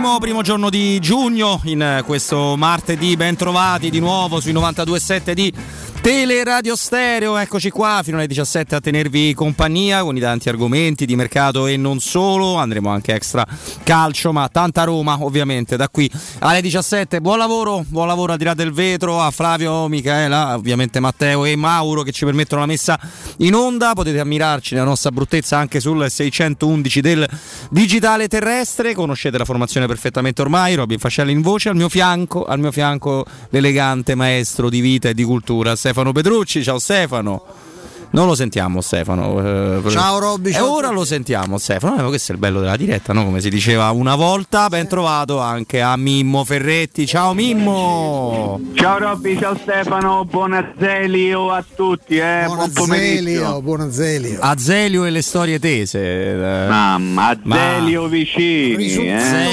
primo giorno di giugno, in questo martedì, ben trovati di nuovo sui 92.7 di Teleradio Stereo. Eccoci qua fino alle 17 a tenervi compagnia con i tanti argomenti di mercato e non solo. Andremo anche extra calcio, ma tanta Roma ovviamente da qui alle 17. Buon lavoro al di là del vetro a Flavio, Michaela, ovviamente Matteo e Mauro che ci permettono la messa in onda. Potete ammirarci nella nostra bruttezza anche sul 611 del digitale terrestre. Conoscete la formazione perfettamente ormai. Robin Fascelli in voce, al mio fianco l'elegante maestro di vita e di cultura Stefano Petrucci. Ciao Stefano. Non lo sentiamo Stefano. Ciao Robby. E ora lo sentiamo Stefano. Questo è il bello della diretta, no? Come si diceva una volta. Ben trovato anche a Mimmo Ferretti. Ciao Mimmo. Ciao Robby, ciao Stefano, buon Azelio a tutti, buon pomeriggio. Buon Azelio. Azelio e le storie tese. Mamma, Azelio vicini.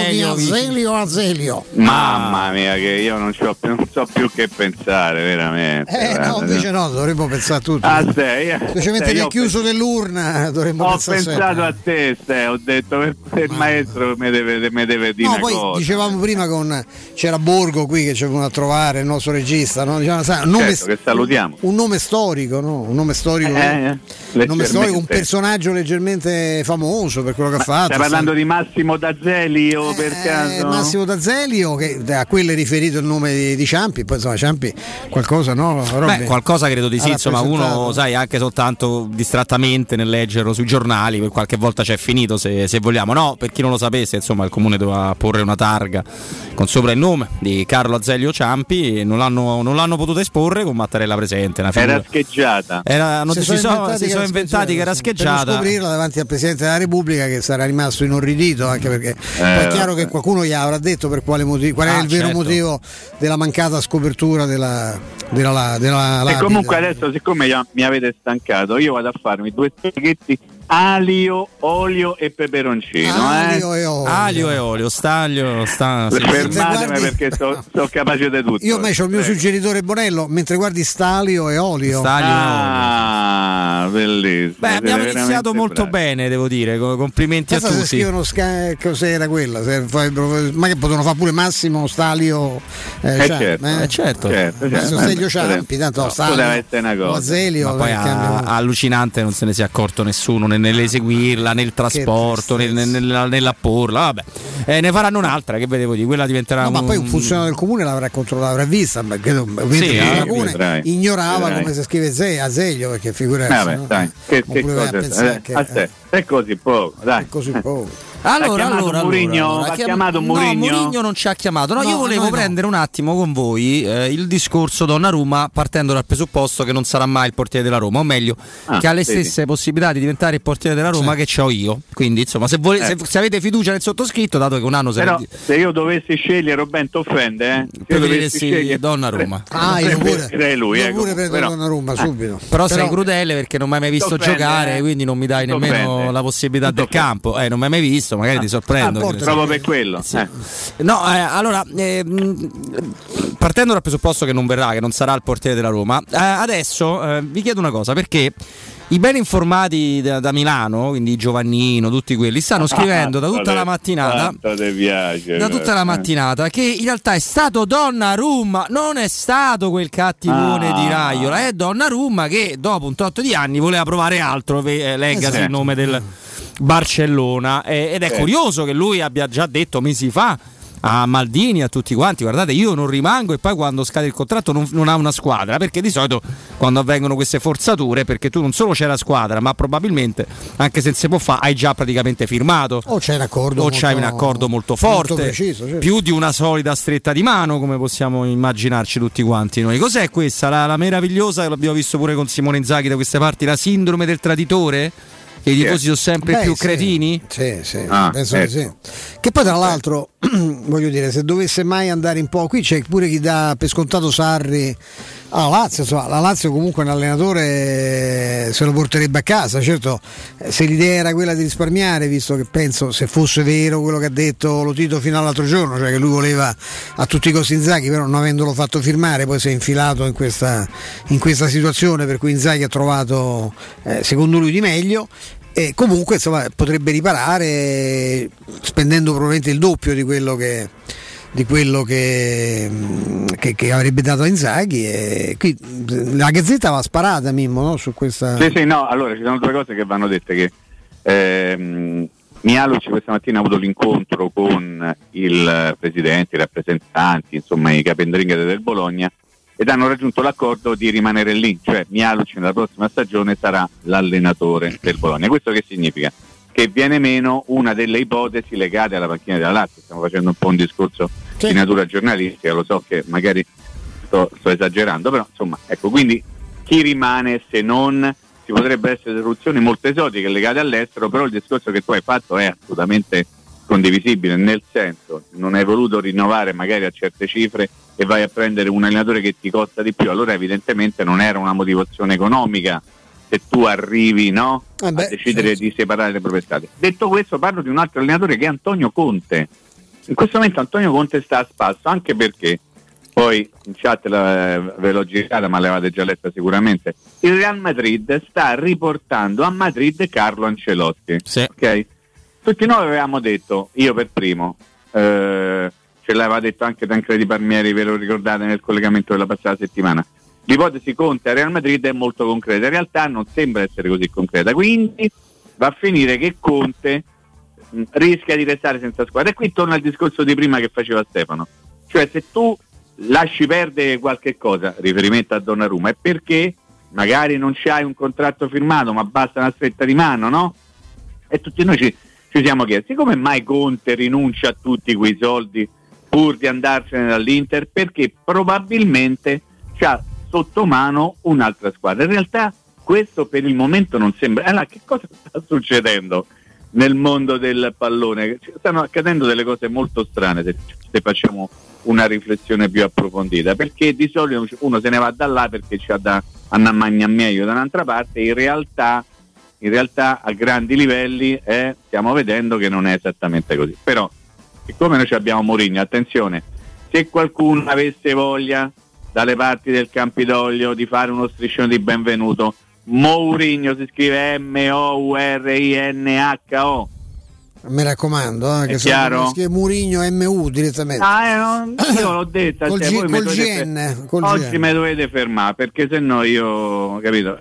Azelio. Mamma mia, che io non so più che pensare, veramente. No, invece no, dovremmo pensare a tutti. Specialmente nel chiuso dell'urna dovremmo pensare. Ho pensato a te, ho detto per il maestro mi deve dire una poi cosa. Dicevamo prima c'era Borgo qui che ci è venuto a trovare, il nostro regista, no? Diciamo, che salutiamo. Un nome storico, no? Un nome storico, un personaggio leggermente famoso per quello che ha fatto. Stai parlando di Massimo D'Azelio per caso? Massimo D'Azelio, che a quello è riferito il nome di Ciampi, poi insomma Ciampi qualcosa, no? Qualcosa credo di sì, insomma uno sai anche soltanto distrattamente nel leggerlo sui giornali, per qualche volta c'è finito se vogliamo. No, per chi non lo sapesse, insomma il comune doveva porre una targa con sopra il nome di Carlo Azelio Ciampi e non l'hanno potuto esporre con Mattarella presente. Era scheggiata. Si sono inventati che era scheggiata. Per scoprirla davanti al Presidente della Repubblica, che sarà rimasto inorridito, anche perché poi è chiaro che qualcuno gli avrà detto per quale motivo, qual è il vero motivo della mancata scopertura della lapide. E comunque adesso, siccome mi avete stancato, io vado a farmi 2 spaghetti alio, olio e peperoncino. Alio e olio. Staglio. Fermatemi perché sono capace di tutto. Io c'ho il mio suggeritore Bonello, mentre guardi Stalio e olio. Bellissimo. Abbiamo iniziato molto bene, devo dire. Complimenti a tutti. Se scrivono cos'era quella? Ma che potevano fare pure Massimo Stalio? Certo. Stelio Ciampi, tanto Stalio, Azelio. Ma poi allucinante, non se ne sia accorto nessuno nell'eseguirla, nel trasporto, nell'apporla. Vabbè, ne faranno un'altra, che vedevo di quella diventerà. Ma poi un funzionario del comune l'avrà controllato, l'avrà vista, ma credo il comune ignorava come si scrive Azelio, perché figurarsi. Dai, che cosa è così poco, dai. Allora, Mourinho ha chiamato Mourinho? No, Mourinho non ci ha chiamato. Io volevo prendere un attimo con voi il discorso Donnarumma, partendo dal presupposto che non sarà mai il portiere della Roma, o meglio, che ha le stesse possibilità di diventare il portiere della Roma che c'ho io. Quindi, insomma, se avete fiducia nel sottoscritto, dato che un anno però se io dovessi scegliere, Robben, t'offende? Preferiresti Donnarumma. Io pure lui, prendo Donnarumma subito. Però sei crudele perché non mi hai mai visto giocare, quindi non mi dai nemmeno la possibilità del campo. Non mi hai mai visto. Magari ti sorprendo. Proprio per quello. Sì. No, allora, partendo dal presupposto che non verrà, che non sarà il portiere della Roma, adesso vi chiedo una cosa, perché i ben informati da Milano, quindi Giovannino, tutti quelli, stanno scrivendo da tutta la mattinata che in realtà è stato Donnarumma, non è stato quel cattivone di Raiola, è Donnarumma che dopo un tot di anni voleva provare altro, leggasi il nome del Barcellona, ed è curioso che lui abbia già detto mesi fa a Maldini, a tutti quanti: guardate, io non rimango, e poi quando scade il contratto non ha una squadra, perché di solito quando avvengono queste forzature, perché tu non solo c'è la squadra, ma probabilmente anche se non si può fare, hai già praticamente firmato, o c'è un accordo molto forte, molto preciso, certo. Più di una solida stretta di mano, come possiamo immaginarci tutti quanti noi. Cos'è questa? La meravigliosa, che l'abbiamo visto pure con Simone Inzaghi da queste parti, la sindrome del traditore? Che i tifosi sono sempre più cretini? Sì, penso che sì. Che poi tra l'altro, voglio dire, se dovesse mai andare in po', qui c'è pure chi dà per scontato Sarri la Lazio comunque un allenatore se lo porterebbe a casa. Certo, se l'idea era quella di risparmiare, visto che penso, se fosse vero quello che ha detto Lotito fino all'altro giorno, cioè che lui voleva a tutti i costi Inzaghi, però non avendolo fatto firmare poi si è infilato in questa situazione, per cui Inzaghi ha trovato secondo lui di meglio. e comunque insomma potrebbe riparare spendendo probabilmente il doppio di quello che avrebbe dato a Inzaghi, e qui la Gazzetta va sparata, Mimmo, no? Su questa. Sì, no, allora ci sono due cose che vanno dette, che Mialovic questa mattina ha avuto l'incontro con il presidente, i rappresentanti, insomma i capendringhe del Bologna, ed hanno raggiunto l'accordo di rimanere lì, cioè Mialovic nella prossima stagione sarà l'allenatore del Bologna. Questo che significa? Che viene meno una delle ipotesi legate alla panchina della Lazio. Stiamo facendo un po' un discorso di natura giornalistica, lo so che magari sto esagerando, però insomma, ecco, quindi chi rimane se non ci potrebbe essere soluzioni molto esotiche legate all'estero, però il discorso che tu hai fatto è assolutamente condivisibile, nel senso, non hai voluto rinnovare magari a certe cifre e vai a prendere un allenatore che ti costa di più, allora evidentemente non era una motivazione economica se tu arrivi, no, a decidere di separare le proprie strade. Detto questo, parlo di un altro allenatore che è Antonio Conte. In questo momento Antonio Conte sta a spasso, anche perché poi in chat ve l'ho girata, ma l'avete già letta sicuramente. Il Real Madrid sta riportando a Madrid Carlo Ancelotti. Sì. Okay? Tutti noi avevamo detto, io per primo, ce l'aveva detto anche Tancredi Palmieri, ve lo ricordate nel collegamento della passata settimana. L'ipotesi Conte a Real Madrid è molto concreta, in realtà non sembra essere così concreta, quindi va a finire che Conte rischia di restare senza squadra. E qui torna al discorso di prima che faceva Stefano, cioè se tu lasci perdere qualche cosa, riferimento a Donnarumma, è perché magari non c'hai un contratto firmato ma basta una stretta di mano, no? E tutti noi ci siamo chiesti come mai Conte rinuncia a tutti quei soldi pur di andarsene dall'Inter, perché probabilmente c'ha sotto mano un'altra squadra. In realtà questo per il momento non sembra. Allora, che cosa sta succedendo nel mondo del pallone? Stanno accadendo delle cose molto strane se facciamo una riflessione più approfondita, perché di solito uno se ne va da là perché c'ha da andare a mangiare meglio da un'altra parte. In realtà a grandi livelli stiamo vedendo che non è esattamente così. Però siccome noi abbiamo Mourinho, attenzione, se qualcuno avesse voglia dalle parti del Campidoglio di fare uno striscione di benvenuto, Mourinho si scrive Mourinho. Mi raccomando, che chiaro? Si scrive Mourinho MU direttamente. Io l'ho detta, col GN. Oggi mi dovete fermare, perché se no io, capito,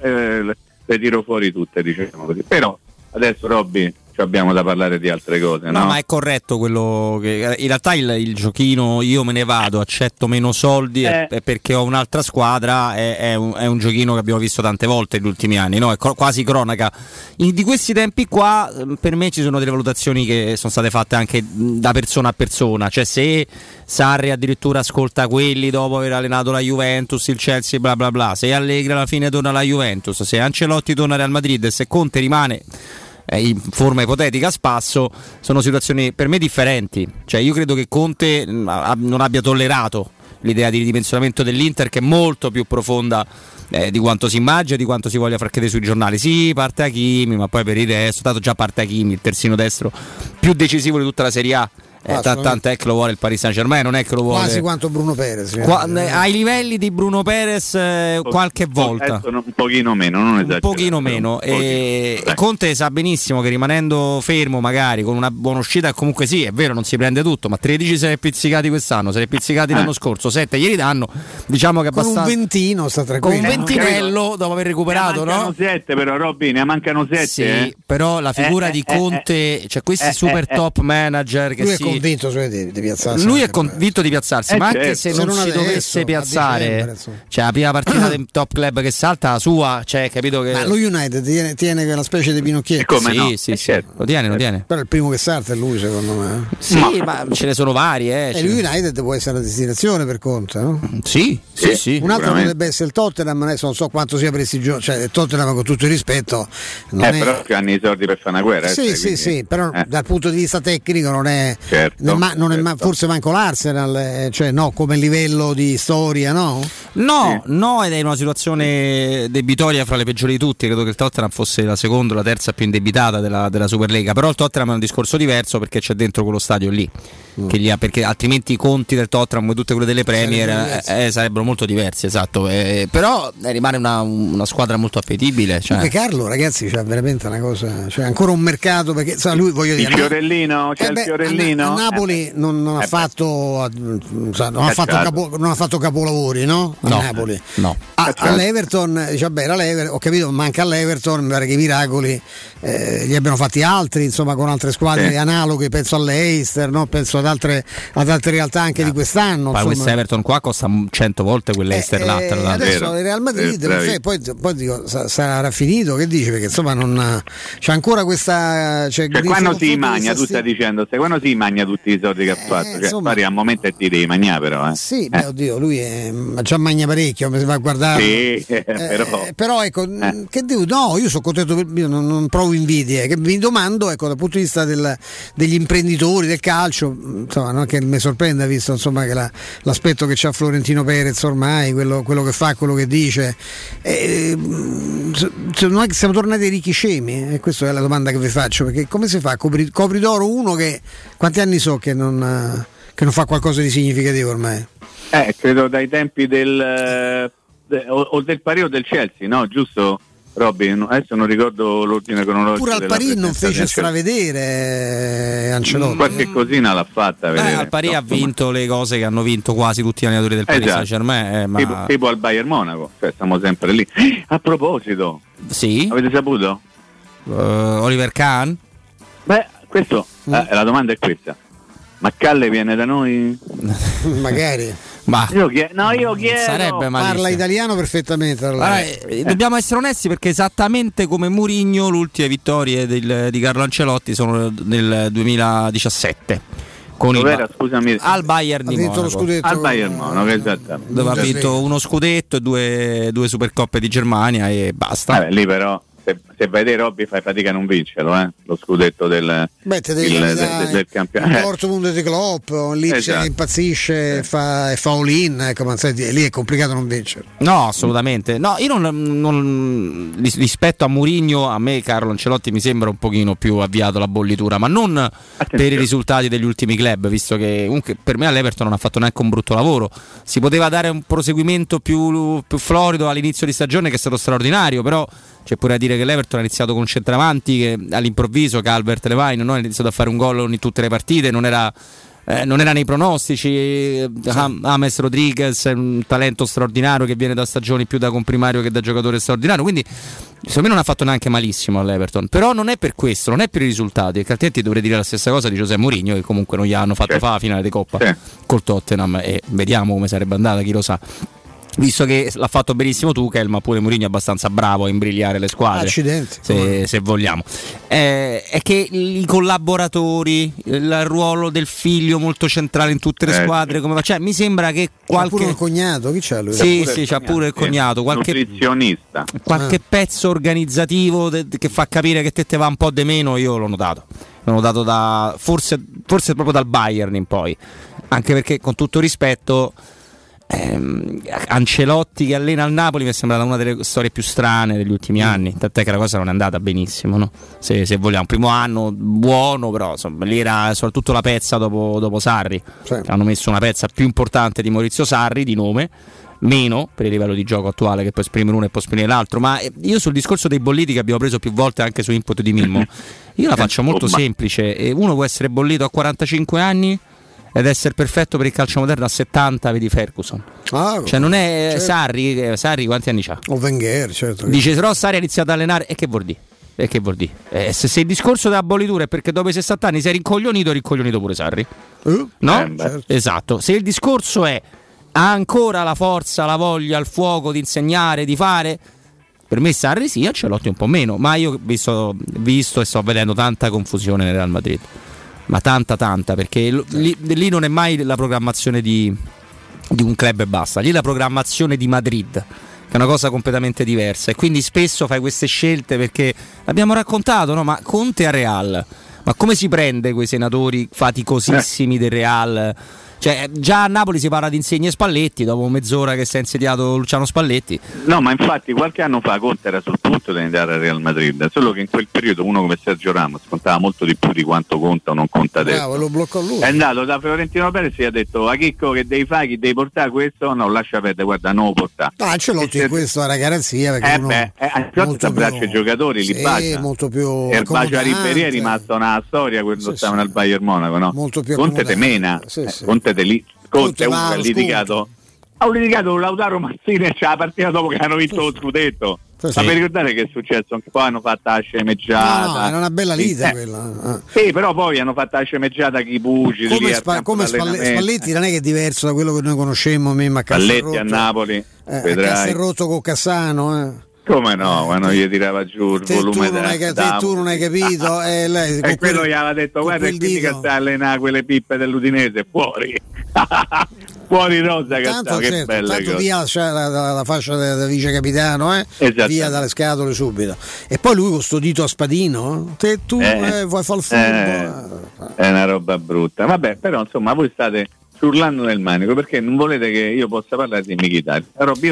le tiro fuori tutte, diciamo così. Però adesso Robby abbiamo da parlare di altre cose, no? No, ma è corretto quello che in realtà il giochino io me ne vado, accetto meno soldi perché ho un'altra squadra, è un giochino che abbiamo visto tante volte negli ultimi anni, no? È quasi cronaca. Di questi tempi qua per me ci sono delle valutazioni che sono state fatte anche da persona a persona, cioè se Sarri addirittura ascolta quelli dopo aver allenato la Juventus, il Chelsea, bla bla bla, se Allegri alla fine torna alla Juventus, se Ancelotti torna al Real Madrid e se Conte rimane in forma ipotetica a spasso, sono situazioni per me differenti. Cioè io credo che Conte non abbia tollerato l'idea di ridimensionamento dell'Inter, che è molto più profonda di quanto si immagina, di quanto si voglia far credere sui giornali. Sì, parte Hakimi, ma poi per il resto, tanto già parte Hakimi, il terzino destro più decisivo di tutta la Serie A. Tanto è che lo vuole il Paris Saint-Germain, non è che lo vuole quasi quanto Bruno Perez, ai livelli di Bruno Perez qualche volta un pochino meno, non esagerare, un pochino meno. E Conte sa benissimo che rimanendo fermo magari con una buona uscita, comunque sì, è vero, non si prende tutto, ma 13 se ne è pizzicati quest'anno, se ne è pizzicati l'anno scorso, 7 ieri danno, diciamo che abbastanza con un ventino sta tranquillo, con un ventinello dopo aver recuperato, ne mancano 7 però Robby, ne mancano 7 sì, però la figura di Conte, cioè questi super top manager che lui è convinto di piazzarsi, lui è convinto di piazzarsi, ma anche se non si dovesse piazzare, cioè la prima partita del top club che salta la sua, cioè capito che ma lo United tiene quella specie di Pinocchietto, sì, lo tiene, però il primo che salta è lui, secondo me. Sì, ma ce ne sono vari, e lo United può essere la destinazione per Conte, no? Sì. Un altro potrebbe essere il Tottenham, adesso non so quanto sia prestigioso, cioè il Tottenham, con tutto il rispetto, però hanno i soldi per fare una guerra. Sì, però dal punto di vista tecnico non è certo. Forse manco l'Arsenal, cioè no, come livello di storia, no? No, ed è in una situazione debitoria fra le peggiori di tutti. Credo che il Tottenham fosse la seconda o la terza più indebitata della Superlega, però il Tottenham è un discorso diverso perché c'è dentro quello stadio lì, perché altrimenti i conti del Tottenham come tutte quelle delle Premier sarebbero molto diversi, esatto. Però rimane una squadra molto appetibile. Comunque Carlo, ragazzi, c'è veramente una cosa, c'è ancora un mercato, perché lui, voglio dire, il Fiorellino, c'è il Fiorellino. A Napoli non ha fatto capolavori, no? A Napoli. No. All'Everton, dice, vabbè, era l'Everton, ho capito, manca all'Everton, mi pare che i miracoli gli abbiano fatti altri, insomma, con altre squadre analoghe, penso all'Eister, no? Penso ad altre realtà anche di quest'anno. Ma questo Everton qua costa 100 volte quell'Eister là. Adesso il Real Madrid poi dico, sarà finito, che dice? Perché insomma non c'è ancora questa. Quando si magna, tu stai dicendo, quando si magna tutti i soldi che ha fatto, pari al momento ti devi mangiare, però. Sì, oddio, lui già magna parecchio, mi si va a guardare. Sì, però ecco, che devo, no, io sono contento, io non provo invidie, che mi domando, ecco, dal punto di vista degli imprenditori del calcio, insomma, non che mi sorprenda, visto insomma che l'aspetto che c'ha Florentino Perez ormai, quello che fa, quello che dice, non è che siamo tornati ai ricchi scemi, e questa è la domanda che vi faccio, perché come si fa copri d'oro uno che quanti anni so che non fa qualcosa di significativo ormai? Credo dai tempi del Paris o del Chelsea, no? Giusto, Robby? Adesso non ricordo l'ordine cronologico. Pure al Paris non fece stravedere Ancelotti. Qualche cosina l'ha fatta vedere. Al Paris ha vinto le cose che hanno vinto quasi tutti i allenatori del Paris Saint-Germain, tipo al Bayern Monaco, cioè stiamo sempre lì. A proposito, sì? Avete saputo? Oliver Kahn? Beh, questo la domanda è questa. Ma Calle viene da noi? Magari. Ma io chiedo. Sarebbe malissimo. Parla italiano perfettamente. Dobbiamo essere onesti, perché esattamente come Mourinho, le ultime vittorie di Carlo Ancelotti sono nel 2017. Scusami, al Bayern di Monaco. Al Bayern Monaco, esattamente. Dove ha vinto uno scudetto e due Supercoppe di Germania e basta. Lì però se vai dei Robby fai fatica a non vincerlo, lo scudetto del campionato. Il Dortmund di Klopp, Lipsia impazzisce e fa all-in, ecco, ma lì è complicato non vincere. No, assolutamente. No, io non rispetto a Mourinho, a me Carlo Ancelotti mi sembra un pochino più avviato la bollitura, ma non per i risultati degli ultimi club, visto che comunque per me all'Everton non ha fatto neanche un brutto lavoro. Si poteva dare un proseguimento più florido all'inizio di stagione, che è stato straordinario, però c'è pure a dire che l'Everton ha iniziato con un centravanti che all'improvviso Calvert-Lewin ha iniziato a fare un gol in tutte le partite, non era nei pronostici. James Rodriguez è un talento straordinario che viene da stagioni più da comprimario che da giocatore straordinario, quindi secondo me non ha fatto neanche malissimo all'Everton, però non è per questo, non è per i risultati, perché altrimenti dovrei dire la stessa cosa di José Mourinho, che comunque non gli hanno fatto fare la finale di Coppa col Tottenham, e vediamo come sarebbe andata, chi lo sa. Visto che l'ha fatto benissimo Tuchel, ma pure Mourinho è abbastanza bravo a imbrigliare le squadre. Accidenti, se vogliamo. È che i collaboratori, il ruolo del figlio molto centrale in tutte le squadre, come cioè, mi sembra che qualche. C'ha pure il cognato, chi c'ha lui? Sì, c'ha pure il cognato, qualche nutrizionista. Qualche pezzo organizzativo che fa capire che te va un po' di meno, io l'ho notato. L'ho notato forse proprio dal Bayern in poi. Anche perché, con tutto rispetto, Ancelotti che allena al Napoli mi è sembrata una delle storie più strane degli ultimi anni, tant'è che la cosa non è andata benissimo, no? Se vogliamo, primo anno buono, però insomma, lì era soprattutto la pezza dopo Sarri, hanno messo una pezza più importante di Maurizio Sarri di nome, meno per il livello di gioco attuale, che può esprimere uno e può esprimere l'altro. Ma io sul discorso dei bolliti che abbiamo preso più volte anche su input di Mimmo, io la faccio molto semplice. Uno può essere bollito a 45 anni ed essere perfetto per il calcio moderno a 70, vedi Ferguson. Cioè non è Sarri quanti anni c'ha? O Wenger, certo. Dice però Sarri ha iniziato ad allenare, e che vuol dire? Se il discorso della bollitura è perché dopo i 60 anni sei rincoglionito pure Sarri. No? Certo. Esatto. Se il discorso è ha ancora la forza, la voglia, il fuoco di insegnare, di fare, per me Sarri sì, Ancelotti un po' meno, ma io ho visto e sto vedendo tanta confusione nel Real Madrid. Ma tanta, perché lì non è mai la programmazione di un club e basta, lì è la programmazione di Madrid, che è una cosa completamente diversa, e quindi spesso fai queste scelte perché l'abbiamo raccontato, no? Ma Conte a Real, Ma come si prende quei senatori faticosissimi del Real? Cioè, già a Napoli si parla di Insigne e Spalletti, dopo mezz'ora che si è insediato Luciano Spalletti. No, ma infatti qualche anno fa Conte era sul punto di andare al Real Madrid, solo che in quel periodo uno come Sergio Ramos contava molto di più di quanto conta o non conta adesso. Bravo, lo bloccò lui. È andato da Florentino Perez e gli ha detto: a Chicco, che devi fare, chi devi portare questo? No, lascia perdere, guarda, non lo portare. Ah, Ancelotti in questo era garanzia, perché Ancelotti abbraccia i giocatori, li bacia. Molto più e il bacio a Ribéry è rimasto una storia quando stavano al Bayern Monaco, no? Molto più Conte te mena, Conte te lì. Conte uno ha litigato con Lautaro Martinez, cioè la partita dopo che hanno vinto lo scudetto. Ma per ricordare che è successo? Anche poi hanno fatto la scemeggiata. No, era una bella lite quella. Sì, però poi hanno fatto la scemeggiata chi Pugi. Come Spalletti non è che è diverso da quello che noi conoscemmo, a Spalletti a Napoli. Vedrai. Castelrotto con Cassano, Come no, quando gli tirava giù il volume tu non hai capito lei, e quello gli aveva detto: guarda, e quindi che sta a allenare quelle pippe dell'Udinese fuori. Fuori rosa, tanto, che certo, bella tanto cosa. via la fascia da vice capitano, via dalle scatole subito. E poi lui con sto dito a spadino, tu vuoi fare il furbo. È una roba brutta. Vabbè, però insomma voi state urlando nel manico perché non volete che io possa parlare di Mkhitaryan.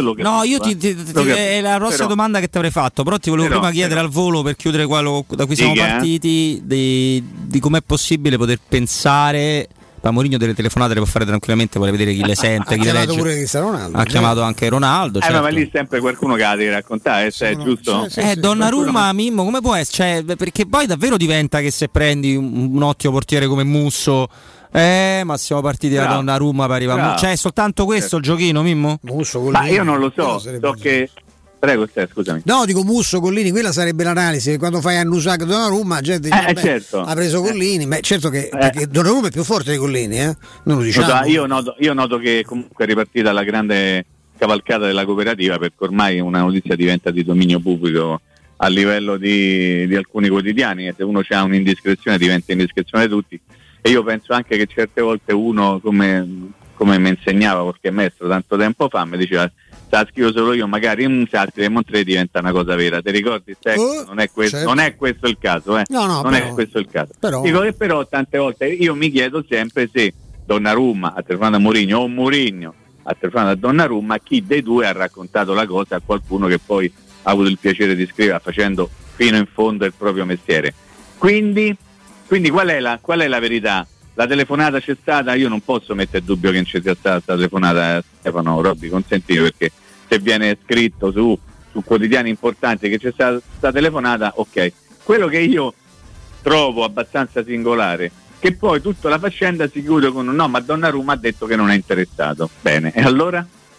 È la prossima domanda che ti avrei fatto, però ti volevo prima chiedere al volo, per chiudere quello da cui siamo partiti, di com'è possibile poter pensare. Mourinho delle telefonate le può fare tranquillamente, vuole vedere chi le sente, chi le legge. Pure Ronaldo, ha chiamato anche Ronaldo. Certo. Ma lì sempre qualcuno che la deve raccontare, è giusto? Donnarumma, Mimmo, come può essere? Cioè, perché poi davvero diventa che se prendi un ottimo portiere come Musso, ma siamo partiti da Donnarumma per arrivare. Cioè, è soltanto questo il giochino, Mimmo? Musso con ma io non lo so che. Prego, scusami. No, dico Musso, Collini, quella sarebbe l'analisi. Quando fai Annusak e Donnarumma, gente dice, certo. ha preso Collini, ma certo che perché Donnarumma è più forte di Collini, non lo diciamo. Io noto che comunque è ripartita la grande cavalcata della cooperativa, perché ormai una notizia diventa di dominio pubblico a livello di alcuni quotidiani, e se uno ha un'indiscrezione diventa indiscrezione di tutti. E io penso anche che certe volte uno, come mi insegnava qualche maestro tanto tempo fa, mi diceva: la scrivo solo io, magari in altri e Montre diventa una cosa vera. Ti ricordi? Non è questo, certo. Non è questo il caso, non è questo il caso. Dico che però tante volte io mi chiedo sempre se Donnarumma ha telefonato a Mourinho o Mourinho ha telefonato a Donnarumma, chi dei due ha raccontato la cosa a qualcuno che poi ha avuto il piacere di scrivere facendo fino in fondo il proprio mestiere. Quindi qual è la verità? La telefonata c'è stata, io non posso mettere in dubbio che non ci sia stata questa telefonata, Stefano Robbi, consentimi, perché se viene scritto su quotidiani importanti che c'è stata questa telefonata, ok. Quello che io trovo abbastanza singolare, che poi tutta la faccenda si chiude con no, ma Donnarumma ha detto che non è interessato. Bene, e allora?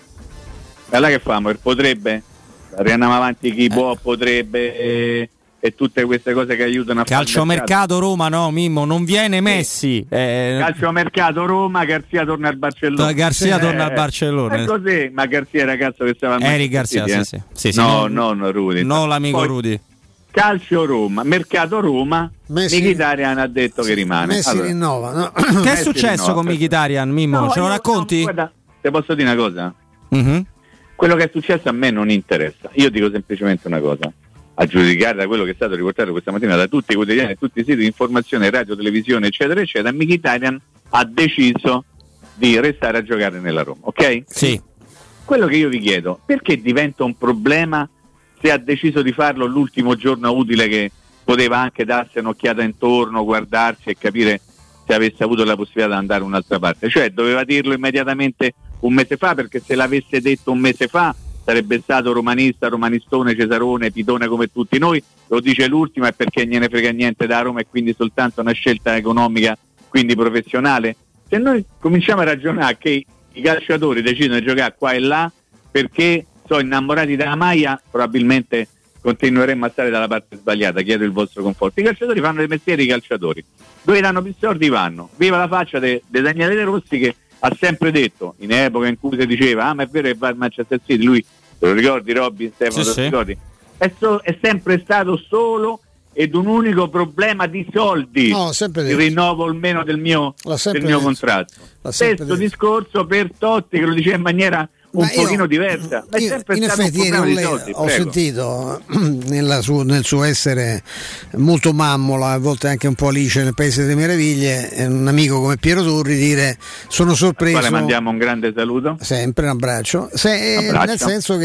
E allora che famo? Potrebbe? Andiamo avanti chi può, potrebbe... E tutte queste cose che aiutano a calciomercato Roma, no Mimmo, non viene Messi. Calciomercato Roma, Garzia torna al Barcellona. Torna al Barcellona. È così, ma Garzia è il ragazzo che stava a Eric Garzia, sì. No, non Rudy. No, l'amico poi, Rudy. Calcio Roma, mercato Roma, Mkhitaryan ha detto che rimane. Messi rinnova, no? Che è successo con Mkhitaryan, Mimmo? Ce lo racconti? Guarda, te posso dire una cosa? Mm-hmm. Quello che è successo a me non interessa. Io dico semplicemente una cosa. A giudicare da quello che è stato riportato questa mattina da tutti i quotidiani e tutti i siti di informazione, radio, televisione, eccetera, eccetera, Mkhitaryan ha deciso di restare a giocare nella Roma, ok? Sì. Quello che io vi chiedo, perché diventa un problema se ha deciso di farlo l'ultimo giorno utile che poteva anche darsi un'occhiata intorno, guardarsi e capire se avesse avuto la possibilità di andare un'altra parte? Cioè doveva dirlo immediatamente un mese fa, perché se l'avesse detto un mese fa sarebbe stato romanista, romanistone, cesarone, pitone come tutti noi. Lo dice l'ultimo, è perché gliene frega niente da Roma e quindi soltanto una scelta economica, quindi professionale. Se noi cominciamo a ragionare che i calciatori decidono di giocare qua e là perché sono innamorati della maglia, probabilmente continueremmo a stare dalla parte sbagliata. Chiedo il vostro conforto. I calciatori fanno dei mestieri, i calciatori dove danno più soldi vanno. Viva la faccia di Daniele De Rossi, che ha sempre detto, in epoca in cui si diceva ma è vero che va al Manchester City, lui, te lo ricordi Robby, Stefano, sì, te lo ricordi? È sempre stato solo ed un unico problema di soldi. No, sempre il rinnovo almeno del mio contratto. Stesso discorso per Totti, che lo diceva in maniera un pochino diversa. È sempre in stato effetti un problema di ieri soldi, ho prego. sentito nel suo essere molto mammola, a volte anche un po' Alice nel Paese delle Meraviglie, un amico come Piero Torri dire: sono sorpreso. Quale mandiamo un grande saluto. Sempre un abbraccio. Nel senso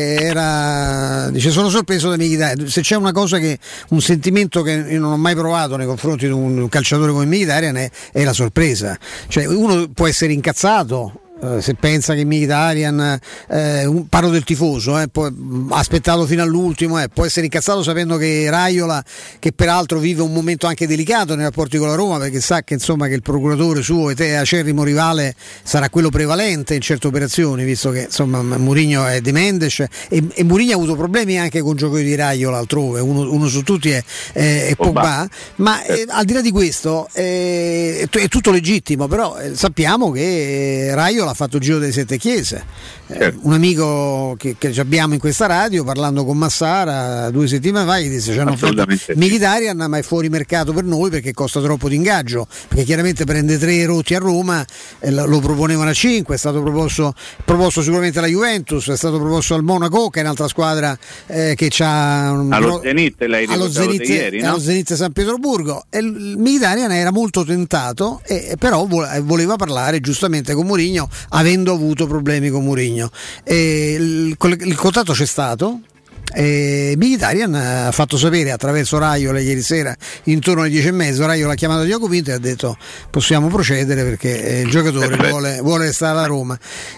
che dice: sono sorpreso da Mkhitaryan. Se c'è una cosa un sentimento che io non ho mai provato nei confronti di un calciatore come Mkhitaryan è la sorpresa. Cioè, uno può essere incazzato se pensa che Mkhitaryan, parlo del tifoso, ha aspettato fino all'ultimo, può essere incazzato sapendo che Raiola, che peraltro vive un momento anche delicato nei rapporti con la Roma, perché sa che insomma che il procuratore suo e acerrimo rivale sarà quello prevalente in certe operazioni, visto che insomma Mourinho è di Mendes e Mourinho ha avuto problemi anche con giocatori di Raiola altrove, uno su tutti è Pogba, ma al di là di questo è tutto legittimo, però sappiamo che Raiola ha fatto il giro delle 7 chiese. Un amico che abbiamo in questa radio, parlando con Massara 2 settimane fa, gli disse: c'hanno fatto Mkhitaryan, ma è fuori mercato per noi perché costa troppo di ingaggio, perché chiaramente prende 3 rotti a Roma, lo proponevano a 5, è stato proposto sicuramente alla Juventus, è stato proposto al Monaco, che è un'altra squadra che c'ha allo Zenit, lei ieri, no? Allo Zenit San Pietroburgo, e Mkhitaryan era molto tentato, però voleva parlare giustamente con Mourinho, avendo avuto problemi con Mourinho. Il contatto c'è stato. Mkhitaryan ha fatto sapere attraverso Raiola ieri sera intorno alle 10:30. Raiola ha chiamato Diogo Pinto e ha detto: possiamo procedere perché il giocatore vuole restare alla Roma.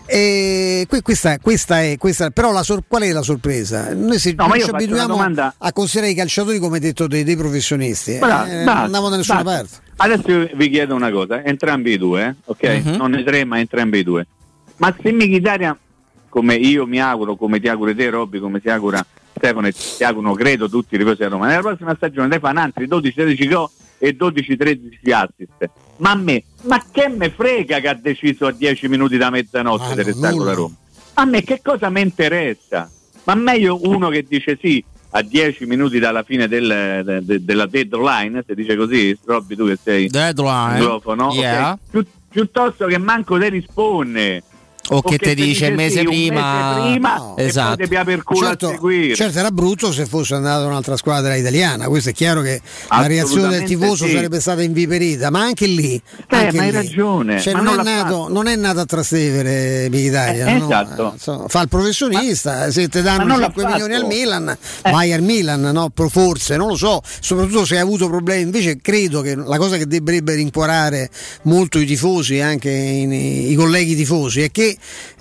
Questa è però qual è la sorpresa? Noi ci abituiamo a considerare i calciatori, come detto, dei professionisti, non andiamo da nessuna parte. Adesso vi chiedo una cosa, entrambi i due, ok? Non ne 3, ma entrambi i due. Ma se Mkhitaryan, come io mi auguro, come ti auguri te Robby, come si augura Stefano e ti auguro credo tutti i riposi a Roma, nella prossima stagione dai fanno altri 12-13 gol e 12-13 assist, ma che me frega che ha deciso a 10 minuti da mezzanotte di restare con la Roma? A me che cosa mi interessa? Ma meglio uno che dice sì a 10 minuti dalla fine della deadline, si dice così, Robby, tu che sei deadline, microfono, yeah. Okay? Piuttosto che manco te risponde. O che te dice il mese prima, no, esatto. E poi per culo a seguire. Certo, era brutto se fosse andato un'altra squadra italiana, questo è chiaro che la reazione del tifoso sarebbe stata inviperita, ma anche lì ma hai ragione, cioè, ma non è nato a Trastevere Mkhitaryan, esatto. Fa il professionista, se ti danno 5 milioni al Milan vai al Milan, no? Forse, non lo so, soprattutto se hai avuto problemi. Invece credo che la cosa che dovrebbe rincuorare molto i tifosi, anche i colleghi tifosi, è che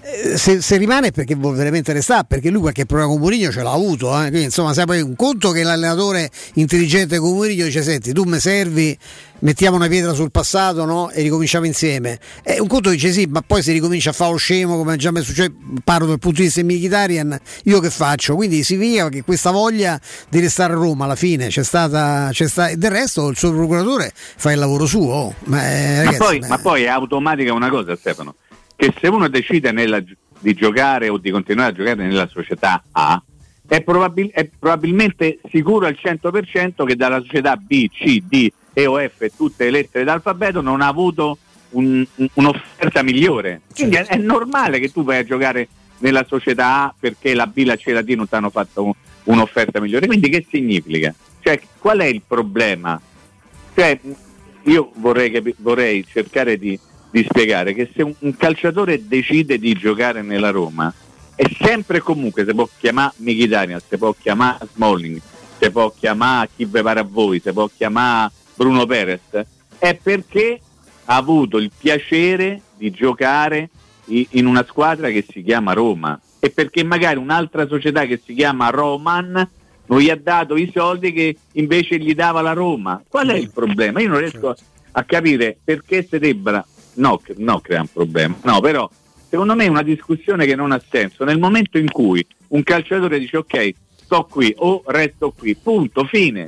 se rimane è perché vuole veramente restare, perché lui qualche problema con Mourinho ce l'ha avuto, quindi insomma sai, poi un conto che l'allenatore intelligente con Mourinho dice: senti, tu mi servi, mettiamo una pietra sul passato, no? E ricominciamo insieme. Un conto dice sì, ma poi si ricomincia a fare lo scemo, come già mi è successo. Parlo dal punto di vista di Mkhitaryan, io che faccio? Quindi significa che questa voglia di restare a Roma alla fine c'è stata, e del resto il suo procuratore fa il lavoro suo. Ragazzi, ma poi è automatica una cosa, Stefano, che se uno decide di giocare o di continuare a giocare nella società A, è probabilmente sicuro al 100% che dalla società B, C, D, E o F, tutte le lettere d'alfabeto, non ha avuto un'offerta migliore. Quindi è normale che tu vai a giocare nella società A perché la B, la C e la D non ti hanno fatto un'offerta migliore. Quindi che significa? Cioè, qual è il problema? Cioè, io vorrei cercare di spiegare che se un calciatore decide di giocare nella Roma, è sempre comunque, si può chiamare Mkhitaryan, si può chiamare Smalling, si può chiamare chi ve pare a voi, si può chiamare Bruno Perez, è perché ha avuto il piacere di giocare in una squadra che si chiama Roma, e perché magari un'altra società che si chiama Roman non gli ha dato i soldi che invece gli dava la Roma. Qual è il problema? Io non riesco a capire perché si debba no crea un problema, no, però secondo me è una discussione che non ha senso nel momento in cui un calciatore dice ok, sto qui o resto qui, punto, fine.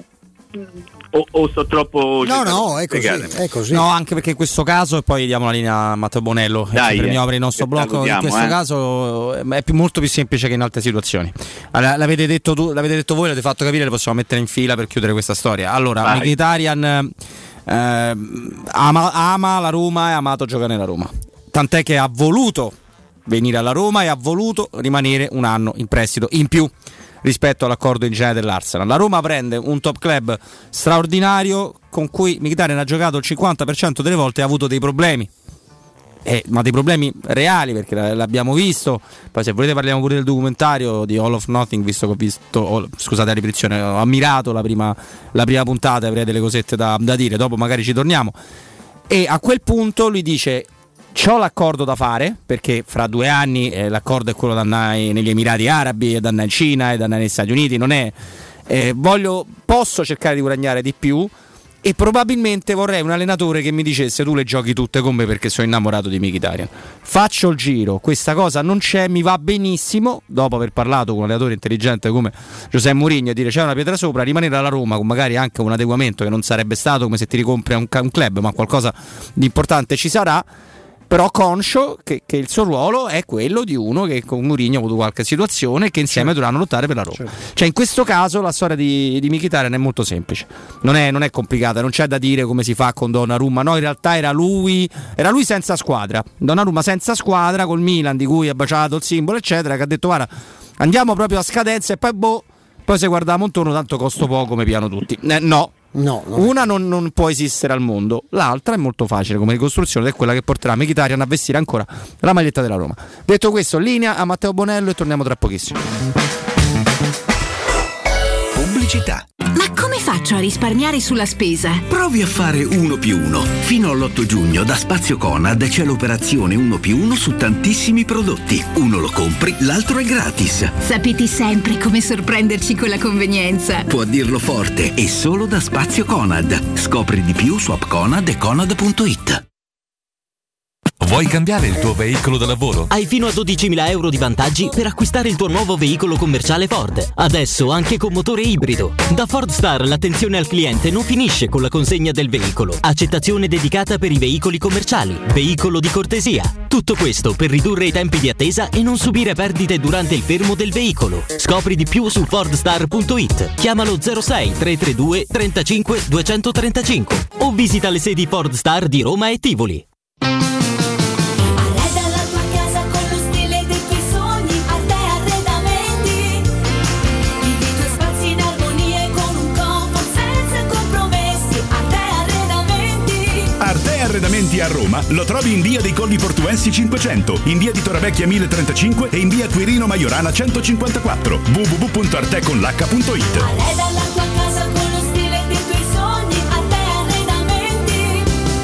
O sto troppo no, è così. No, anche perché in questo caso, e poi diamo la linea a Matteo Bonello, dai, per il nostro blocco. In questo caso è molto più semplice che in altre situazioni. L'avete detto voi, l'avete fatto capire, le possiamo mettere in fila per chiudere questa storia. Allora, Mkhitaryan ama la Roma e ha amato giocare nella Roma, tant'è che ha voluto venire alla Roma e ha voluto rimanere un anno in prestito in più rispetto all'accordo in genere dell'Arsenal. La Roma prende un top club straordinario con cui Mkhitaryan ha giocato il 50% delle volte e ha avuto dei problemi. Ma dei problemi reali, perché l'abbiamo visto. Poi se volete parliamo pure del documentario di All of Nothing, visto che ho visto, scusate la ripetizione, ho ammirato la prima puntata, avrei delle cosette da dire, dopo magari ci torniamo. E a quel punto lui dice: c'ho l'accordo da fare, perché fra 2 anni l'accordo è quello da andare negli Emirati Arabi, da andare in Cina e da andare negli Stati Uniti, non è posso cercare di guadagnare di più. E probabilmente vorrei un allenatore che mi dicesse: tu le giochi tutte con me perché sono innamorato di Mkhitaryan. Faccio il giro, questa cosa non c'è, mi va benissimo. Dopo aver parlato con un allenatore intelligente come Giuseppe Mourinho e dire c'è una pietra sopra, rimanere alla Roma con magari anche un adeguamento che non sarebbe stato come se ti ricompri un club, ma qualcosa di importante ci sarà. Però conscio che il suo ruolo è quello di uno che con Mourinho ha avuto qualche situazione e che insieme dovranno lottare per la Roma. Cioè in questo caso la storia di Mkhitaryan è molto semplice, non è complicata, non c'è da dire come si fa con Donnarumma. No, in realtà era lui senza squadra, Donnarumma senza squadra col Milan di cui ha baciato il simbolo eccetera, che ha detto guarda andiamo proprio a scadenza e poi se guardiamo intorno tanto costo poco come piano tutti. No, una non può esistere al mondo, l'altra è molto facile come ricostruzione ed è quella che porterà Mkhitaryan a vestire ancora la maglietta della Roma. Detto questo, linea a Matteo Bonello e torniamo tra pochissimo. Pubblicità. Ma come faccio a risparmiare sulla spesa? Provi a fare 1+1. Fino all'8 giugno da Spazio Conad c'è l'operazione 1+1 su tantissimi prodotti. Uno lo compri, l'altro è gratis. Sapete sempre come sorprenderci con la convenienza. Può dirlo forte, è solo da Spazio Conad. Scopri di più su app Conad e Conad.it. Vuoi cambiare il tuo veicolo da lavoro? Hai fino a 12.000 euro di vantaggi per acquistare il tuo nuovo veicolo commerciale Ford. Adesso anche con motore ibrido. Da Ford Star l'attenzione al cliente non finisce con la consegna del veicolo. Accettazione dedicata per i veicoli commerciali. Veicolo di cortesia. Tutto questo per ridurre i tempi di attesa e non subire perdite durante il fermo del veicolo. Scopri di più su fordstar.it. Chiamalo 06 332 35 235 o visita le sedi Ford Star di Roma e Tivoli. Arredamenti a Roma lo trovi in via dei Colli Portuensi 500, in via di Torrevecchia 1035 e in via Quirino Maiorana 154. www.arteconlh.it. Arreda la tua casa con lo stile dei tuoi sogni. Arte Arredamenti.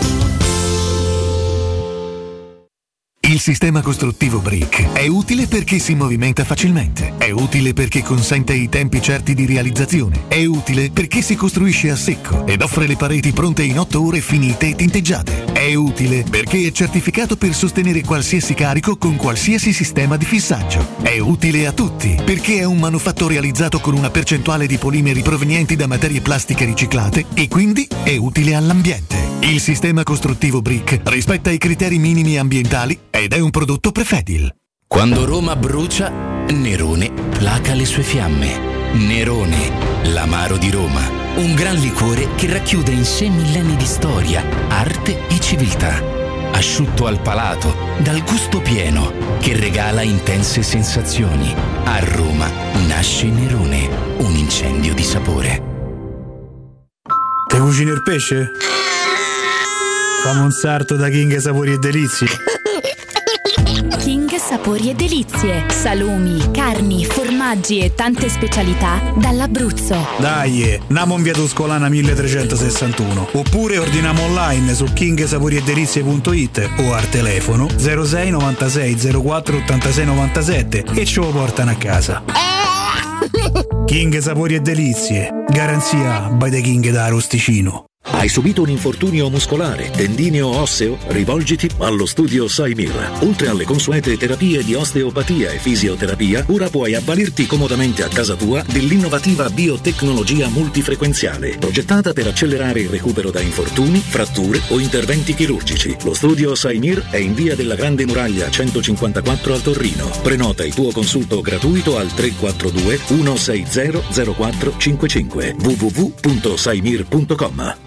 Il sistema costruttivo Brick è utile perché si movimenta facilmente, è utile perché consente i tempi certi di realizzazione, è utile perché si costruisce a secco ed offre le pareti pronte in 8 ore finite e tinteggiate, è utile perché è certificato per sostenere qualsiasi carico con qualsiasi sistema di fissaggio, è utile a tutti perché è un manufatto realizzato con una percentuale di polimeri provenienti da materie plastiche riciclate e quindi è utile all'ambiente. Il sistema costruttivo Brick rispetta i criteri minimi ambientali ed è un prodotto Prefedil. Quando Roma brucia, Nerone placa le sue fiamme. Nerone, l'amaro di Roma. Un gran liquore che racchiude in sé millenni di storia, arte e civiltà. Asciutto al palato, dal gusto pieno, che regala intense sensazioni. A Roma nasce Nerone, un incendio di sapore. Te cucini il pesce? Fammi un sarto da King Sapori e Delizie. King Sapori e Delizie. Salumi, carni, formaggi e tante specialità dall'Abruzzo. Dai, namo in via Tuscolana 1361. Oppure ordiniamo online su kingsaporiedelizie.it o al telefono 06 96 04 86 97 e ce lo portano a casa. King Sapori e Delizie. Garanzia by the King da Arosticino. Hai subito un infortunio muscolare, tendineo o osseo? Rivolgiti allo studio Saimir. Oltre alle consuete terapie di osteopatia e fisioterapia, ora puoi avvalerti comodamente a casa tua dell'innovativa biotecnologia multifrequenziale, progettata per accelerare il recupero da infortuni, fratture o interventi chirurgici. Lo studio Saimir è in via della Grande Muraglia 154 al Torino. Prenota il tuo consulto gratuito al 342 160 0455 www.saimir.com.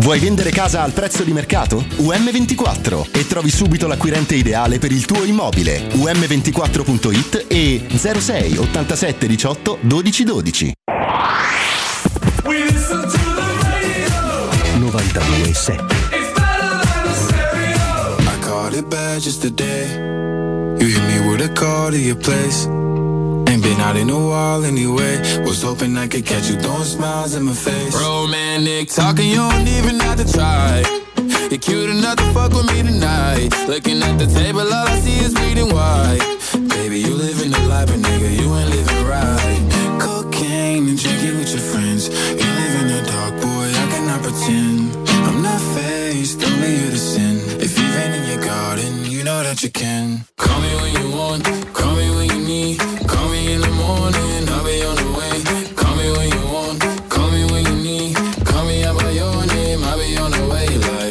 Vuoi vendere casa al prezzo di mercato? UM24 e trovi subito l'acquirente ideale per il tuo immobile. UM24.it e 06 87 18 12 12. 92.7. I caught it bad just today. You hit me with a call to your place. Ain't been out in a while anyway. Was hoping I could catch you throwing smiles in my face. Romantic talking, you don't even have to try. You're cute enough to fuck with me tonight. Looking at the table, all I see is bleeding white. Baby, you living the life, but nigga, you ain't living right. Cocaine and drinking with your friends. You live in the dark, boy, I cannot pretend. I'm not faced, only you to sin. If you've been in your garden, you know that you can. Call me when you want, call me when you need. Call me in the morning, I'll be on the way. Call me when you want, call me when you need. Call me out by your name, I'll be on the way. Like,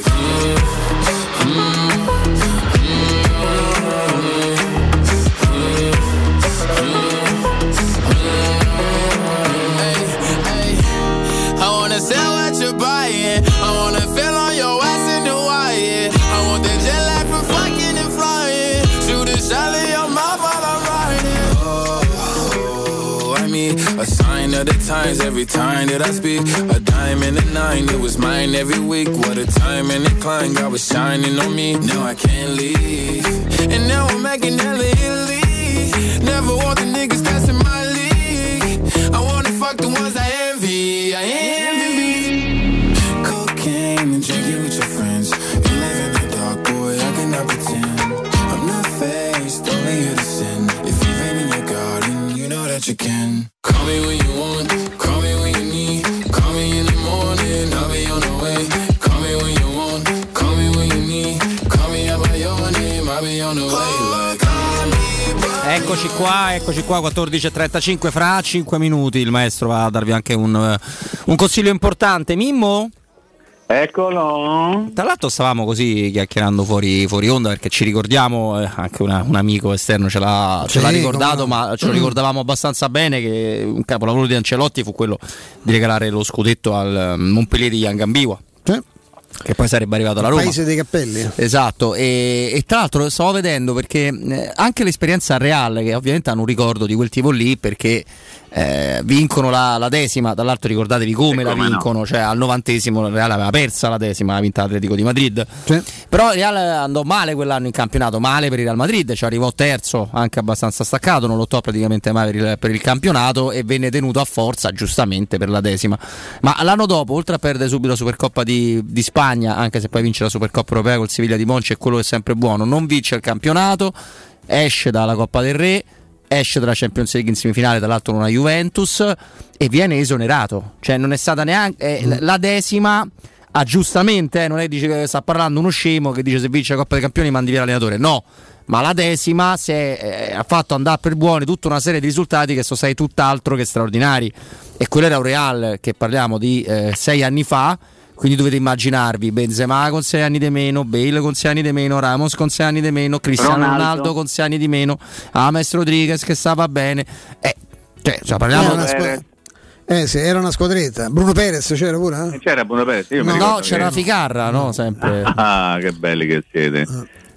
I wanna sell what you're buying. I wanna feel on your ass in Hawaii. I want that jet lag from fucking and flying. Shoot a shot in your mouth while I'm riding. Oh, I mean, a sign of the times every time that I speak. A dime and a nine, it was mine every week. What a time and a climb, God was shining on me. Now I can't leave, and now I'm making hella Italy. Never want the niggas that's in my league. I wanna fuck the ones I envy. I envy. Cocaine and drinking with your friends. You live in the dark, boy, I cannot pretend. I'm not faced, only you to sin. If you've been in your garden, you know that you can. Call me when you want, call me when you need. Call me in the morning, I'll be on the way. Call me when you want, call me when you need. Call me out by your name, I'll be on the way. Like, Eccoci qua, 14.35, fra 5 minuti il maestro va a darvi anche un consiglio importante. Mimmo? Eccolo. Tra l'altro stavamo così chiacchierando fuori onda, perché ci ricordiamo, anche un amico esterno ce l'ha ricordato, ma ce lo ricordavamo abbastanza bene, che un capolavoro di Ancelotti fu quello di regalare lo scudetto al Montpellier di Yangambiwa. Che poi sarebbe arrivato alla Roma, Paese dei cappelli. Esatto, e tra l'altro stavo vedendo, perché anche l'esperienza Real, che ovviamente hanno un ricordo di quel tipo lì, perché vincono la decima, dall'altro ricordatevi come la vincono, no? Cioè al 90esimo il Real aveva persa la decima, ha vinto l'Atletico di Madrid, sì. Però il Real andò male quell'anno in campionato, male per il Real Madrid, cioè arrivò terzo, anche abbastanza staccato, non lottò praticamente mai per il campionato e venne tenuto a forza giustamente per la decima. Ma l'anno dopo, oltre a perdere subito la Supercoppa di Spagna, anche se poi vince la Supercoppa europea col Siviglia di Monchi, e quello è sempre buono, non vince il campionato, esce dalla Coppa del Re, esce dalla Champions League in semifinale, tra l'altro una Juventus, e viene esonerato. Cioè non è stata neanche la decima, giustamente, non è, dice che sta parlando uno scemo che dice se vince la Coppa dei Campioni mandi via l'allenatore, no, ma la decima ha fatto andare per buoni tutta una serie di risultati che sono stati tutt'altro che straordinari, e quello era un Real che parliamo di 6 anni fa. Quindi dovete immaginarvi Benzema con 6 anni di meno, Bale con 6 anni di meno, Ramos con 6 anni di meno, Cristiano Ronaldo con 6 anni di meno, James Rodriguez che stava bene, cioè parliamo sì, era una squadretta. Bruno Perez c'era pure? C'era Bruno Perez, no, c'era Ficarra, no, sempre. Ah, che belli che siete.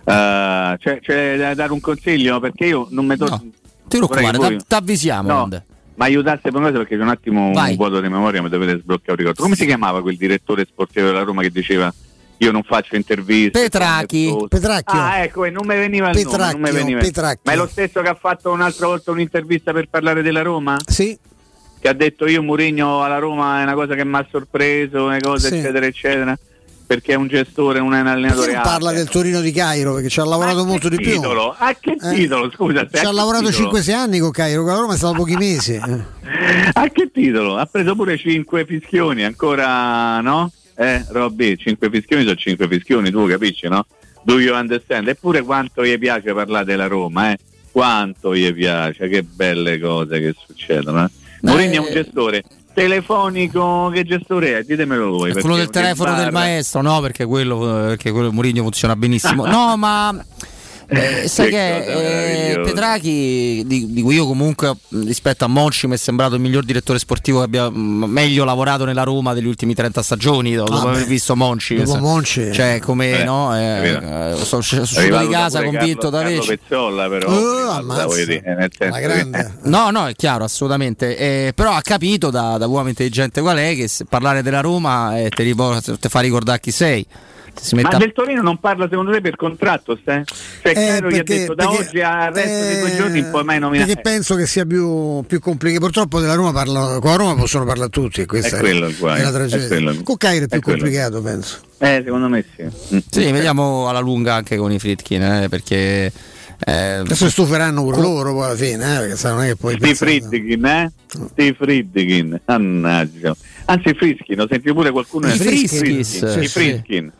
C'è da dare un consiglio, perché io non mi ti preoccupare, t'avvisiamo. No. Ma aiutaste per me, perché c'è un attimo un vuoto di memoria, mi dovete sbloccare un ricordo. Come si chiamava quel direttore sportivo della Roma che diceva io non faccio interviste? Petracchio. Ah, ecco, e non mi veniva il nome, non mi veniva. Ma è lo stesso che ha fatto un'altra volta un'intervista per parlare della Roma? Sì. Che ha detto io Mourinho alla Roma è una cosa che mi ha sorpreso, una cosa eccetera eccetera. Perché è un gestore, non è un allenatore. Perché non parla del Torino di Cairo, perché ci ha lavorato molto di più. A che titolo? Scusa, ci ha lavorato 5-6 anni con Cairo, con la Roma è stato pochi mesi. A che titolo? Ha preso pure 5 fischioni, ancora no? Robby, 5 fischioni sono 5 fischioni, tu capisci, no? Do you understand? Eppure quanto gli piace parlare della Roma, quanto gli piace, che belle cose che succedono, Mourinho è un gestore telefonico, che gestore è? Ditemelo voi. Quello del telefono del maestro, no? Perché quello Mourinho funziona benissimo. No, ma Sai che Petrachi, di cui io comunque rispetto a Monchi mi è sembrato il miglior direttore sportivo che abbia meglio lavorato nella Roma degli ultimi 30 stagioni dopo aver visto Monchi. Cioè come sono uscito di casa convinto da Carlo Pezzolla, però nel senso no, è chiaro, assolutamente, però ha capito da uomo intelligente qual è che parlare della Roma te fa ricordare chi sei. Ma del Torino non parla secondo te per contratto? Cioè Chiaro gli ha detto da oggi al resto dei 2 giorni non puoi mai nominare. Perché penso che sia più complicato. Purtroppo della Roma con la Roma possono parlare tutti, e questa è la tragedia. Con Cairo è più complicato, penso. Secondo me sì. Sì, vediamo alla lunga anche con i Friedkin, perché adesso stuferanno pure loro poi alla fine, perché non è che poi Steve Friedkin, mannaggia. Anzi, Friskin, ho sentito pure qualcuno. I Friskin. I Friskin.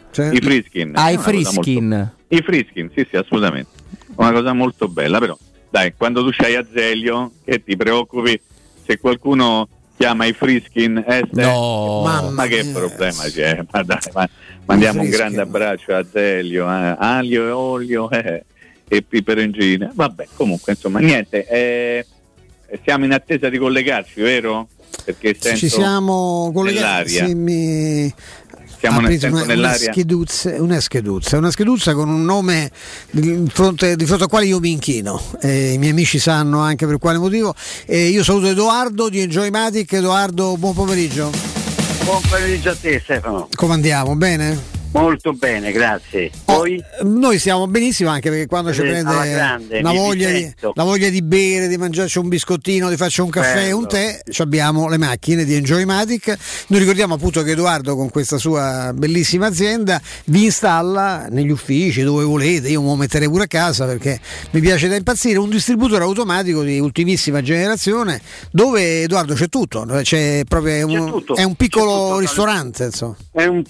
I Friskin, sì, assolutamente. Una cosa molto bella, però dai, quando tu c'hai Azeglio, che ti preoccupi se qualcuno chiama i Friskin? No, ma che problema c'è? Ma dai, mandiamo un grande abbraccio a Azeglio, Alio e olio e peperoncino. Vabbè, comunque, insomma, niente. Siamo in attesa di collegarci, vero? Perché ci siamo collegati. Siamo nell'aria. Una scheduzza con un nome di fronte a quale io mi inchino. I miei amici sanno anche per quale motivo. Io saluto Edoardo di Enjoymatic. Edoardo, buon pomeriggio. Buon pomeriggio a te, Stefano. Come andiamo? Bene? Molto bene, grazie. Poi noi stiamo benissimo, anche perché quando ci prende la voglia di bere, di mangiarci un biscottino, di farci un caffè, un tè, abbiamo le macchine di Enjoymatic. Noi ricordiamo appunto che Edoardo, con questa sua bellissima azienda, vi installa negli uffici dove volete. Io me lo metterei pure a casa perché mi piace da impazzire, un distributore automatico di ultimissima generazione dove, Edoardo, c'è tutto, c'è proprio è un piccolo ristorante, insomma. È un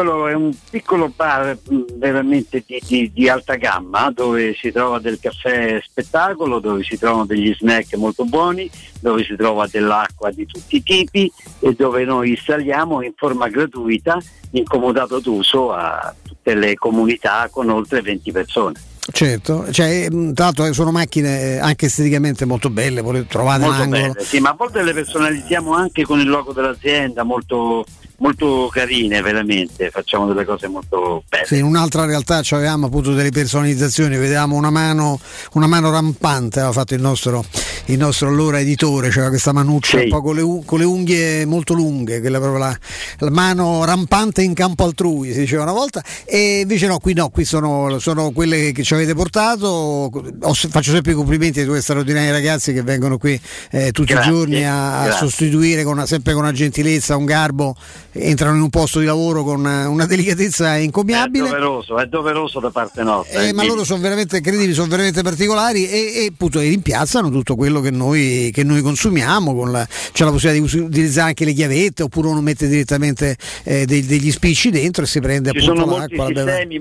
piccolo bar veramente di alta gamma, dove si trova del caffè spettacolo, dove si trovano degli snack molto buoni, dove si trova dell'acqua di tutti i tipi e dove noi installiamo in forma gratuita, in comodato d'uso a tutte le comunità con oltre 20 persone. Certo, tra l'altro sono macchine anche esteticamente molto belle, trovate molto belle, sì, ma a volte le personalizziamo anche con il logo dell'azienda, molto carine, veramente, facciamo delle cose molto belle. Sì, in un'altra realtà avevamo appunto delle personalizzazioni, vedevamo una mano rampante, aveva fatto il nostro allora editore, c'era questa manuccia un po' con le unghie molto lunghe, quella proprio la mano rampante in campo altrui, si diceva una volta, e invece qui sono quelle che ci avete portato. Faccio sempre i complimenti ai due straordinari ragazzi che vengono qui tutti i giorni a sostituire sempre con una gentilezza, un garbo, entrano in un posto di lavoro con una delicatezza incommiabile. È doveroso da parte nostra. Ma loro sono veramente credibili, sono veramente particolari e appunto rimpiazzano tutto quello che noi consumiamo. C'è la possibilità di utilizzare anche le chiavette, oppure uno mette direttamente degli spicci dentro e si prende Ci appunto sono l'acqua. Molti sistemi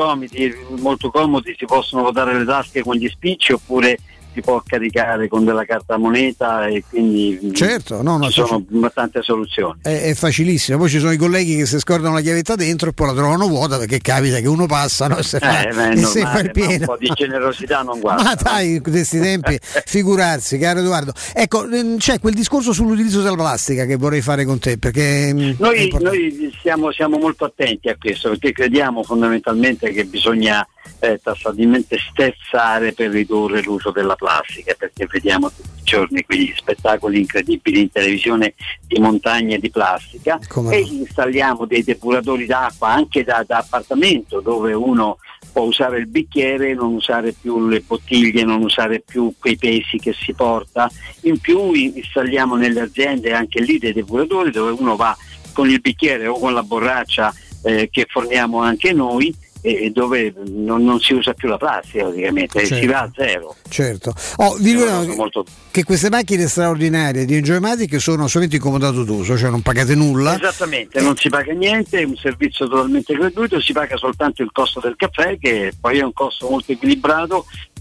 molto comodi, si possono votare le tasche con gli spicci, oppure si può caricare con della carta moneta, e quindi ci sono tante soluzioni. È facilissimo. Poi ci sono i colleghi che si scordano la chiavetta dentro e poi la trovano vuota, perché capita che uno passa e si fa il pieno. Un po' di generosità non guarda. Ma dai, in questi tempi figurarsi, caro Edoardo. Ecco, c'è quel discorso sull'utilizzo della plastica che vorrei fare con te, perché noi siamo molto attenti a questo, perché crediamo fondamentalmente che bisogna tassativamente sterzare per ridurre l'uso della plastica, perché vediamo tutti i giorni quegli spettacoli incredibili in televisione di montagne di plastica. Installiamo dei depuratori d'acqua anche da appartamento, dove uno può usare il bicchiere, non usare più le bottiglie, non usare più quei pesi che si porta. In più installiamo nelle aziende anche lì dei depuratori dove uno va con il bicchiere o con la borraccia che forniamo anche noi, e dove non si usa più la plastica praticamente, si va a zero. Certo. Vi ricordo che queste macchine straordinarie di Enjoymatic sono solamente in comodato d'uso, cioè non pagate nulla. Esattamente, non si paga niente, è un servizio totalmente gratuito, si paga soltanto il costo del caffè, che poi è un costo molto equilibrato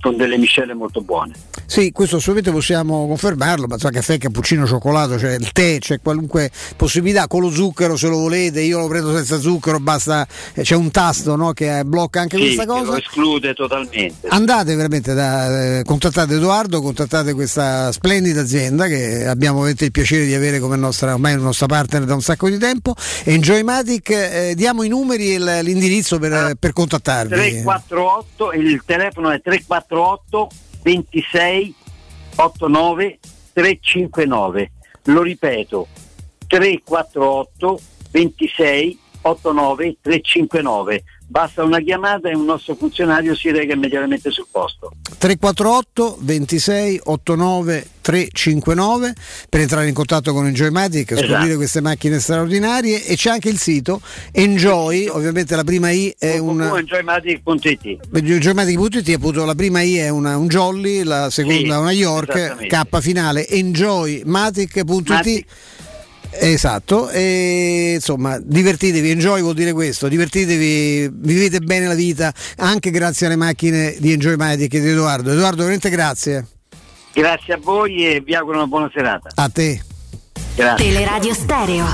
con delle miscele molto buone. Sì, questo assolutamente possiamo confermarlo, ma caffè, cappuccino, cioccolato, cioè il tè, c'è qualunque possibilità, con lo zucchero se lo volete, io lo prendo senza zucchero, basta, c'è un tasto, no, che blocca anche questa cosa. Lo esclude totalmente. Andate veramente contattate Edoardo, contattate questa splendida azienda che abbiamo veramente il piacere di avere come ormai nostra partner da un sacco di tempo. Enjoymatic, diamo i numeri e l'indirizzo per contattarvi. 348, il telefono è 348 26 89 359, lo ripeto, 348 26 89 359, basta una chiamata e un nostro funzionario si reca immediatamente sul posto. 348 26 89 359 per entrare in contatto con Enjoymatic, scoprire queste macchine straordinarie, e c'è anche il sito Enjoy, ovviamente la prima I è Enjoymatic.it. Enjoymatic.it, appunto, la prima I è un Jolly, la seconda una York, K finale, Enjoymatic.it. Esatto, e insomma divertitevi, enjoy vuol dire questo, divertitevi, vivete bene la vita anche grazie alle macchine di Enjoymatic e di Edoardo. Veramente grazie. Grazie a voi e vi auguro una buona serata. A te. Grazie. Teleradio Stereo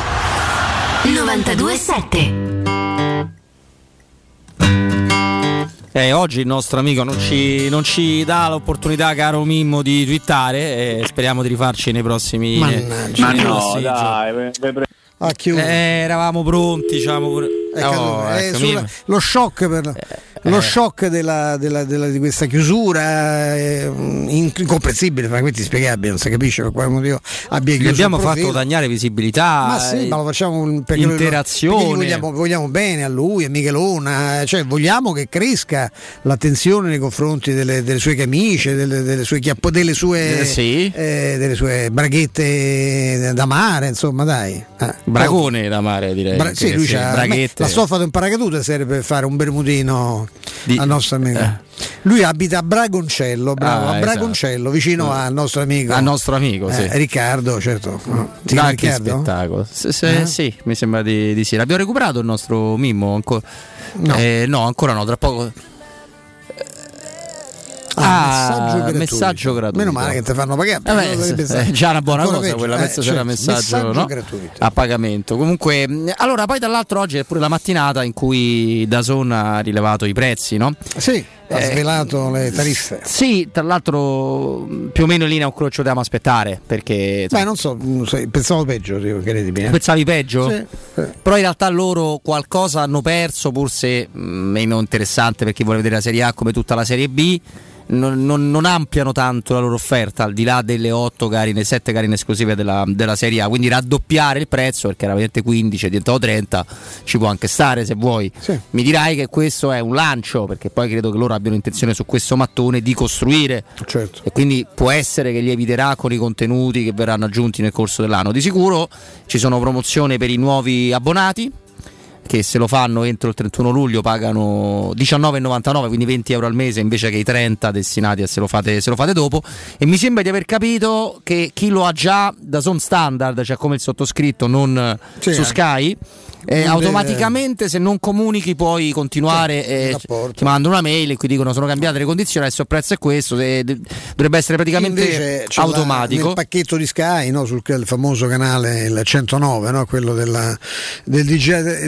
92.7. Oggi il nostro amico non ci dà l'opportunità, caro Mimmo, di twittare, e speriamo di rifarci nei prossimi giorni. Eravamo pronti, diciamo. Lo shock lo shock di questa chiusura incomprensibile, francamente inspiegabile, non si capisce per quale motivo abbia chiuso. Gli abbiamo fatto guadagnare visibilità, ma sì, ma lo facciamo perché interazione, vogliamo bene a lui, a Michelona, cioè vogliamo che cresca l'attenzione nei confronti delle sue camicie, delle sue braghette da mare, insomma, dai. Bragone da mare, direi. Sì, lui c'ha la stoffa di un paracadute, serve per fare un bermudino al nostro amico. Lui abita a Bragoncello, a Bragoncello, vicino al nostro amico. Al nostro amico, sì. Riccardo, certo. Che spettacolo. Sì, mi sembra di sì. L'abbiamo recuperato il nostro Mimmo? No, ancora no, tra poco. Messaggio gratuito. Meno male che ti fanno pagare. È già una buona cosa quella, penso c'era messaggio no? A pagamento. Comunque, allora, poi dall'altro oggi è pure la mattinata in cui DAZN ha rilevato i prezzi, no? Sì, ha svelato le tariffe. Sì, tra l'altro più o meno in linea con quello che ci dobbiamo aspettare, perché non so, pensavo peggio, credimi. Pensavi peggio? Sì. Però in realtà loro qualcosa hanno perso, pur se meno interessante per chi vuole vedere la Serie A come tutta la Serie B. Non ampliano tanto la loro offerta, al di là delle 7 gare in esclusive della Serie A, quindi raddoppiare il prezzo, perché era veramente 15, è diventato 30, ci può anche stare se vuoi. Sì. Mi dirai che questo è un lancio, perché poi credo che loro abbiano intenzione su questo mattone di costruire, certo. E quindi può essere che lieviterà con i contenuti che verranno aggiunti nel corso dell'anno. Di sicuro ci sono promozioni per i nuovi abbonati, che se lo fanno entro il 31 luglio pagano 19,99, quindi 20 euro al mese invece che i 30 destinati a se lo fate dopo. E mi sembra di aver capito che chi lo ha già da Zone Standard, cioè come il sottoscritto, non su Sky, automaticamente se non comunichi puoi continuare, ti mandano una mail e qui dicono sono cambiate le condizioni, adesso il prezzo è questo, dovrebbe essere praticamente automatico. Nel pacchetto di Sky, no, sul famoso canale il 109, no, quello del DJ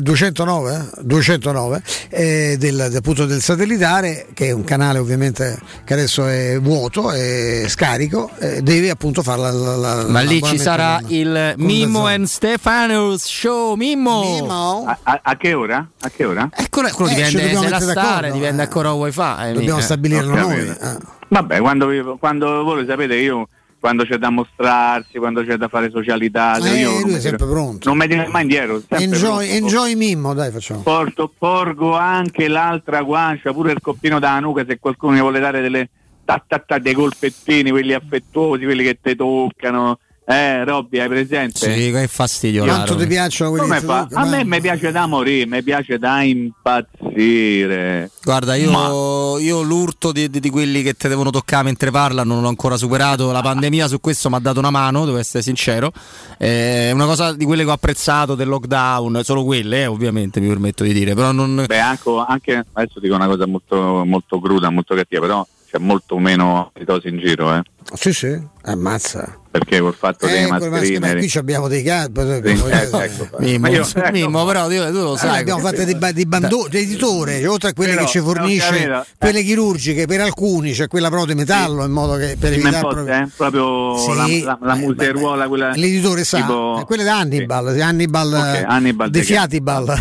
209 appunto del satellitare, che è un canale ovviamente che adesso è vuoto e scarico, deve appunto fare ma lì ci sarà il Mimmo and Stefanos Show. Mimmo. A che ora? Quello dipende, se la stare dipende ancora wifi. Dobbiamo stabilirlo noi. Vabbè, quando voi sapete, io quando c'è da mostrarsi, quando c'è da fare socialità, io lui è sempre pronto. Non mi tiro mai indietro. Enjoy Mimmo, dai, facciamo. Porgo anche l'altra guancia, pure il coppino da nuca, se qualcuno mi vuole dare dei colpettini, quelli affettuosi, quelli che te toccano. Robby, hai presente? Sì, che fastidio. Quanto ti piacciono quelli a me mi piace da morire, mi piace da impazzire. Guarda, io l'urto di quelli che te devono toccare mentre parlano non l'ho ancora superato. La pandemia su questo mi ha dato una mano, devo essere sincero. È una cosa di quelle che ho apprezzato del lockdown, solo quelle, ovviamente, mi permetto di dire. Però non. Anche adesso dico una cosa molto, molto cruda, molto cattiva, però c'è molto meno tifosi in giro, Sì, ammazza. Perché col fatto dei mascherine qui abbiamo dei Mimmo, però tu lo sai, abbiamo fatto dei bandoni d'editore, oltre a quelle che ci fornisce quelle chirurgiche per alcuni, c'è quella però di metallo, in modo che per evitare proprio la museruola, quella l'editore sa, tipo... quelle da Hannibal, Hannibal De Fiatibal.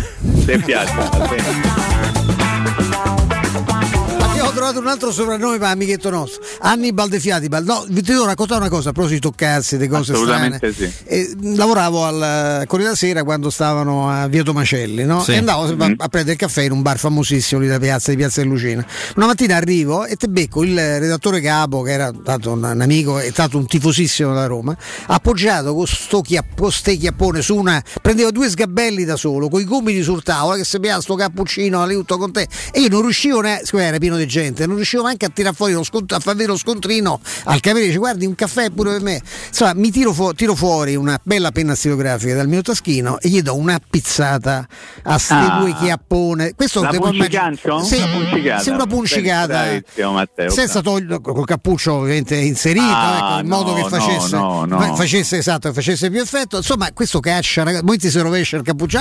Ho trovato un altro soprannome per amichetto nostro, Hannibal De Fiatibal. No, vi devo raccontare una cosa a proposito di toccazzi, di cose strane. Sì. Lavoravo al Corriere della Sera quando stavano a Via Tomacelli, no? E andavo a prendere il caffè in un bar famosissimo lì da Piazza di Lucina. Una mattina arrivo e te becco il redattore capo, che era stato un amico, è stato un tifosissimo da Roma, appoggiato con ste chiappone su prendeva 2 sgabelli da solo, con i gomiti sul tavolo, che sapeva sto cappuccino aiuto con te, e io non riuscivo era pieno di gente, non riuscivo neanche a tirare fuori a far vedere lo scontrino al cameriere, dice guardi un caffè pure per me, insomma mi tiro fuori una bella penna stilografica dal mio taschino e gli do una pizzata a ste 2 chiappone. Questo la puncicata? Sì, una puncicata, Matteo, senza togliere, col cappuccio ovviamente inserito, in modo che facesse più effetto. Insomma, questo caccia, ragazzi, poi ti si rovescia il cappuccio,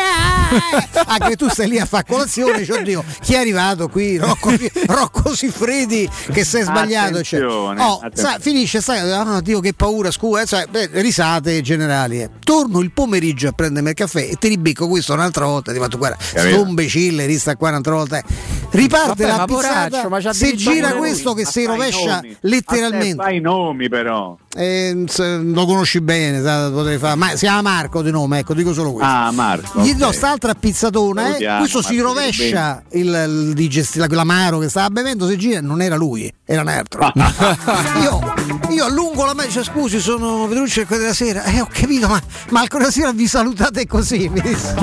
anche tu stai lì a fare colazione, dici, oddio, chi è arrivato qui? Rocco Siffredi, che sei sbagliato, finisce, Dio che paura, scusa, risate generali. Torno il pomeriggio a prendermi il caffè e ti ribecco questo un'altra volta, ti fatto guarda, sto imbecille, rista qua un'altra volta, riparte la pizzata, se gira questo che si rovescia letteralmente. Fai i nomi però. Lo conosci bene, potrei fare, ma si chiama Marco di nome, ecco, dico solo questo. Marco. Gli do st'altra pizzatona, questo si rovescia l'amaro che stava bevendo, si gira, non era lui, era un altro. io allungo la mano, dice scusi, sono Petrucci del Corriere della Sera, ho capito, ma al Corriere della Sera vi salutate così, mi disse.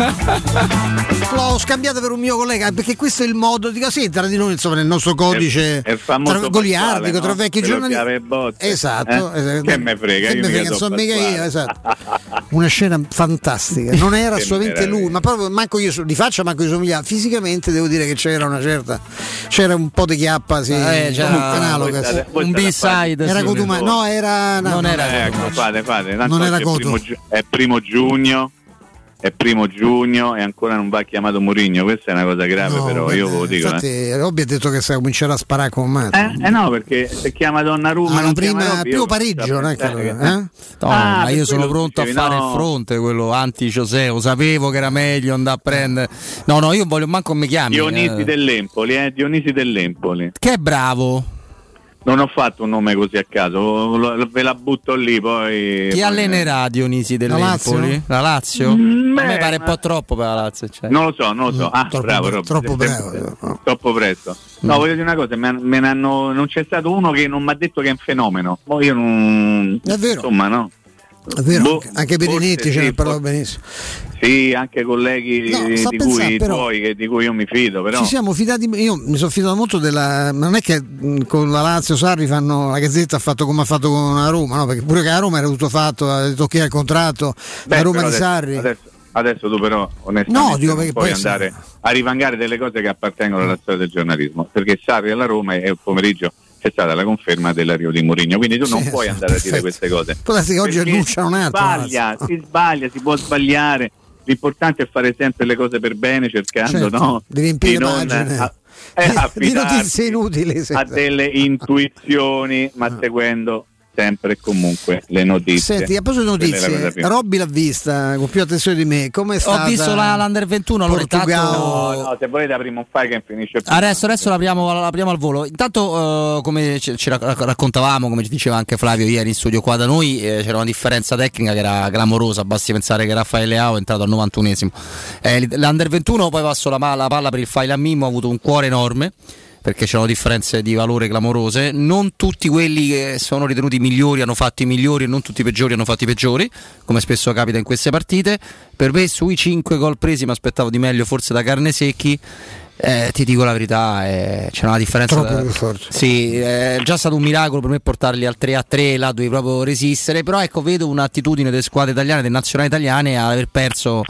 L'ho scambiato per un mio collega, perché questo è il modo, dico sì, tra di noi, insomma, nel nostro codice goliardico, tra vecchi giornalisti, esatto. Che me frega, non so mica io, esatto. Una scena fantastica, non era assolutamente lui, ma proprio manco io di faccia, manco io somigliava fisicamente, devo dire che c'era un po' di chiappa, analoga, un B-side, era Coduma, non era fate, non era Cotu, è primo giugno e ancora non va chiamato Mourinho, questa è una cosa grave, però io ve lo dico. Infatti Robby ha detto che comincerà a sparare con Mato. No, perché se chiama Donnarumma non prima più pareggio, ma io sono pronto a fare il fronte, quello anti-José, lo sapevo che era meglio andare a prendere. No, io voglio manco mi chiami. Dionisi dell'Empoli. Che è bravo. Non ho fatto un nome così a caso, ve la butto lì poi. Chi allenerà Dionisi dell'Empoli? La Lazio? A me pare un po' troppo per la Lazio. Non lo so. Bravo. Troppo bravo. Troppo presto. No, voglio dire una cosa, non c'è stato uno che non mi ha detto che è un fenomeno. Io non. È vero. Insomma, no. È vero, anche Perinetti ce ne parlava benissimo. Sì, anche colleghi di cui io mi fido, però. Ci siamo fidati, io mi sono fidato molto non è che con la Lazio Sarri la Gazzetta ha fatto come ha fatto con la Roma, no? Perché pure che la Roma era tutto fatto, ha detto che era il contratto, la Roma di Sarri. Adesso tu però onestamente non puoi andare a rivangare delle cose che appartengono alla storia del giornalismo, perché Sarri alla Roma e il pomeriggio c'è stata la conferma dell'arrivo di Mourinho, quindi tu non puoi andare a dire queste cose. Che oggi annunciano un altro. Si sbaglia, si può sbagliare. L'importante è fare sempre le cose per bene, cercando di riempire pagine di notizie inutili, a delle intuizioni, ma seguendo sempre e comunque le notizie. Senti, a proposito di notizie, Robby l'ha vista con più attenzione di me. Come è stata? Ho visto l'Under 21 Portogallo. No, se volete apriamo un file che finisce. Adesso l'apriamo al volo. Intanto come ci raccontavamo, come ci diceva anche Flavio ieri in studio qua da noi, c'era una differenza tecnica che era clamorosa. Basti pensare che Raffaele Leao è entrato al 91esimo. L'Under 21 poi passò la palla per il file a Mimmo, ha avuto un cuore enorme, perché c'erano differenze di valore clamorose. Non tutti quelli che sono ritenuti migliori hanno fatto i migliori e non tutti i peggiori hanno fatto i peggiori, come spesso capita in queste partite. Per me sui 5 gol presi mi aspettavo di meglio, forse da Carnesecchi. Ti dico la verità, c'è una differenza troppo forte. Sì, è già stato un miracolo per me portarli al 3-3, là dovevi proprio resistere, però ecco, vedo un'attitudine delle squadre italiane, delle nazionali italiane, ad aver perso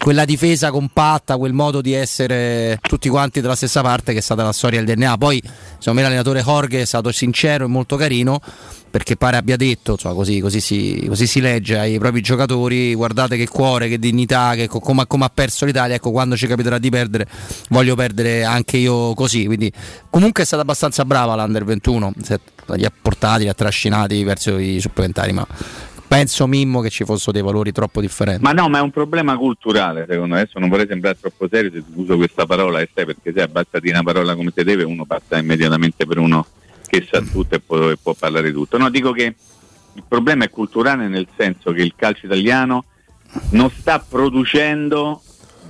quella difesa compatta, quel modo di essere tutti quanti dalla stessa parte, che è stata la storia del DNA. Poi secondo me l'allenatore Jorge è stato sincero e molto carino, perché pare abbia detto, insomma, così si legge ai propri giocatori: guardate che cuore, che dignità, che come ha perso l'Italia, ecco, quando ci capiterà di perdere voglio perdere anche io così. Quindi comunque è stata abbastanza brava l'Under 21, li ha portati, li ha trascinati verso i supplementari, ma penso, Mimmo, che ci fossero dei valori troppo differenti. Ma no, ma è un problema culturale, secondo me. Adesso non vorrei sembrare troppo serio se uso questa parola, perché se abbassa una parola come si deve, uno passa immediatamente per uno che sa tutto e può parlare tutto. No, dico che il problema è culturale, nel senso che il calcio italiano non sta producendo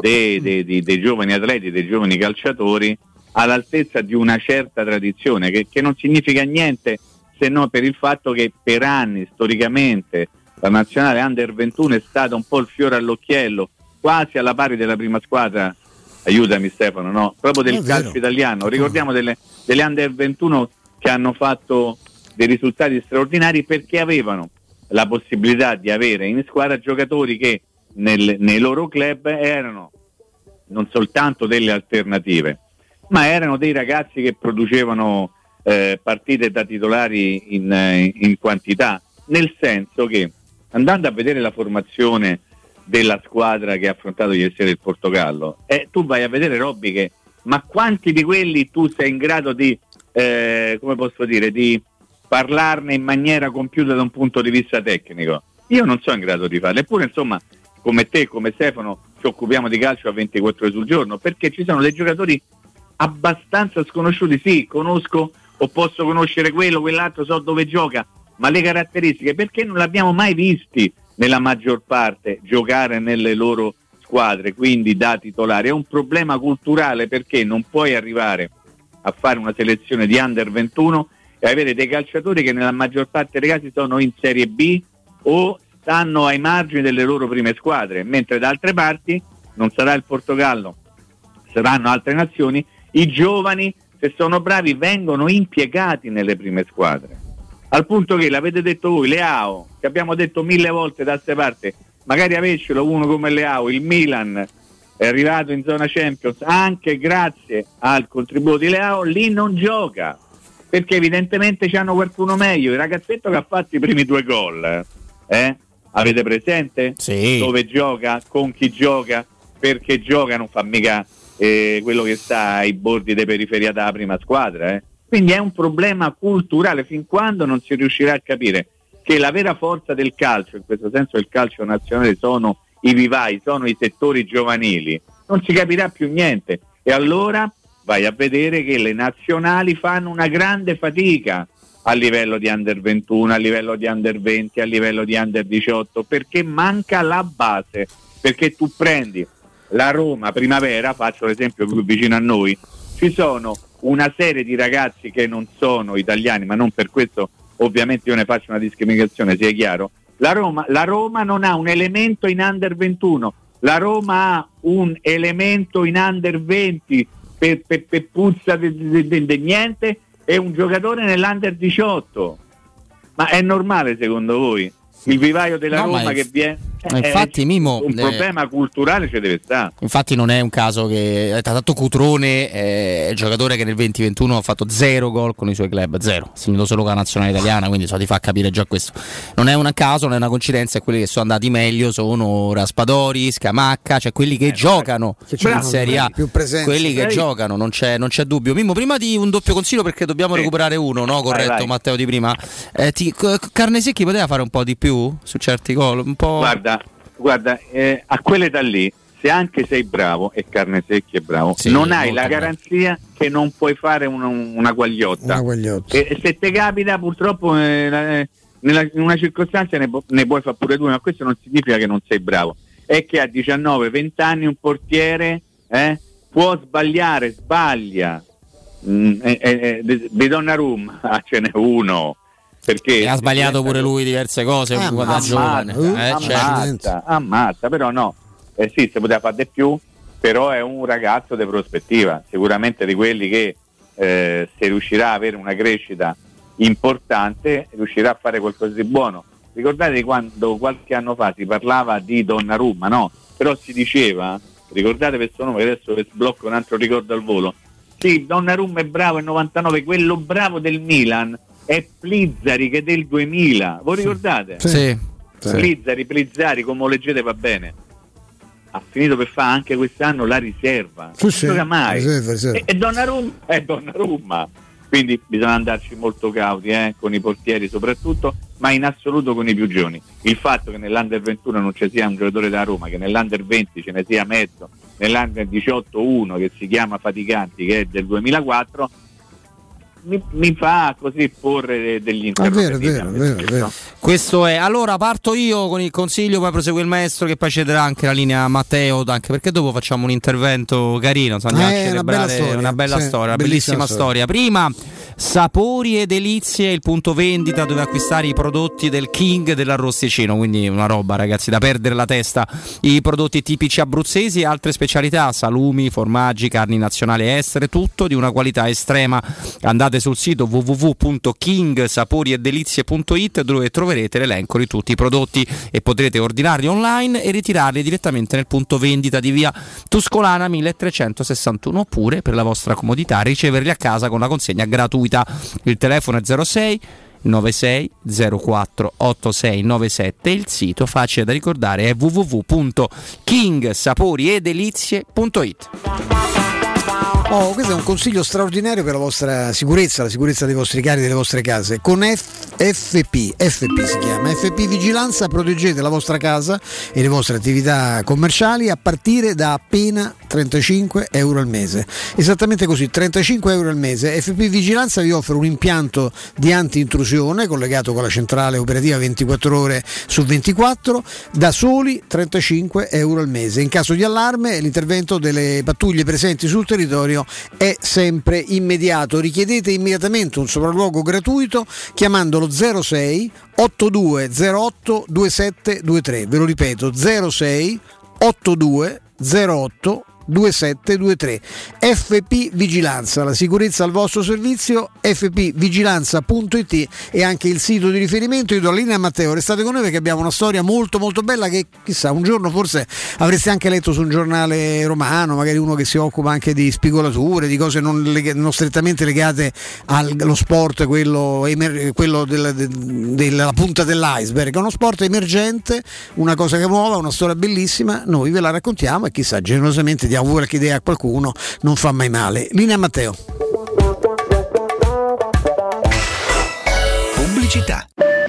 dei giovani atleti, dei giovani calciatori all'altezza di una certa tradizione, che non significa niente se no per il fatto che per anni storicamente la nazionale Under 21 è stata un po' il fiore all'occhiello, quasi alla pari della prima squadra, aiutami Stefano, no? Proprio del calcio italiano. Ricordiamo delle Under 21 che hanno fatto dei risultati straordinari perché avevano la possibilità di avere in squadra giocatori che nei loro club erano non soltanto delle alternative, ma erano dei ragazzi che producevano partite da titolari in quantità, nel senso che, andando a vedere la formazione della squadra che ha affrontato ieri sera il Portogallo, tu vai a vedere, Robby, ma quanti di quelli tu sei in grado di come posso dire, di parlarne in maniera compiuta da un punto di vista tecnico? Io non sono in grado di farlo, eppure insomma, come te, come Stefano, ci occupiamo di calcio a 24 ore sul giorno, perché ci sono dei giocatori abbastanza sconosciuti. Sì, conosco o posso conoscere quello, quell'altro, so dove gioca, ma le caratteristiche, perché non l'abbiamo mai visti nella maggior parte giocare nelle loro squadre, quindi da titolare. È un problema culturale, perché non puoi arrivare a fare una selezione di Under 21 e avere dei calciatori che nella maggior parte dei casi sono in Serie B o stanno ai margini delle loro prime squadre, mentre da altre parti, non sarà il Portogallo, saranno altre nazioni, i giovani, se sono bravi, vengono impiegati nelle prime squadre, al punto che, l'avete detto voi, Leao, che abbiamo detto 1000 volte da queste parti, magari avercelo uno come Leao, il Milan è arrivato in zona Champions anche grazie al contributo di Leao, lì non gioca, perché evidentemente c'hanno qualcuno meglio. Il ragazzetto che ha fatto i primi 2 gol, avete presente? Sì. Dove gioca, con chi gioca, perché gioca, non fa mica quello che sta ai bordi dei periferia della prima squadra, Quindi è un problema culturale, fin quando non si riuscirà a capire che la vera forza del calcio, in questo senso il calcio nazionale, sono i vivai, sono i settori giovanili, non si capirà più niente. E allora vai a vedere che le nazionali fanno una grande fatica a livello di Under 21, a livello di Under 20, a livello di Under 18, perché manca la base. Perché tu prendi la Roma Primavera, faccio l'esempio più vicino a noi, ci sono una serie di ragazzi che non sono italiani, ma non per questo ovviamente io ne faccio una discriminazione, sia chiaro. La Roma non ha un elemento in Under 21, la Roma ha un elemento in Under 20 per puzza di niente, e un giocatore nell'Under 18. Ma è normale secondo voi? Il vivaio della Roma che viene... infatti, Mimo, un problema culturale ci deve stare. Infatti non è un caso che tanto Cutrone è il giocatore che nel 2021 ha fatto 0 gol con i suoi club, 0, ha segnato solo con la nazionale italiana, quindi ti fa capire già questo. Non è un caso, non è una coincidenza, e quelli che sono andati meglio sono Raspadori, Scamacca, cioè quelli che giocano in Serie A, quelli che giocano, non c'è dubbio. Mimmo, prima di un doppio consiglio, perché dobbiamo recuperare uno, no? Corretto, vai. Matteo di prima. Carnesecchi poteva fare un po' di più su certi gol, un po'. Guarda, a quell'età lì, se anche sei bravo, e Carnesecchi è bravo, sì, non hai la garanzia che non puoi fare una guagliotta. E se ti capita, purtroppo in una circostanza ne puoi fare pure 2, ma questo non significa che non sei bravo. È che a 19-20 anni un portiere può sbagliare, sbaglia. Di Donnarumma ce n'è uno. Perché ha sbagliato pure lui diverse cose quando era giovane. Ammazza, però no. Sì, si poteva fare di più, però è un ragazzo di prospettiva, sicuramente di quelli che se riuscirà a avere una crescita importante riuscirà a fare qualcosa di buono. ricordate quando qualche anno fa si parlava di Donnarumma, no? Però si diceva, ricordate questo nome, adesso vi sblocco un altro ricordo al volo. Sì, Donnarumma è bravo, è 99, quello bravo del Milan è Plizzari che è del 2000, voi ricordate? Sì. Plizzari, come lo leggete va bene. Ha finito per fare anche quest'anno la riserva. Sì. Mai. Riserva. E Donnarumma è Donnarumma. Quindi bisogna andarci molto cauti, con i portieri soprattutto, ma in assoluto con i più giovani. Il fatto che nell'Under 21 non ci sia un giocatore da Roma, che nell'Under 20 ce ne sia mezzo, nell'Under 18 uno che si chiama Faticanti, che è del 2004, mi fa così porre degli interrogativi. È vero. Questo è. Allora parto io con il consiglio, poi prosegue il maestro che poi cederà anche la linea a Matteo, anche perché dopo facciamo un intervento carino, andiamo a celebrare una bella storia, una bellissima storia. Prima Sapori e Delizie, il punto vendita dove acquistare i prodotti del King dell'Arrosticino, quindi una roba, ragazzi, da perdere la testa. I prodotti tipici abruzzesi e altre specialità, salumi, formaggi, carni nazionali e estere, tutto di una qualità estrema. Andate sul sito www.kingsaporiedelizie.it dove troverete l'elenco di tutti i prodotti e potrete ordinarli online e ritirarli direttamente nel punto vendita di via Tuscolana 1361, oppure per la vostra comodità riceverli a casa con la consegna gratuita. Il telefono è 06 96 04 8697 e il sito, facile da ricordare, è www.kingsaporiedelizie.it. Questo è un consiglio straordinario per la vostra sicurezza, la sicurezza dei vostri cari, delle vostre case. Con FP si chiama FP Vigilanza, proteggete la vostra casa e le vostre attività commerciali a partire da appena 35 euro al mese. Esattamente così, 35 euro al mese. FP Vigilanza vi offre un impianto di anti-intrusione collegato con la centrale operativa 24 ore su 24 da soli 35 euro al mese. In caso di allarme l'intervento delle pattuglie presenti sul territorio è sempre immediato. Richiedete immediatamente un sopralluogo gratuito chiamandolo 06 8208 2723. Ve lo ripeto, 06 8208 2723. FP Vigilanza, la sicurezza al vostro servizio. fpvigilanza.it è anche il sito di riferimento. Io do la linea a Matteo, restate con noi perché abbiamo una storia molto molto bella che chissà un giorno forse avreste anche letto su un giornale romano, magari uno che si occupa anche di spigolature, di cose non strettamente legate allo sport, quello della punta dell'iceberg. È uno sport emergente, una cosa che nuova, una storia bellissima, noi ve la raccontiamo e chissà, generosamente diamo qualche idea a qualcuno, non fa mai male. Linea Matteo. Pubblicità.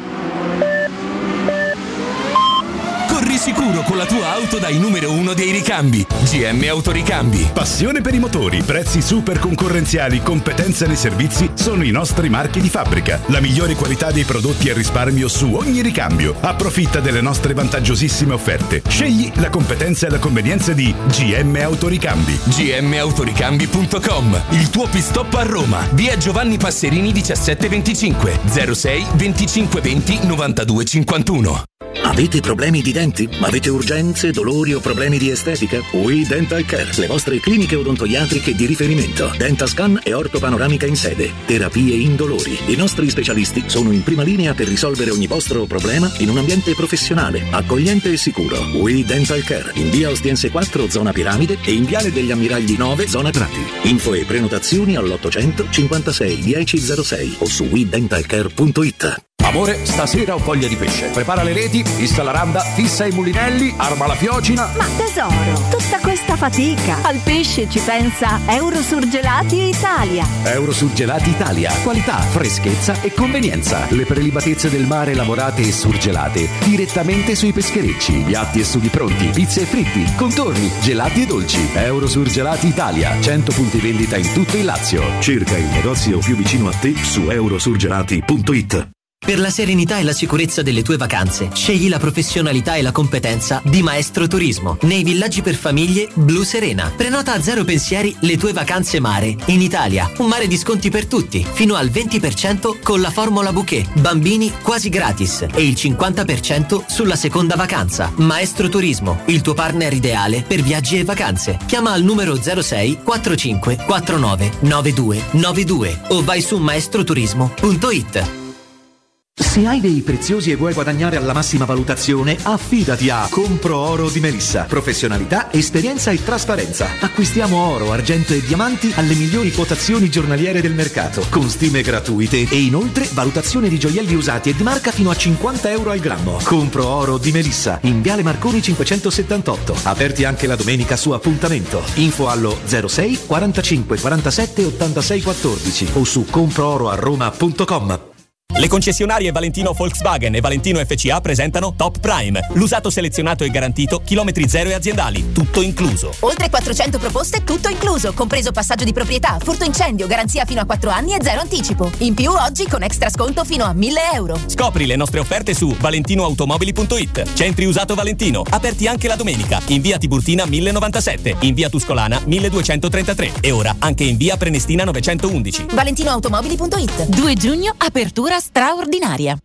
Corri sicuro con la tua auto dai numero 1 dei ricambi. GM Autoricambi. Passione per i motori, prezzi super concorrenziali, competenza nei servizi sono i nostri marchi di fabbrica. La migliore qualità dei prodotti e risparmio su ogni ricambio. Approfitta delle nostre vantaggiosissime offerte. Scegli la competenza e la convenienza di GM Autoricambi. gmautoricambi.com. Il tuo pit stop a Roma. Via Giovanni Passerini 1725 06 25 20 92 51. Avete problemi di denti? Avete urgenze, dolori o problemi di estetica? We Dental Care, le vostre cliniche odontoiatriche di riferimento. Dentascan e ortopanoramica in sede. Terapie indolori. I nostri specialisti sono in prima linea per risolvere ogni vostro problema in un ambiente professionale, accogliente e sicuro. We Dental Care, in via Ostiense 4, zona Piramide, e in viale degli Ammiragli 9, zona Prati. Info e prenotazioni all'800 56 1006 o su wedentalcare.it. Amore, stasera ho voglia di pesce. Prepara le reti, fissa la randa, fissa i mulinelli, arma la fiocina. Ma tesoro, tutta questa fatica. Al pesce ci pensa Eurosurgelati Italia. Eurosurgelati Italia. Qualità, freschezza e convenienza. Le prelibatezze del mare lavorate e surgelate direttamente sui pescherecci. Piatti e sughi pronti, pizze e fritti, contorni, gelati e dolci. Eurosurgelati Italia. 100 punti vendita in tutto il Lazio. Cerca il negozio più vicino a te su eurosurgelati.it. Per la serenità e la sicurezza delle tue vacanze, scegli la professionalità e la competenza di Maestro Turismo nei villaggi per famiglie Blu Serena. Prenota a zero pensieri le tue vacanze mare. In Italia, un mare di sconti per tutti, fino al 20% con la formula bouquet, bambini quasi gratis e il 50% sulla seconda vacanza. Maestro Turismo, il tuo partner ideale per viaggi e vacanze. Chiama al numero 06 45 49 92 92 o vai su maestroturismo.it. Se hai dei preziosi e vuoi guadagnare alla massima valutazione, affidati a Compro Oro di Melissa. Professionalità, esperienza e trasparenza. Acquistiamo oro, argento e diamanti alle migliori quotazioni giornaliere del mercato, con stime gratuite e inoltre valutazione di gioielli usati e di marca fino a 50 euro al grammo. Compro Oro di Melissa, in Viale Marconi 578. Aperti anche la domenica su appuntamento. Info allo 06 45 47 86 14 o su comprooroaroma.com. Le concessionarie Valentino Volkswagen e Valentino FCA presentano Top Prime, l'usato selezionato e garantito, chilometri zero e aziendali, tutto incluso. Oltre 400 proposte, tutto incluso, compreso passaggio di proprietà, furto incendio, garanzia fino a 4 anni e zero anticipo. In più oggi con extra sconto fino a 1.000 euro. Scopri le nostre offerte su valentinoautomobili.it. Centri usato Valentino, aperti anche la domenica, in via Tiburtina 1097, in via Tuscolana 1233 e ora anche in via Prenestina 911. valentinoautomobili.it. 2 giugno, apertura straordinaria.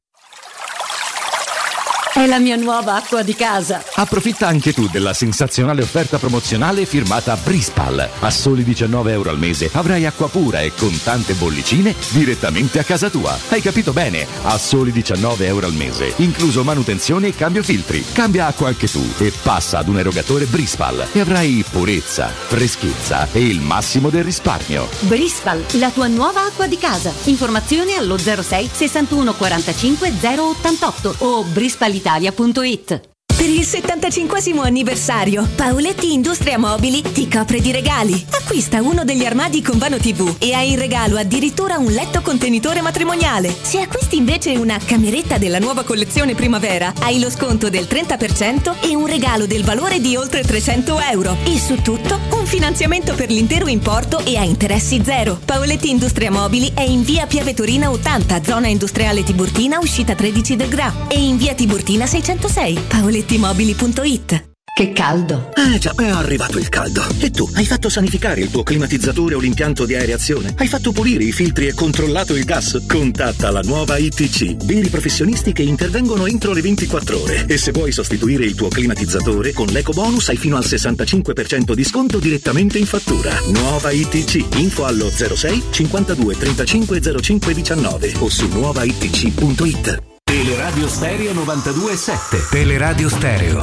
È la mia nuova acqua di casa. Approfitta anche tu della sensazionale offerta promozionale firmata Brispal. A soli 19 euro al mese avrai acqua pura e con tante bollicine direttamente a casa tua. Hai capito bene? A soli 19 euro al mese, incluso manutenzione e cambio filtri. Cambia acqua anche tu e passa ad un erogatore Brispal e avrai purezza, freschezza e il massimo del risparmio. Brispal, la tua nuova acqua di casa. Informazioni allo 06 61 45 088 o brispalitalia.it. Per il 75° anniversario, Paoletti Industria Mobili ti copre di regali. Acquista uno degli armadi con vano TV e hai in regalo addirittura un letto contenitore matrimoniale. Se acquisti invece una cameretta della nuova collezione primavera, hai lo sconto del 30% e un regalo del valore di oltre 300 euro. E su tutto, un finanziamento per l'intero importo e a interessi zero. Paoletti Industria Mobili è in via Pieve Torina 80, zona industriale Tiburtina, uscita 13 del Gra, e in via Tiburtina 606. Paolettimobili.it. Che caldo! Già, è arrivato il caldo. E tu, hai fatto sanificare il tuo climatizzatore o l'impianto di areazione? Hai fatto pulire i filtri e controllato il gas? Contatta la nuova ITC, veri professionisti che intervengono entro le 24 ore. E se vuoi sostituire il tuo climatizzatore, con l'eco bonus hai fino al 65% di sconto direttamente in fattura. Nuova ITC, info allo 06 52 35 05 19 o su nuovaitc.it. Teleradio Stereo 92.7. Teleradio Stereo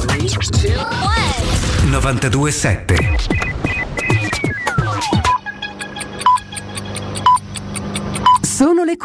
92.7. Sono le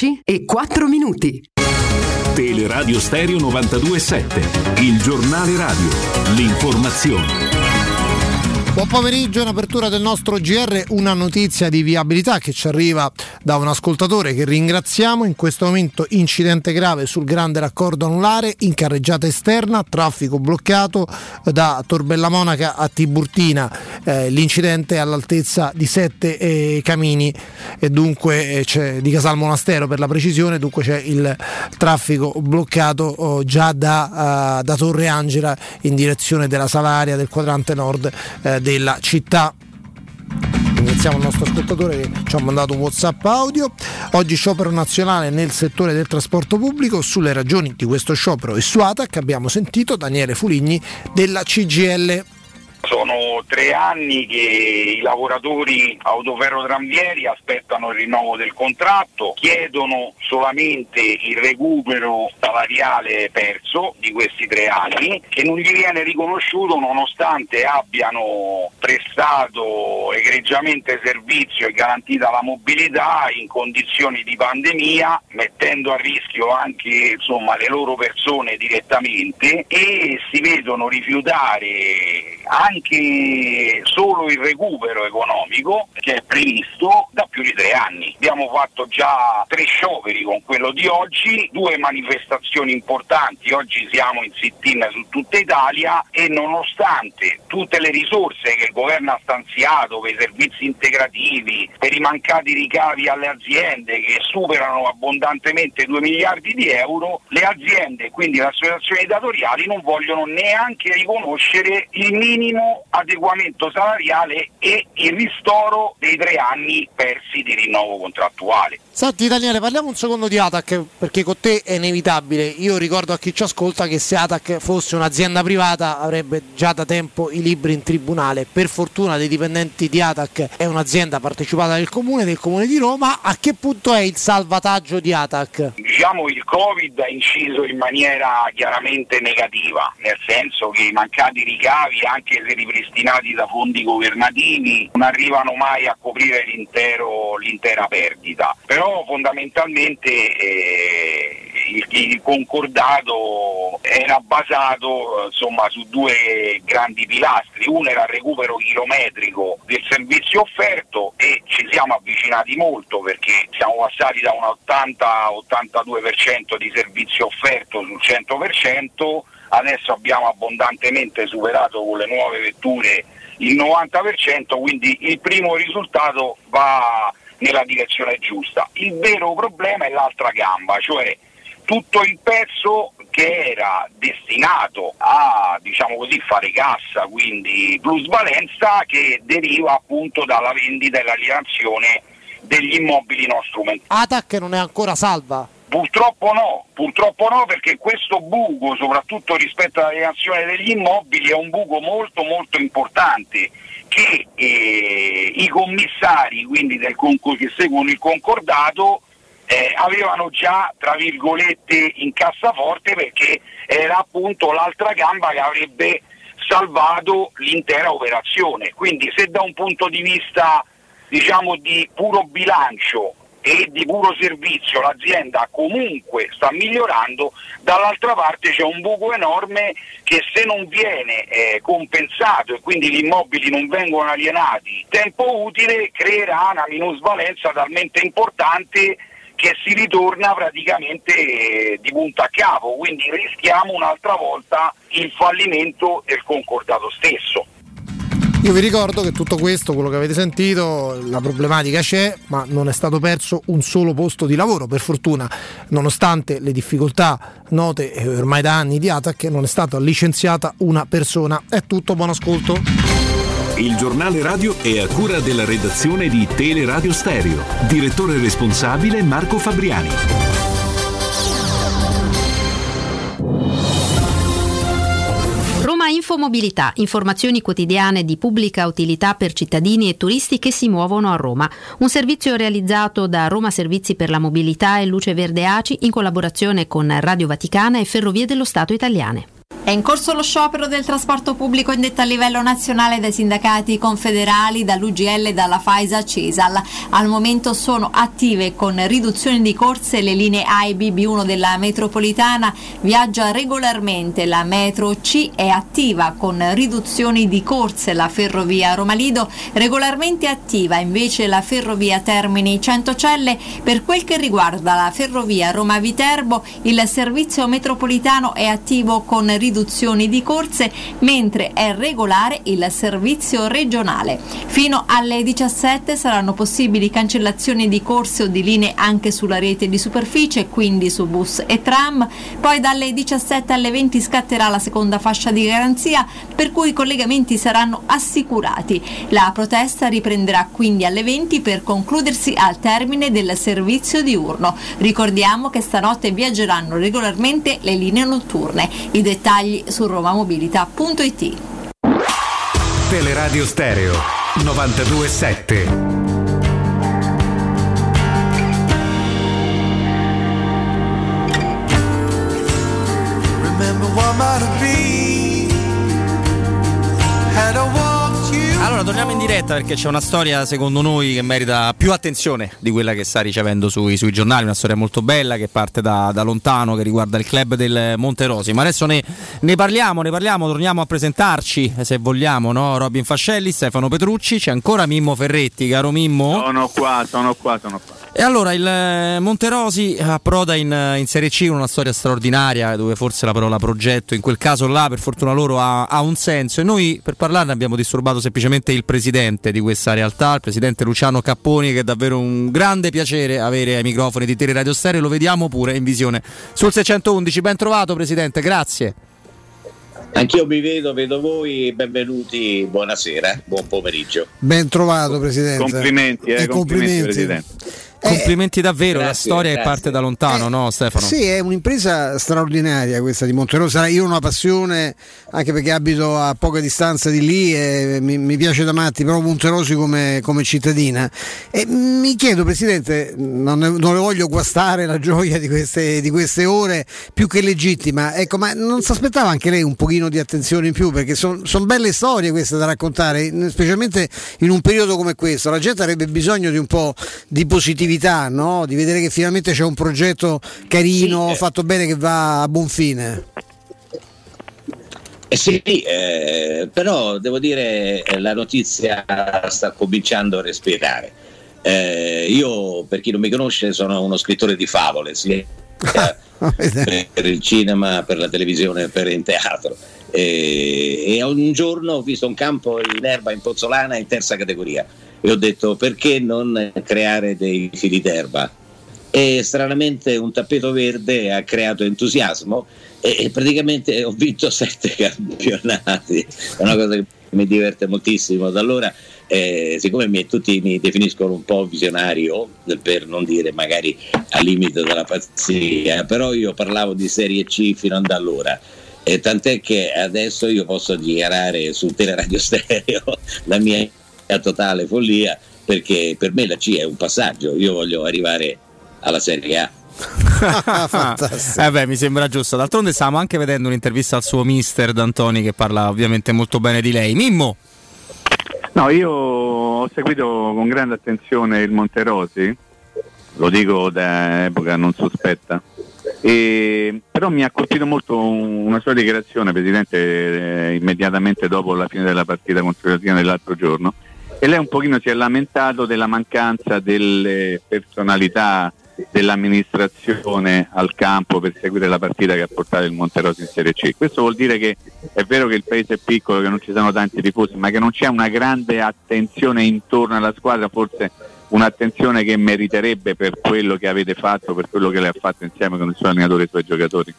15:04. Teleradio Stereo 92.7. Il giornale radio. L'informazione. Buon pomeriggio, in apertura del nostro GR una notizia di viabilità che ci arriva da un ascoltatore che ringraziamo. In questo momento incidente grave sul grande raccordo anulare in carreggiata esterna, traffico bloccato da Torbella Monaca a Tiburtina, l'incidente è all'altezza di 7 Camini e dunque c'è di Casal Monastero per la precisione, dunque c'è il traffico bloccato già da Torre Angela in direzione della Salaria, del quadrante nord della città. Ringraziamo il nostro ascoltatore che ci ha mandato un WhatsApp audio. Oggi sciopero nazionale nel settore del trasporto pubblico. Sulle ragioni di questo sciopero e su ATAC abbiamo sentito Daniele Fuligni della CGIL. Sono 3 anni che i lavoratori autoferrotranvieri aspettano il rinnovo del contratto, chiedono solamente il recupero salariale perso di questi 3 anni, che non gli viene riconosciuto nonostante abbiano prestato egregiamente servizio e garantita la mobilità in condizioni di pandemia, mettendo a rischio anche le loro persone direttamente, e si vedono rifiutare anche solo il recupero economico che è previsto da più di 3 anni. Abbiamo fatto già 3 scioperi con quello di oggi, 2 manifestazioni importanti, oggi siamo in sit-in su tutta Italia e nonostante tutte le risorse che il governo ha stanziato per i servizi integrativi, per i mancati ricavi alle aziende che superano abbondantemente 2 miliardi di euro, le aziende, quindi le associazioni datoriali, non vogliono neanche riconoscere il minimo adeguamento salariale e il ristoro dei 3 anni persi di rinnovo contrattuale. Senti Daniele, parliamo un secondo di Atac, perché con te è inevitabile. Io ricordo a chi ci ascolta che se Atac fosse un'azienda privata avrebbe già da tempo i libri in tribunale. Per fortuna dei dipendenti di Atac è un'azienda partecipata del Comune di Roma. A che punto è il salvataggio di Atac? Diciamo il Covid ha inciso in maniera chiaramente negativa, nel senso che i mancati ricavi, anche se ripristinati da fondi governativi, non arrivano mai a coprire l'intera perdita. Però fondamentalmente il concordato era basato insomma su due grandi pilastri. Uno era il recupero chilometrico del servizio offerto, e ci siamo avvicinati molto, perché siamo passati da un 80-82% di servizio offerto sul 100%, adesso abbiamo abbondantemente superato con le nuove vetture il 90%, quindi il primo risultato va nella direzione giusta. Il vero problema è l'altra gamba, cioè tutto il pezzo che era destinato a, diciamo così, fare cassa, quindi plusvalenza, che deriva appunto dalla vendita e l'alienazione degli immobili non strumentali. Atac non è ancora salva? Purtroppo no, perché questo buco, soprattutto rispetto all'alienazione degli immobili, è un buco molto molto importante, che i commissari, quindi che seguono il concordato, avevano già, tra virgolette, in cassaforte, perché era appunto l'altra gamba che avrebbe salvato l'intera operazione. Quindi se da un punto di vista, diciamo, di puro bilancio e di puro servizio l'azienda comunque sta migliorando, dall'altra parte c'è un buco enorme che, se non viene compensato e quindi gli immobili non vengono alienati in tempo utile, creerà una minusvalenza talmente importante che si ritorna praticamente di punto a capo, quindi rischiamo un'altra volta il fallimento del concordato stesso. Io vi ricordo che tutto questo, quello che avete sentito, la problematica c'è, ma non è stato perso un solo posto di lavoro, per fortuna, nonostante le difficoltà note ormai da anni di Atac, non è stata licenziata una persona. È tutto, buon ascolto. Il giornale radio è a cura della redazione di Teleradio Stereo. Direttore responsabile Marco Fabriani. Roma Infomobilità, informazioni quotidiane di pubblica utilità per cittadini e turisti che si muovono a Roma. Un servizio realizzato da Roma Servizi per la Mobilità e Luce Verde ACI in collaborazione con Radio Vaticana e Ferrovie dello Stato Italiane. È in corso lo sciopero del trasporto pubblico indetto a livello nazionale dai sindacati confederali, dall'UGL e dalla FAISA CESAL. Al momento sono attive con riduzioni di corse le linee A e B1 della metropolitana, viaggia regolarmente la metro C, è attiva con riduzioni di corse la ferrovia Roma Lido, regolarmente attiva invece la ferrovia Termini Centocelle. Per quel che riguarda la ferrovia Roma Viterbo, il servizio metropolitano è attivo con riduzioni di corse, mentre è regolare il servizio regionale. Fino alle 17 saranno possibili cancellazioni di corse o di linee anche sulla rete di superficie, quindi su bus e tram. Poi dalle 17 alle 20 scatterà la seconda fascia di garanzia, per cui i collegamenti saranno assicurati. La protesta riprenderà quindi alle 20 per concludersi al termine del servizio diurno. Ricordiamo che stanotte viaggeranno regolarmente le linee notturne. I dettagli su romamobilità.it. Teleradio Stereo 92.7. Allora torniamo in diretta, perché c'è una storia secondo noi che merita più attenzione di quella che sta ricevendo sui giornali, una storia molto bella che parte da lontano, che riguarda il club del Monterosi. Ma adesso ne parliamo, torniamo a presentarci, se vogliamo, no? Robin Fascelli, Stefano Petrucci, c'è ancora Mimmo Ferretti. Caro Mimmo? Sono qua. E allora il Monterosi approda in Serie C, una storia straordinaria, dove forse la parola progetto in quel caso là, per fortuna loro, ha un senso, e noi per parlarne abbiamo disturbato semplicemente il presidente di questa realtà, il presidente Luciano Capponi, che è davvero un grande piacere avere ai microfoni di Teleradio Stereo. Lo vediamo pure in visione sul 611. Ben trovato presidente, grazie. Anch'io vi vedo voi, benvenuti, buonasera, buon pomeriggio. Ben trovato presidente. Complimenti presidente. Complimenti davvero, la storia che parte da lontano, no Stefano? Sì, è un'impresa straordinaria questa di Monterosa. Io ho una passione, anche perché abito a poca distanza di lì e mi piace da matti, però Monterosi come cittadina. E mi chiedo, Presidente, non le voglio guastare la gioia di queste ore più che legittima, ecco, ma non si aspettava anche lei un pochino di attenzione in più, perché sono belle storie queste da raccontare, specialmente in un periodo come questo. La gente avrebbe bisogno di un po' di positività, no? Di vedere che finalmente c'è un progetto carino, fatto bene, che va a buon fine. Sì, però devo dire la notizia sta cominciando a respirare. Io, per chi non mi conosce, sono uno scrittore di favole, sia per il cinema, per la televisione, per il teatro. E un giorno ho visto un campo in erba in Pozzolana in terza categoria e ho detto: perché non creare dei fili d'erba? E stranamente un tappeto verde ha creato entusiasmo e praticamente ho vinto 7 campionati. È una cosa che mi diverte moltissimo. Da allora, siccome tutti mi definiscono un po' visionario, per non dire magari al limite della pazzia, però io parlavo di Serie C fino ad allora. E tant'è che adesso io posso dichiarare su Teleradio Stereo la mia totale follia, perché per me la C è un passaggio, io voglio arrivare alla Serie A. Beh, mi sembra giusto. D'altronde stiamo anche vedendo un'intervista al suo mister D'Antoni, che parla ovviamente molto bene di lei. Mimmo? No, io ho seguito con grande attenzione il Monterosi, lo dico da epoca non sospetta. Però mi ha colpito molto una sua dichiarazione, Presidente, immediatamente dopo la fine della partita contro la Fiorentina dell'altro giorno, e lei un pochino si è lamentato della mancanza delle personalità dell'amministrazione al campo per seguire la partita che ha portato il Monterosi in Serie C. Questo vuol dire che è vero che il paese è piccolo, che non ci sono tanti tifosi, ma che non c'è una grande attenzione intorno alla squadra, forse un'attenzione che meriterebbe per quello che avete fatto, per quello che lei ha fatto insieme con il suo allenatore e i suoi giocatori.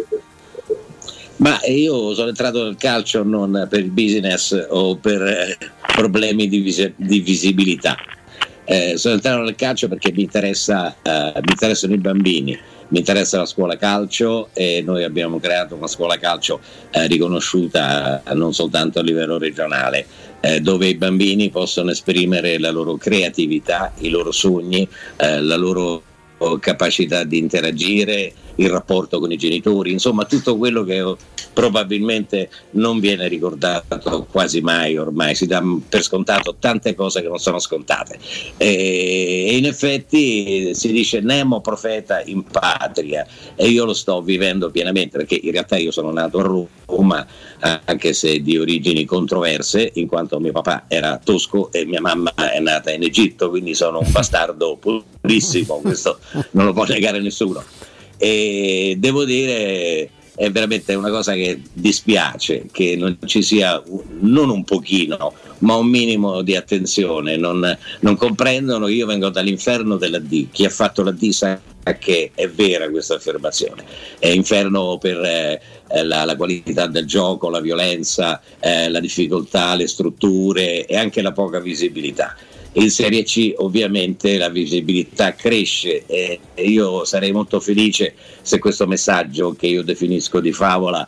Ma io sono entrato nel calcio non per il business o per problemi di visibilità. Sono entrato nel calcio perché mi interessano i bambini, mi interessa la scuola calcio, e noi abbiamo creato una scuola calcio riconosciuta non soltanto a livello regionale, dove i bambini possono esprimere la loro creatività, i loro sogni, la loro capacità di interagire, il rapporto con i genitori, insomma tutto quello che probabilmente non viene ricordato quasi mai ormai, si dà per scontato tante cose che non sono scontate, e in effetti si dice nemo profeta in patria, e io lo sto vivendo pienamente, perché in realtà io sono nato a Roma, anche se di origini controverse, in quanto mio papà era tosco e mia mamma è nata in Egitto, quindi sono un bastardo purissimo, questo non lo può negare nessuno. E devo dire, è veramente una cosa che dispiace che non ci sia non un pochino ma un minimo di attenzione. Non comprendono. Io vengo dall'inferno della D, chi ha fatto la D sa che è vera questa affermazione, è inferno per la qualità del gioco, la violenza, la difficoltà, le strutture e anche la poca visibilità. In Serie C ovviamente la visibilità cresce, e io sarei molto felice se questo messaggio, che io definisco di favola,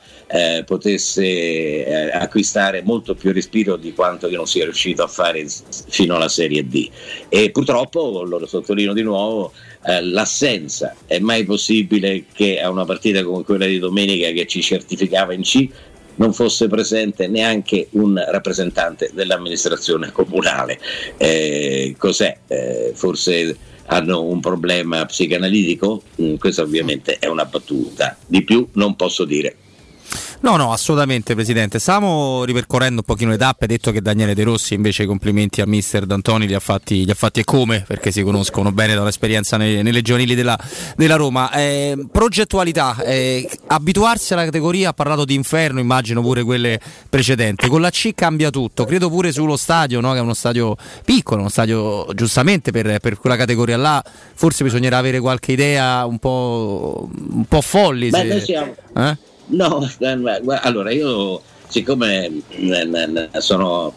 potesse acquistare molto più respiro di quanto io non sia riuscito a fare fino alla Serie D. E purtroppo, lo sottolineo di nuovo, l'assenza. È mai possibile che a una partita come quella di domenica, che ci certificava in C, non fosse presente neanche un rappresentante dell'amministrazione comunale? Cos'è? Forse hanno un problema psicanalitico? Questa ovviamente è una battuta, di più non posso dire. No, assolutamente, Presidente. Stavamo ripercorrendo un pochino le tappe. Detto che Daniele De Rossi invece i complimenti a mister D'Antoni li ha fatti e come, perché si conoscono bene dall'esperienza nelle giovanili della Roma. Progettualità, abituarsi alla categoria, ha parlato di inferno, immagino pure quelle precedenti. Con la C cambia tutto, credo pure sullo stadio, no? Che è uno stadio piccolo, uno stadio giustamente per quella categoria là, forse bisognerà avere qualche idea un po' folli. Noi siamo... No, allora io, siccome sono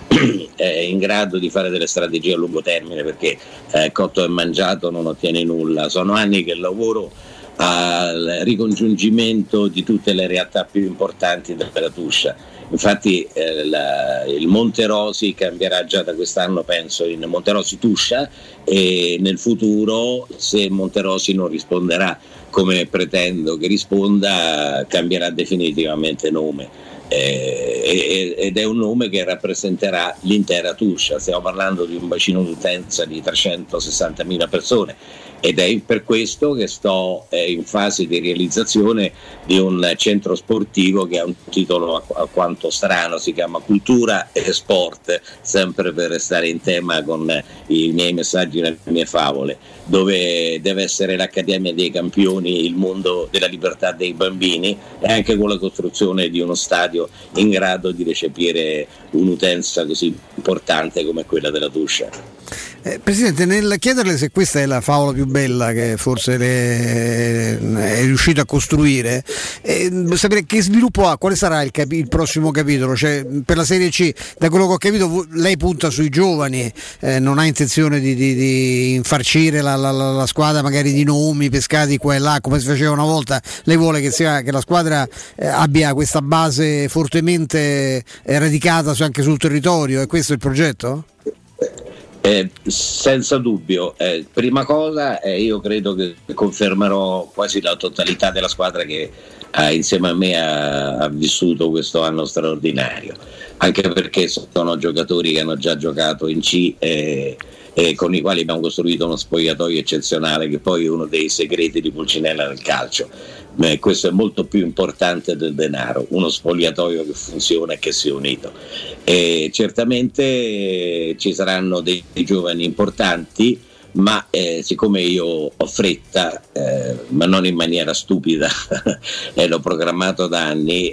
è in grado di fare delle strategie a lungo termine, perché cotto e mangiato non ottiene nulla. Sono anni che lavoro al ricongiungimento di tutte le realtà più importanti della Tuscia. Infatti il Monterosi cambierà già da quest'anno, penso, in Monterosi Tuscia, e nel futuro, se Monterosi non risponderà come pretendo che risponda, cambierà definitivamente nome. Ed è un nome che rappresenterà l'intera Tuscia. Stiamo parlando di un bacino d'utenza di 360.000 persone, ed è per questo che sto in fase di realizzazione di un centro sportivo che ha un titolo alquanto strano, si chiama Cultura e Sport, sempre per restare in tema con i miei messaggi e le mie favole, dove deve essere l'Accademia dei Campioni, il mondo della libertà dei bambini, e anche con la costruzione di uno stadio in grado di recepire un'utenza così importante come quella della Tuscia. Presidente, nel chiederle se questa è la favola più bella che forse è riuscito a costruire, sapere che sviluppo ha, quale sarà il prossimo capitolo, cioè per la Serie C. Da quello che ho capito lei punta sui giovani, non ha intenzione di infarcire la squadra magari di nomi pescati qua e là come si faceva una volta. Lei vuole che la squadra abbia questa base fortemente radicata anche sul territorio, e questo è il progetto? Senza dubbio, prima cosa io credo che confermerò quasi la totalità della squadra che insieme a me ha vissuto questo anno straordinario, anche perché sono giocatori che hanno già giocato in C e con i quali abbiamo costruito uno spogliatoio eccezionale, che poi è uno dei segreti di Pulcinella nel calcio. Questo è molto più importante del denaro, uno spogliatoio che funziona e che si è unito, e certamente ci saranno dei giovani importanti, ma siccome io ho fretta, ma non in maniera stupida e l'ho programmato da anni,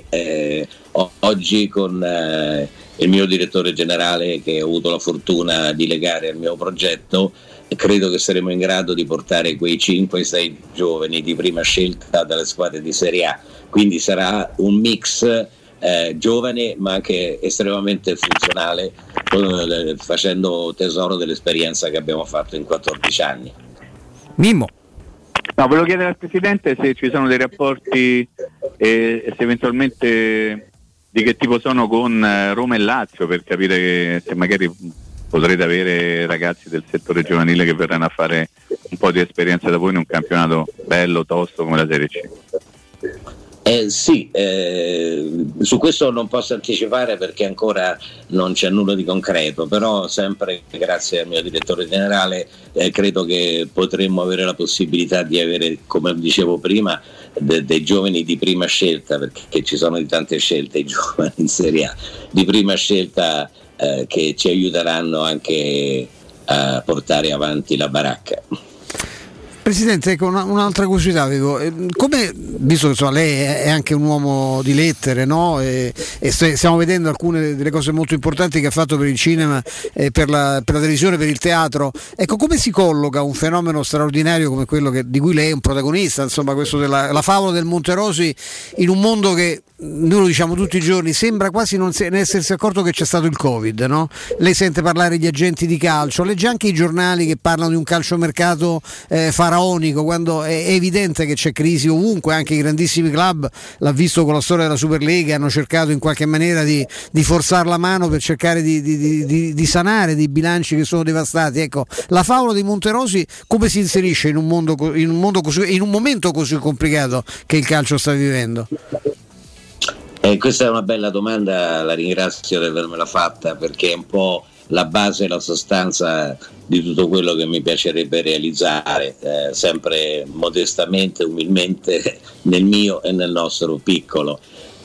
oggi con il mio direttore generale, che ho avuto la fortuna di legare al mio progetto, credo che saremo in grado di portare quei 5-6 giovani di prima scelta dalle squadre di Serie A, quindi sarà un mix giovane ma anche estremamente funzionale, facendo tesoro dell'esperienza che abbiamo fatto in 14 anni. Mimmo. No, volevo chiedere al Presidente se ci sono dei rapporti e se eventualmente di che tipo sono con Roma e Lazio, per capire che se magari potrete avere ragazzi del settore giovanile che verranno a fare un po' di esperienza da voi in un campionato bello, tosto come la Serie C. Sì, su questo non posso anticipare perché ancora non c'è nulla di concreto, però sempre grazie al mio direttore generale credo che potremmo avere la possibilità di avere, come dicevo prima, dei giovani di prima scelta, perché ci sono di tante scelte i giovani in Serie A, di prima scelta che ci aiuteranno anche a portare avanti la baracca. Presidente, ecco, un'altra curiosità avevo, come, visto che lei è anche un uomo di lettere, no? E stiamo vedendo alcune delle cose molto importanti che ha fatto per il cinema, per la televisione, per il teatro, ecco, come si colloca un fenomeno straordinario come quello di cui lei è un protagonista, insomma, questo la favola del Monterosi, in un mondo che noi lo diciamo tutti i giorni, sembra quasi non essersi accorto che c'è stato il Covid, no? Lei sente parlare di agenti di calcio, legge anche i giornali che parlano di un calciomercato faraonico, quando è evidente che c'è crisi ovunque. Anche i grandissimi club, l'ha visto con la storia della Superlega, hanno cercato in qualche maniera di forzare la mano per cercare di sanare dei bilanci che sono devastati. Ecco, la favola di Monterosi come si inserisce in un momento così complicato che il calcio sta vivendo? Questa è una bella domanda, la ringrazio di avermela fatta, perché è un po' la base e la sostanza di tutto quello che mi piacerebbe realizzare, sempre modestamente, umilmente, nel mio e nel nostro piccolo.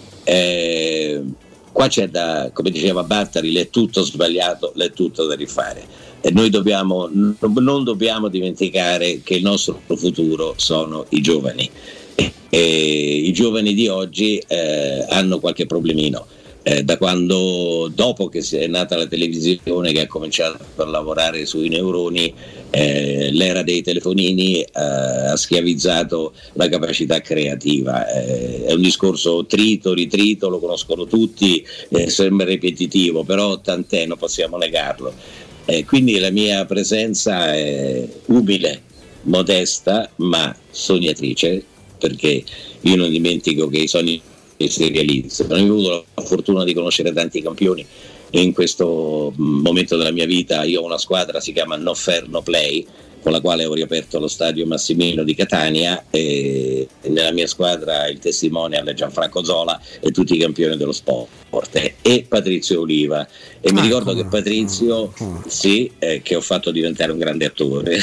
Qua c'è come diceva Bartari, l'è tutto sbagliato, l'è tutto da rifare, e noi non dobbiamo dimenticare che il nostro futuro sono i giovani. I giovani di oggi hanno qualche problemino, da quando, dopo che è nata la televisione, che ha cominciato a lavorare sui neuroni, l'era dei telefonini ha schiavizzato la capacità creativa. È un discorso ritrito, lo conoscono tutti, sembra ripetitivo, però tant'è, non possiamo negarlo. Quindi la mia presenza è umile, modesta, ma sognatrice, perché io non dimentico che i sogni si realizzano. Ho avuto la fortuna di conoscere tanti campioni e in questo momento della mia vita io ho una squadra, si chiama No Fair No Play, con la quale ho riaperto lo stadio Massimino di Catania, e nella mia squadra il testimonial è Gianfranco Zola e tutti i campioni dello sport e Patrizio Oliva, e mi ricordo che Patrizio che ho fatto diventare un grande attore.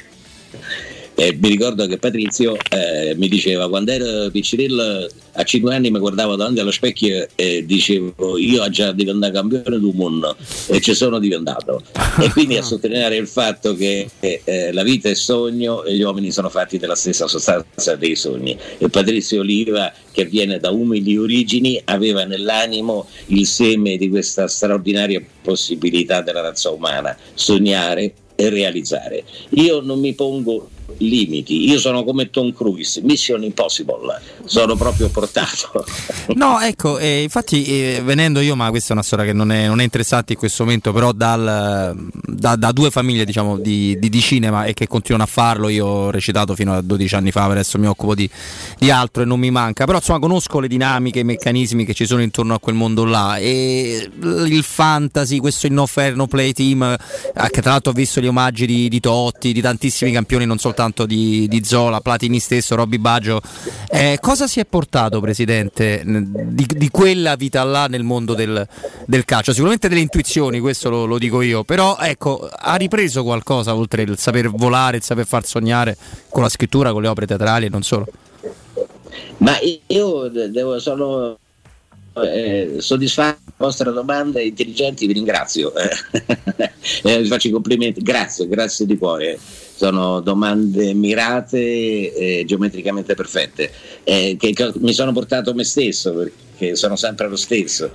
Mi ricordo che Patrizio mi diceva, quando ero piccirillo a 5 anni mi guardavo davanti allo specchio e dicevo, io ho già diventato campione del mondo, e ci sono diventato. E quindi a sottolineare il fatto che la vita è sogno e gli uomini sono fatti della stessa sostanza dei sogni, e Patrizio Oliva, che viene da umili origini, aveva nell'animo il seme di questa straordinaria possibilità della razza umana: sognare e realizzare. Io non mi pongo limiti, io sono come Tom Cruise, Mission Impossible, sono proprio portato. No, ecco, infatti venendo io, ma questa è una storia che non è interessante in questo momento, però da due famiglie, diciamo, di cinema, e che continuano a farlo. Io ho recitato fino a 12 anni fa, adesso mi occupo di altro e non mi manca, però insomma conosco le dinamiche, i meccanismi che ci sono intorno a quel mondo là, e il fantasy, questo il No Fair No Play Team, che tra l'altro ho visto gli omaggi di Totti, di tantissimi campioni, non soltanto di Zola, Platini stesso, Robby Baggio. Cosa si è portato, Presidente, di quella vita là nel mondo del calcio? Sicuramente delle intuizioni, questo lo dico io, però ecco, ha ripreso qualcosa oltre il saper volare, il saper far sognare, con la scrittura, con le opere teatrali e non solo? Ma io sono soddisfatto della vostra domanda, intelligenti, vi ringrazio. Vi faccio i complimenti, grazie di cuore. Sono domande mirate, geometricamente perfette, che mi sono portato me stesso, perché sono sempre lo stesso.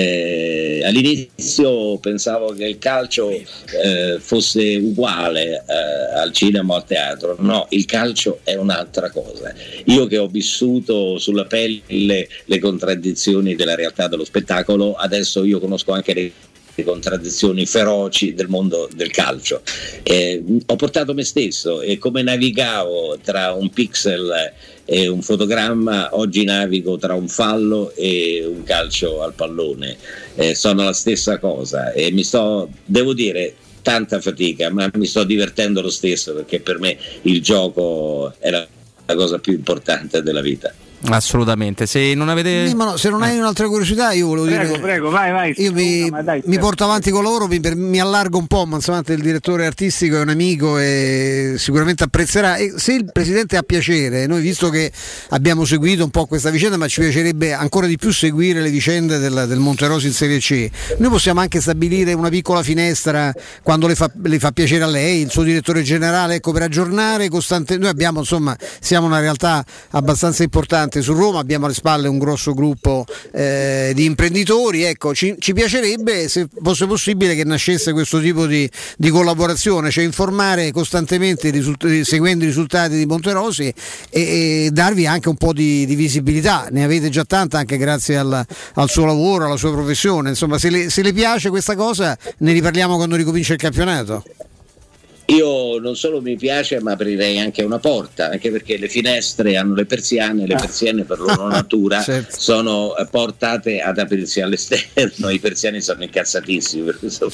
All'inizio pensavo che il calcio fosse uguale al cinema o al teatro. No, il calcio è un'altra cosa. Io che ho vissuto sulla pelle le contraddizioni della realtà dello spettacolo, adesso io conosco anche le contraddizioni feroci del mondo del calcio. Ho portato me stesso, e come navigavo tra un pixel e un fotogramma, oggi navigo tra un fallo e un calcio al pallone. Sono la stessa cosa, e devo dire, tanta fatica, ma mi sto divertendo lo stesso, perché per me il gioco è la cosa più importante della vita. Assolutamente. Se non avete se non hai un'altra curiosità, io volevo dire, prego, vai. Io mi porto avanti con il lavoro, mi allargo un po', ma insomma il direttore artistico è un amico e sicuramente apprezzerà. E se il Presidente ha piacere, noi, visto che abbiamo seguito un po' questa vicenda, ma ci piacerebbe ancora di più seguire le vicende del Monterosi in Serie C, noi possiamo anche stabilire una piccola finestra, quando le fa piacere a lei, il suo direttore generale, ecco, per aggiornare costantemente. Noi siamo una realtà abbastanza importante su Roma, abbiamo alle spalle un grosso gruppo di imprenditori, ecco, ci piacerebbe, se fosse possibile, che nascesse questo tipo di collaborazione, cioè informare costantemente seguendo i risultati di Monterosi e darvi anche un po' di visibilità. Ne avete già tanta, anche grazie al suo lavoro, alla sua professione. Insomma, se le piace questa cosa, ne riparliamo quando ricomincia il campionato. Io non solo mi piace, ma aprirei anche una porta, anche perché le finestre hanno le persiane per loro natura certo, sono portate ad aprirsi all'esterno. I persiani sono incazzatissimi per questo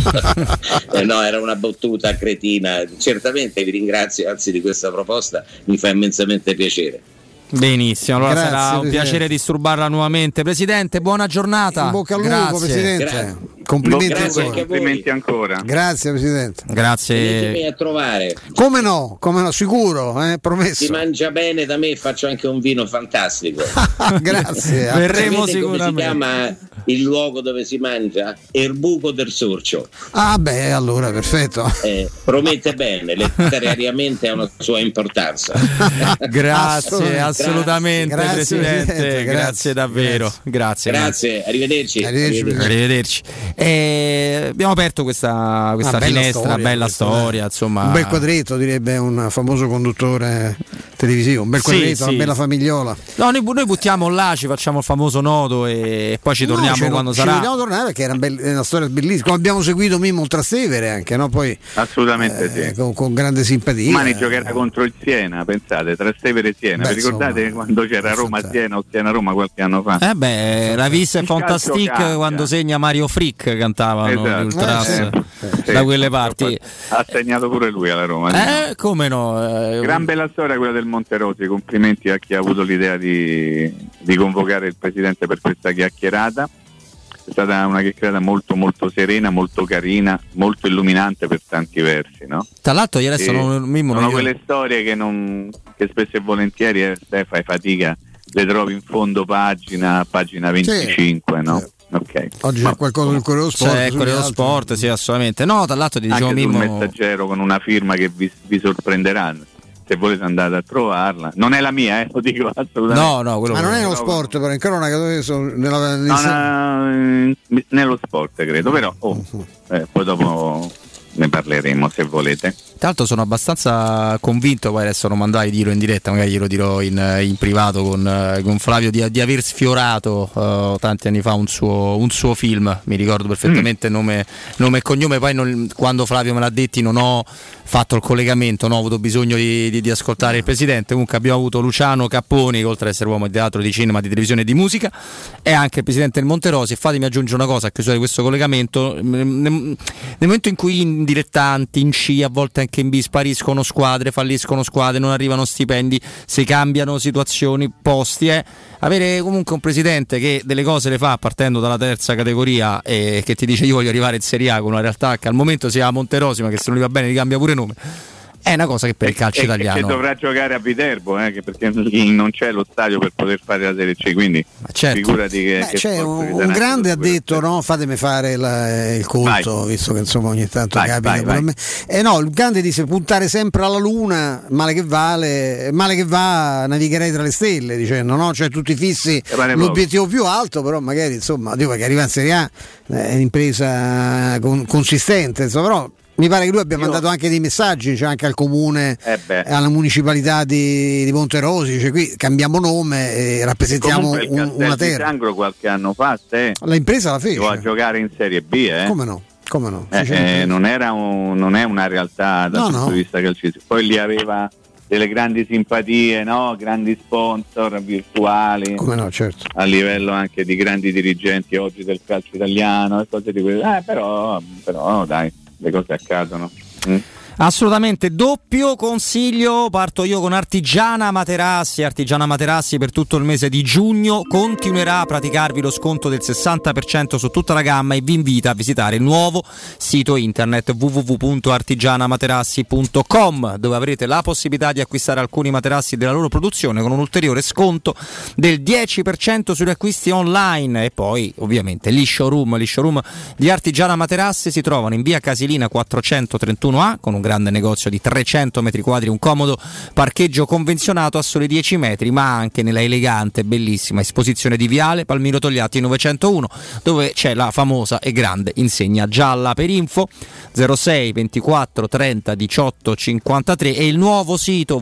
no, era una battuta cretina. Certamente vi ringrazio, anzi, di questa proposta, mi fa immensamente piacere. Benissimo, allora grazie, sarà un piacere disturbarla nuovamente. Presidente, buona giornata. In bocca al lupo, Presidente. Complimenti ancora. Grazie, Presidente. Grazie. Venitemi a trovare. Come no, sicuro, promesso. Si mangia bene da me, faccio anche un vino fantastico. Grazie. Verremo sicuramente. Come si chiama il luogo dove si mangia? Il buco del Sorcio. Ah beh, allora perfetto. Promette bene, letterariamente ha una sua importanza. Grazie, assolutamente, grazie, Presidente, grazie davvero. Grazie, arrivederci. Arrivederci. Abbiamo aperto questa finestra, bella storia, insomma. Un bel quadretto, direbbe un famoso conduttore televisivo, un bel quadretto, una bella famigliola. No, noi buttiamo là, ci facciamo il famoso nodo e poi ci torniamo quando sarà. Ci vogliamo tornare perché è una storia bellissima. Abbiamo seguito Mimmo Trastevere anche, no? Poi assolutamente sì. Con grande simpatia. Domani giocherà contro il Siena, pensate, Trastevere-Siena. Vi ricordate quando c'era Roma-Siena o Siena-Roma qualche anno fa? La Visse Fantastic quando segna Mario Frick cantavano gli Ultras da quelle parti. Ha segnato pure lui alla Roma. Come no? Gran bella storia quella del Monterosi, complimenti a chi ha avuto l'idea di convocare il Presidente per questa chiacchierata. È stata una chiacchierata molto molto serena, molto carina, molto illuminante per tanti versi, no? Tra l'altro io adesso sono quelle storie che spesso e volentieri fai fatica, le trovi in fondo pagina 25, no? Okay. Oggi c'è qualcosa del Corriere Sport. C'è il Corriere Sport, sì, assolutamente. No, tra l'altro ti dicevo Mimmo, Mimmo, un Messaggero con una firma che vi sorprenderanno. Se volete andare a trovarla, non è la mia, lo dico assolutamente. No, ma non è nello sport, però in cronaca nello sport credo, però poi dopo ne parleremo se volete. Tra l'altro sono abbastanza convinto, poi adesso non mandai dirlo in diretta, magari glielo dirò in privato con Flavio, di aver sfiorato tanti anni fa un suo film, mi ricordo perfettamente nome e cognome, poi quando Flavio me l'ha detti non ho fatto il collegamento, ho avuto bisogno di ascoltare il Presidente. Comunque abbiamo avuto Luciano Capponi, che oltre ad essere uomo di teatro, di cinema, di televisione e di musica, è anche il Presidente del Monterosi. E fatemi aggiungere una cosa a chiusura di questo collegamento: nel momento in cui in dilettanti, in C, a volte anche in B, spariscono squadre, falliscono squadre, non arrivano stipendi, si cambiano situazioni, posti, avere comunque un Presidente che delle cose le fa partendo dalla terza categoria e che ti dice io voglio arrivare in Serie A, con una realtà che al momento si chiama Monterosi, ma che se non gli va bene gli cambia pure nome, è una cosa che per il calcio italiano. E che dovrà giocare a Viterbo, perché non c'è lo stadio per poter fare la Serie C, quindi figurati che c'è un grande ha detto, no, fatemi fare il conto, visto che insomma ogni tanto capita pure a me. No, il grande dice puntare sempre alla luna, male che va, navigherei tra le stelle, dicendo, no, cioè tutti fissi l'obiettivo più alto, però magari insomma, dico che arriva in Serie A è un'impresa consistente, insomma, però mi pare che lui abbia mandato anche dei messaggi, cioè anche al comune, alla municipalità di Monterosi, cioè qui cambiamo nome e rappresentiamo una terra. Sangro qualche anno fa l'impresa la fece. A giocare in Serie B, Come no? Non è una realtà dal punto di vista calcistico. Poi lì aveva delle grandi simpatie, no? Grandi sponsor virtuali. Come no, certo. A livello anche di grandi dirigenti oggi del calcio italiano e cose di quelle. Però dai, le cose accadono. Assolutamente. Doppio consiglio, parto io con Artigiana Materassi. Artigiana Materassi per tutto il mese di giugno continuerà a praticarvi lo sconto del 60% su tutta la gamma e vi invita a visitare il nuovo sito internet www.artigianamaterassi.com, dove avrete la possibilità di acquistare alcuni materassi della loro produzione con un ulteriore sconto del 10% sugli acquisti online. E poi ovviamente gli showroom di Artigiana Materassi si trovano in via Casilina 431A, con un grande negozio di 300 metri quadri, un comodo parcheggio convenzionato a soli 10 metri, ma anche nella elegante e bellissima esposizione di Viale Palmiro Togliatti 901, dove c'è la famosa e grande insegna gialla. Per info 06 24 30 18 53 e il nuovo sito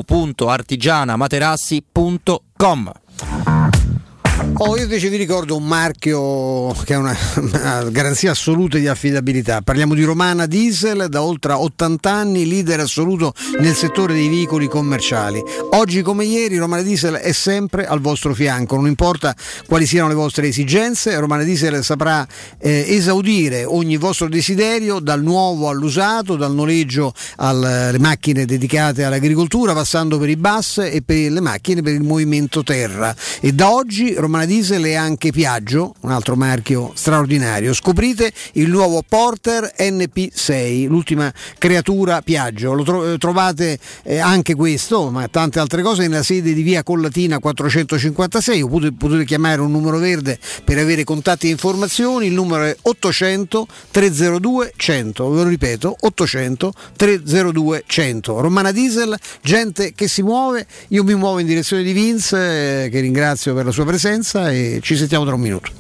www.artigianamaterassi.com. Io invece vi ricordo un marchio che è una garanzia assoluta di affidabilità. Parliamo di Romana Diesel, da oltre 80 anni leader assoluto nel settore dei veicoli commerciali. Oggi come ieri Romana Diesel è sempre al vostro fianco, non importa quali siano le vostre esigenze, Romana Diesel saprà esaudire ogni vostro desiderio, dal nuovo all'usato, dal noleggio alle macchine dedicate all'agricoltura, passando per i bus e per le macchine per il movimento terra. E da oggi Romana Diesel e anche Piaggio, un altro marchio straordinario. Scoprite il nuovo Porter NP6, l'ultima creatura Piaggio. Lo trovate anche questo, ma tante altre cose, nella sede di via Collatina 456. Potete chiamare un numero verde per avere contatti e informazioni. Il numero è 800 302 100, ve lo ripeto, 800 302 100. Romana Diesel, gente che si muove. Io mi muovo in direzione di Vince, che ringrazio per la sua presenza, e ci sentiamo tra un minuto.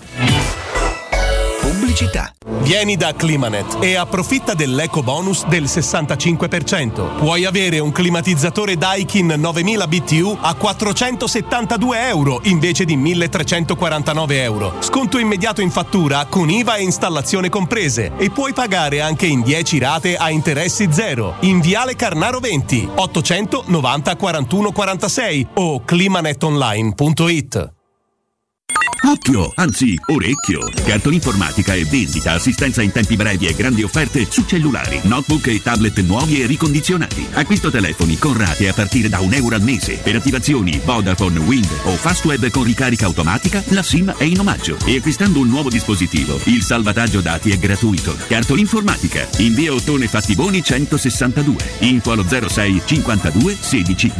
Pubblicità. Vieni da Climanet e approfitta dell'eco bonus del 65%. Puoi avere un climatizzatore Daikin 9000 BTU a 472 euro invece di 1349 euro. Sconto immediato in fattura con IVA e installazione comprese, e puoi pagare anche in 10 rate a interessi zero. In Viale Carnaro 20 890 41 46 o climanetonline.it. Occhio, anzi orecchio! Cartoni Informatica e vendita, assistenza in tempi brevi e grandi offerte su cellulari, notebook e tablet nuovi e ricondizionati. Acquisto telefoni con rate a partire da €1 al mese. Per attivazioni Vodafone, Wind o Fastweb con ricarica automatica, la SIM è in omaggio. E acquistando un nuovo dispositivo, il salvataggio dati è gratuito. Cartoni Informatica, in via Ottone Fattiboni 162. Info allo 06 52 16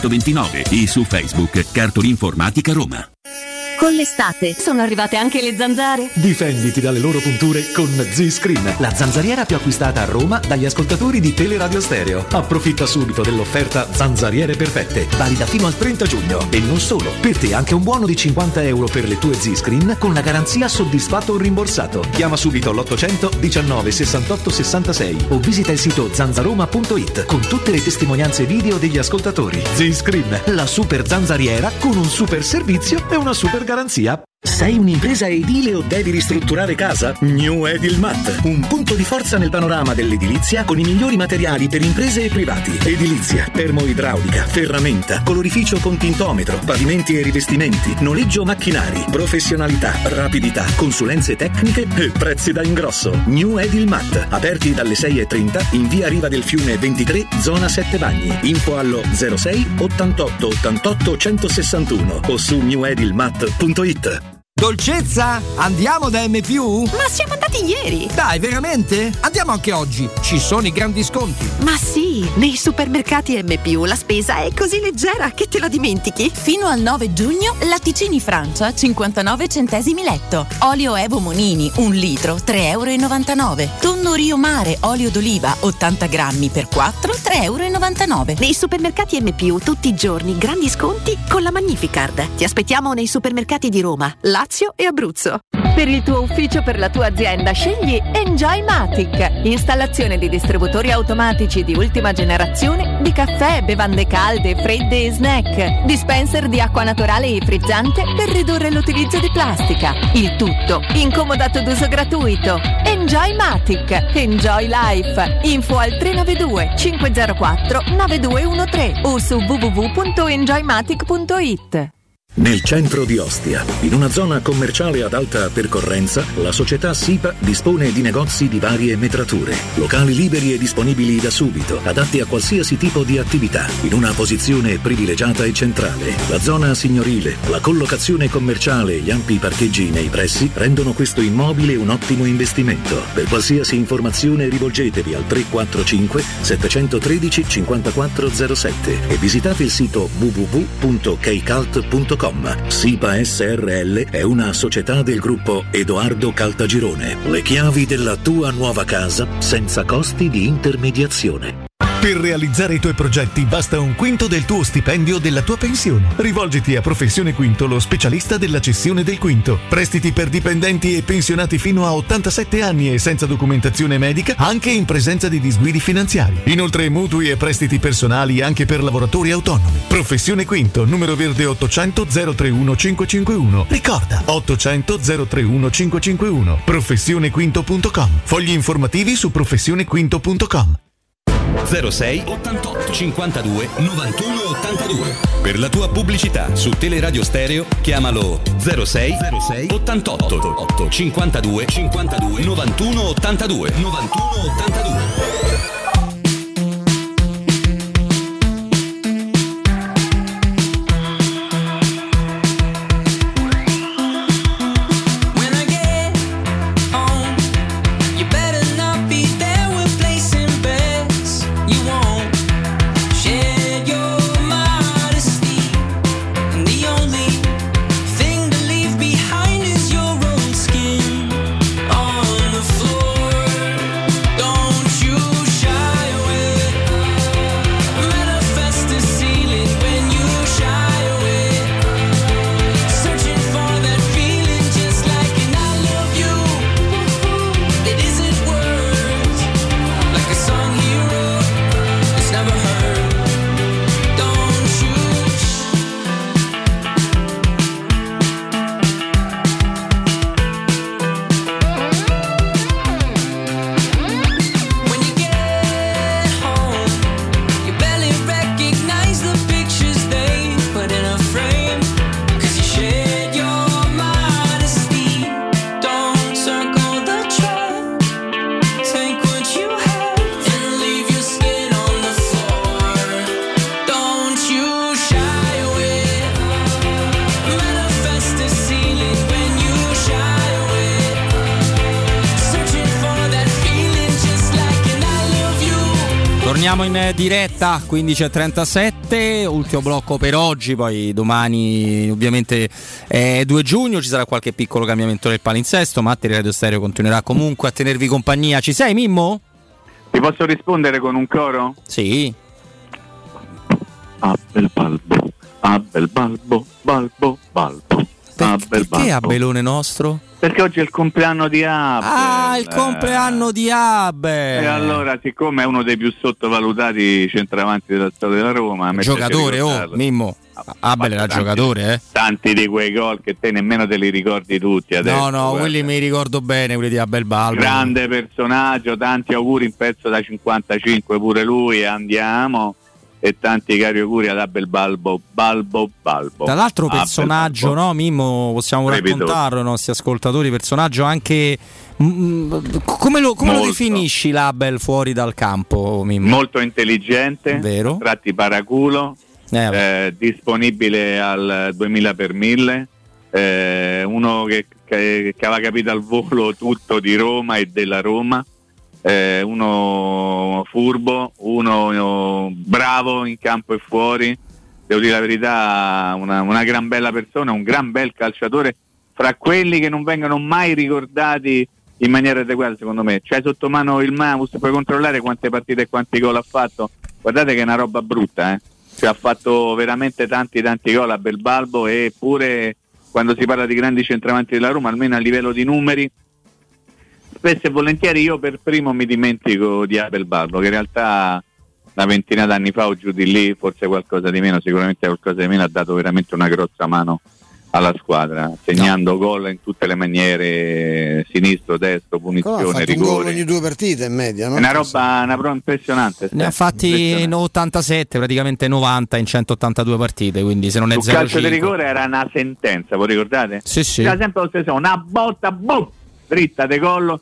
229 e su Facebook Cartoni Informatica Roma. Con l'estate sono arrivate anche le zanzare. Difenditi dalle loro punture con Z-Screen, la zanzariera più acquistata a Roma dagli ascoltatori di Teleradio Stereo. Approfitta subito dell'offerta Zanzariere Perfette, valida fino al 30 giugno. E non solo, per te anche un buono di €50 per le tue Z-Screen con la garanzia soddisfatto o rimborsato. Chiama subito l'800 19 68 66 o visita il sito zanzaroma.it con tutte le testimonianze video degli ascoltatori. Z-Screen, la super zanzariera con un super servizio e una super garanzia. Sei un'impresa edile o devi ristrutturare casa? New Edilmat, un punto di forza nel panorama dell'edilizia con i migliori materiali per imprese e privati. Edilizia, termoidraulica, ferramenta, colorificio con tintometro, pavimenti e rivestimenti, noleggio macchinari, professionalità, rapidità, consulenze tecniche e prezzi da ingrosso. New Edilmat, aperti dalle 6:30 in via Riva del Fiume 23, zona 7 Bagni. Info allo 06 88 88 161 o su newedilmat.it. Dolcezza? Andiamo da M+? Ma siamo andati ieri! Dai, veramente? Andiamo anche oggi, ci sono i grandi sconti. Ma sì, nei supermercati M+, la spesa è così leggera che te la dimentichi. Fino al 9 giugno, latticini Francia, 59 centesimi letto. Olio Evo Monini, 1 litro, €3,99. Tonno Rio Mare, olio d'oliva, 80 grammi per 4, €3,99. Nei supermercati M+, tutti i giorni, grandi sconti con la Magnificard. Ti aspettiamo nei supermercati di Roma, Lazio e Abruzzo. Per il tuo ufficio, per la tua azienda, scegli Enjoymatic. Installazione di distributori automatici di ultima generazione di caffè, bevande calde, fredde e snack. Dispenser di acqua naturale e frizzante per ridurre l'utilizzo di plastica. Il tutto incomodato d'uso gratuito. Enjoymatic. Enjoy Life. Info al 392 504 9213 o su www.enjoymatic.it. Nel centro di Ostia, in una zona commerciale ad alta percorrenza, la società SIPA dispone di negozi di varie metrature, locali liberi e disponibili da subito, adatti a qualsiasi tipo di attività, in una posizione privilegiata e centrale. La zona signorile, la collocazione commerciale e gli ampi parcheggi nei pressi rendono questo immobile un ottimo investimento. Per qualsiasi informazione rivolgetevi al 345 713 5407 e visitate il sito www.keicalt.com. SIPA SRL è una società del gruppo Edoardo Caltagirone. Le chiavi della tua nuova casa senza costi di intermediazione. Per realizzare i tuoi progetti basta un quinto del tuo stipendio della tua pensione. Rivolgiti a Professione Quinto, lo specialista della cessione del quinto. Prestiti per dipendenti e pensionati fino a 87 anni e senza documentazione medica, anche in presenza di disguidi finanziari. Inoltre mutui e prestiti personali anche per lavoratori autonomi. Professione Quinto, numero verde 800 031 551. Ricorda, 800 031 551. Professionequinto.com. Fogli informativi su professionequinto.com. 06 88 52 91 82. Per la tua pubblicità su Teleradio Stereo chiamalo 06 88 52 91 82. Torniamo in diretta 15:37, ultimo blocco per oggi, poi domani ovviamente è 2 giugno, ci sarà qualche piccolo cambiamento del palinsesto, ma Radio Stereo continuerà comunque a tenervi compagnia. Ci sei, Mimmo? Ti posso rispondere con un coro? Sì. Abel Balbo, Abel Balbo, Balbo, Balbo. Perché Abelone nostro? Perché oggi è il compleanno di Abel. Ah, il compleanno di Abel. E allora, siccome è uno dei più sottovalutati centravanti della storia della Roma, giocatore, Mimmo. Abel era giocatore, Tanti di quei gol che te nemmeno te li ricordi tutti adesso. No, quelli mi ricordo bene, quelli di Abel Balbo. Grande personaggio, tanti auguri, in pezzo da 55 pure lui, andiamo. E tanti cari auguri ad Abel Balbo. Tra l'altro personaggio, no Mimmo, possiamo raccontarlo ai nostri ascoltatori, personaggio anche come lo definisci l'Abel fuori dal campo, Mimmo? Molto intelligente, vero? Tratti paraculo, disponibile al 2000 per 1000, uno che aveva capito al volo tutto di Roma e della Roma. Uno furbo, uno bravo in campo e fuori, devo dire la verità, una gran bella persona, un gran bel calciatore, fra quelli che non vengono mai ricordati in maniera adeguata, secondo me. C'hai sotto mano il Mamus, puoi controllare quante partite e quanti gol ha fatto, guardate che è una roba brutta, cioè, ha fatto veramente tanti gol a Belbalbo, e pure quando si parla di grandi centravanti della Roma, almeno a livello di numeri, spesso e volentieri io per primo mi dimentico di Abel Balbo, che in realtà una ventina d'anni fa o giù di lì, forse qualcosa di meno, sicuramente qualcosa di meno, ha dato veramente una grossa mano alla squadra, segnando gol in tutte le maniere, sinistro, destro, punizione, rigore. Un gol ogni 2 partite in media, no? È una roba impressionante. Ne ha fatti 87, praticamente 90 in 182 partite, quindi se non è 0-5. Il calcio di rigore era una sentenza, voi ricordate? Sì. Era sempre lo stesso, una botta, boom, dritta de collo,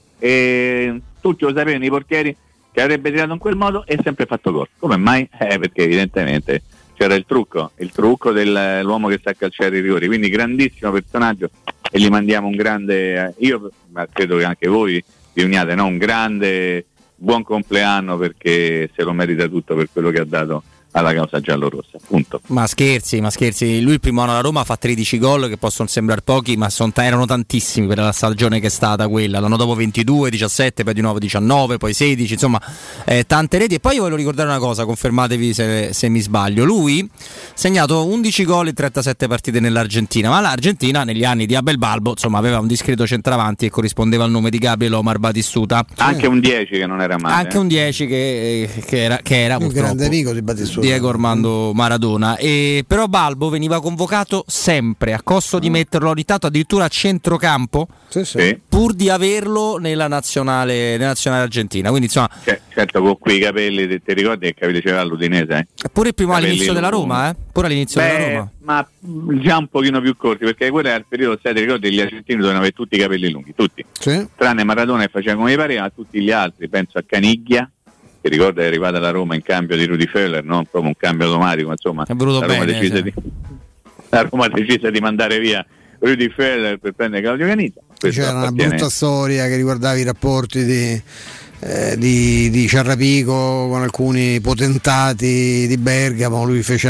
e tutti lo sapevano i portieri che avrebbe tirato in quel modo e sempre fatto gol. Come mai? Perché evidentemente c'era il trucco dell'uomo che sa calciare i rigori, quindi grandissimo personaggio, e gli mandiamo un grande, io ma credo che anche voi vi uniate, un grande buon compleanno, perché se lo merita tutto per quello che ha dato alla causa giallorossa, punto. Ma scherzi, lui il primo anno alla Roma fa 13 gol, che possono sembrare pochi, ma erano tantissimi per la stagione che è stata quella. L'anno dopo 22, 17, poi di nuovo 19, poi 16, insomma tante reti. E poi io voglio ricordare una cosa, confermatevi se mi sbaglio, lui ha segnato 11 gol in 37 partite nell'Argentina, ma l'Argentina negli anni di Abel Balbo, insomma, aveva un discreto centravanti che corrispondeva al nome di Gabriel Omar Batistuta, anche un 10 che non era male, anche un 10 che era un grande amico di Batistuta, Diego Armando Maradona. E però Balbo veniva convocato sempre, a costo di metterlo ogni tanto addirittura a centrocampo, sì. Pur di averlo nella nazionale argentina, quindi insomma certo, con quei capelli, ti ricordi che capelli c'era all'Udinese? Pure il primo all'inizio della Roma, pure all'inizio della Roma, ma già un pochino più corti, perché quello era il periodo, sai, ti ricordi, gli argentini dovevano avere tutti i capelli lunghi, tutti, sì. Tranne Maradona che faceva come gli pareva, tutti gli altri, penso a Caniglia, che ricorda è arrivata alla Roma in cambio di Rudi Feller, non proprio un cambio automatico, insomma è venuto la Roma bene, decise di mandare via Rudi Feller per prendere Claudio Canizza. C'era una brutta storia che riguardava i rapporti di Ciarrapico con alcuni potentati di Bergamo. Lui fece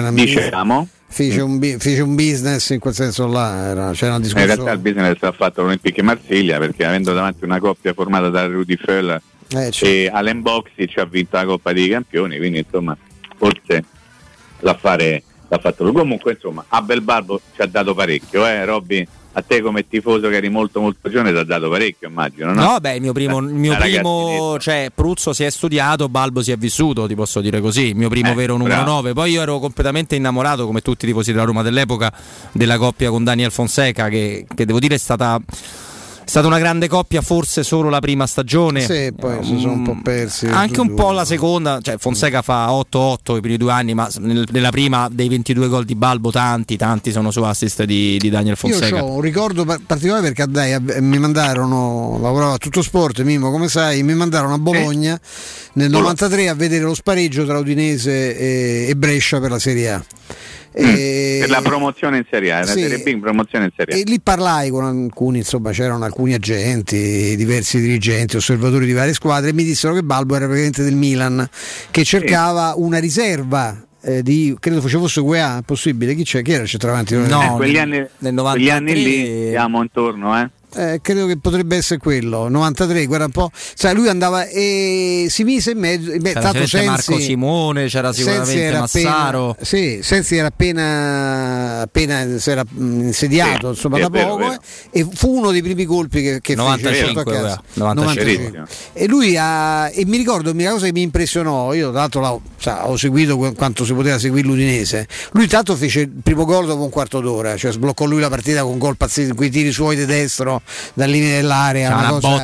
un business in quel senso là, c'era una discussione. In realtà il business l'ha fatto l'Olympique Marsiglia, perché avendo davanti una coppia formata da Rudi Feller e Alain Boxy ci ha vinto la Coppa dei Campioni, quindi insomma forse l'affare l'ha fatto lui. Comunque insomma Abel Balbo ci ha dato parecchio, Robby, a te come tifoso che eri molto giovane ti ha dato parecchio, immagino, no? No, beh, il mio primo, cioè Pruzzo si è studiato, Balbo si è vissuto, ti posso dire così, il mio primo vero numero 9. Poi io ero completamente innamorato, come tutti i tifosi della Roma dell'epoca, della coppia con Daniel Fonseca, che devo dire è stata una grande coppia, forse solo la prima stagione. Sì, poi si sono un po' persi. Anche un po' la seconda, cioè Fonseca fa 8-8 i primi 2 anni, ma nella prima dei 22 gol di Balbo tanti sono su assist di Daniel Fonseca. Io ho un ricordo particolare perché a Dai mi mandarono, lavoravo a Tutto Sport, Mimmo, come sai, mi mandarono a Bologna nel 93 a vedere lo spareggio tra Udinese e Brescia per la Serie A. Per la promozione in Serie A, la Serie B in promozione in Serie A. E lì parlai con alcuni, insomma c'erano alcuni agenti, diversi dirigenti, osservatori di varie squadre, e mi dissero che Balbo era praticamente del Milan, che cercava una riserva credo fosse UEA, possibile? Chi era il centravanti? No, quegli anni lì siamo intorno, credo che potrebbe essere quello 93, guarda un po', sai, lui andava e si mise in mezzo, tanto Sensi, Marco Simone, c'era sicuramente Massaro, Sensi era appena si era insediato, insomma, da poco, e fu uno dei primi colpi che 95, fece a casa. 95. E lui e mi ricordo una cosa che mi impressionò, io tra l'altro ho seguito quanto si poteva seguire l'Udinese, lui tanto fece il primo gol dopo un quarto d'ora, cioè sbloccò lui la partita con un gol pazzesco, quei tiri suoi di destro dal limite dell'area,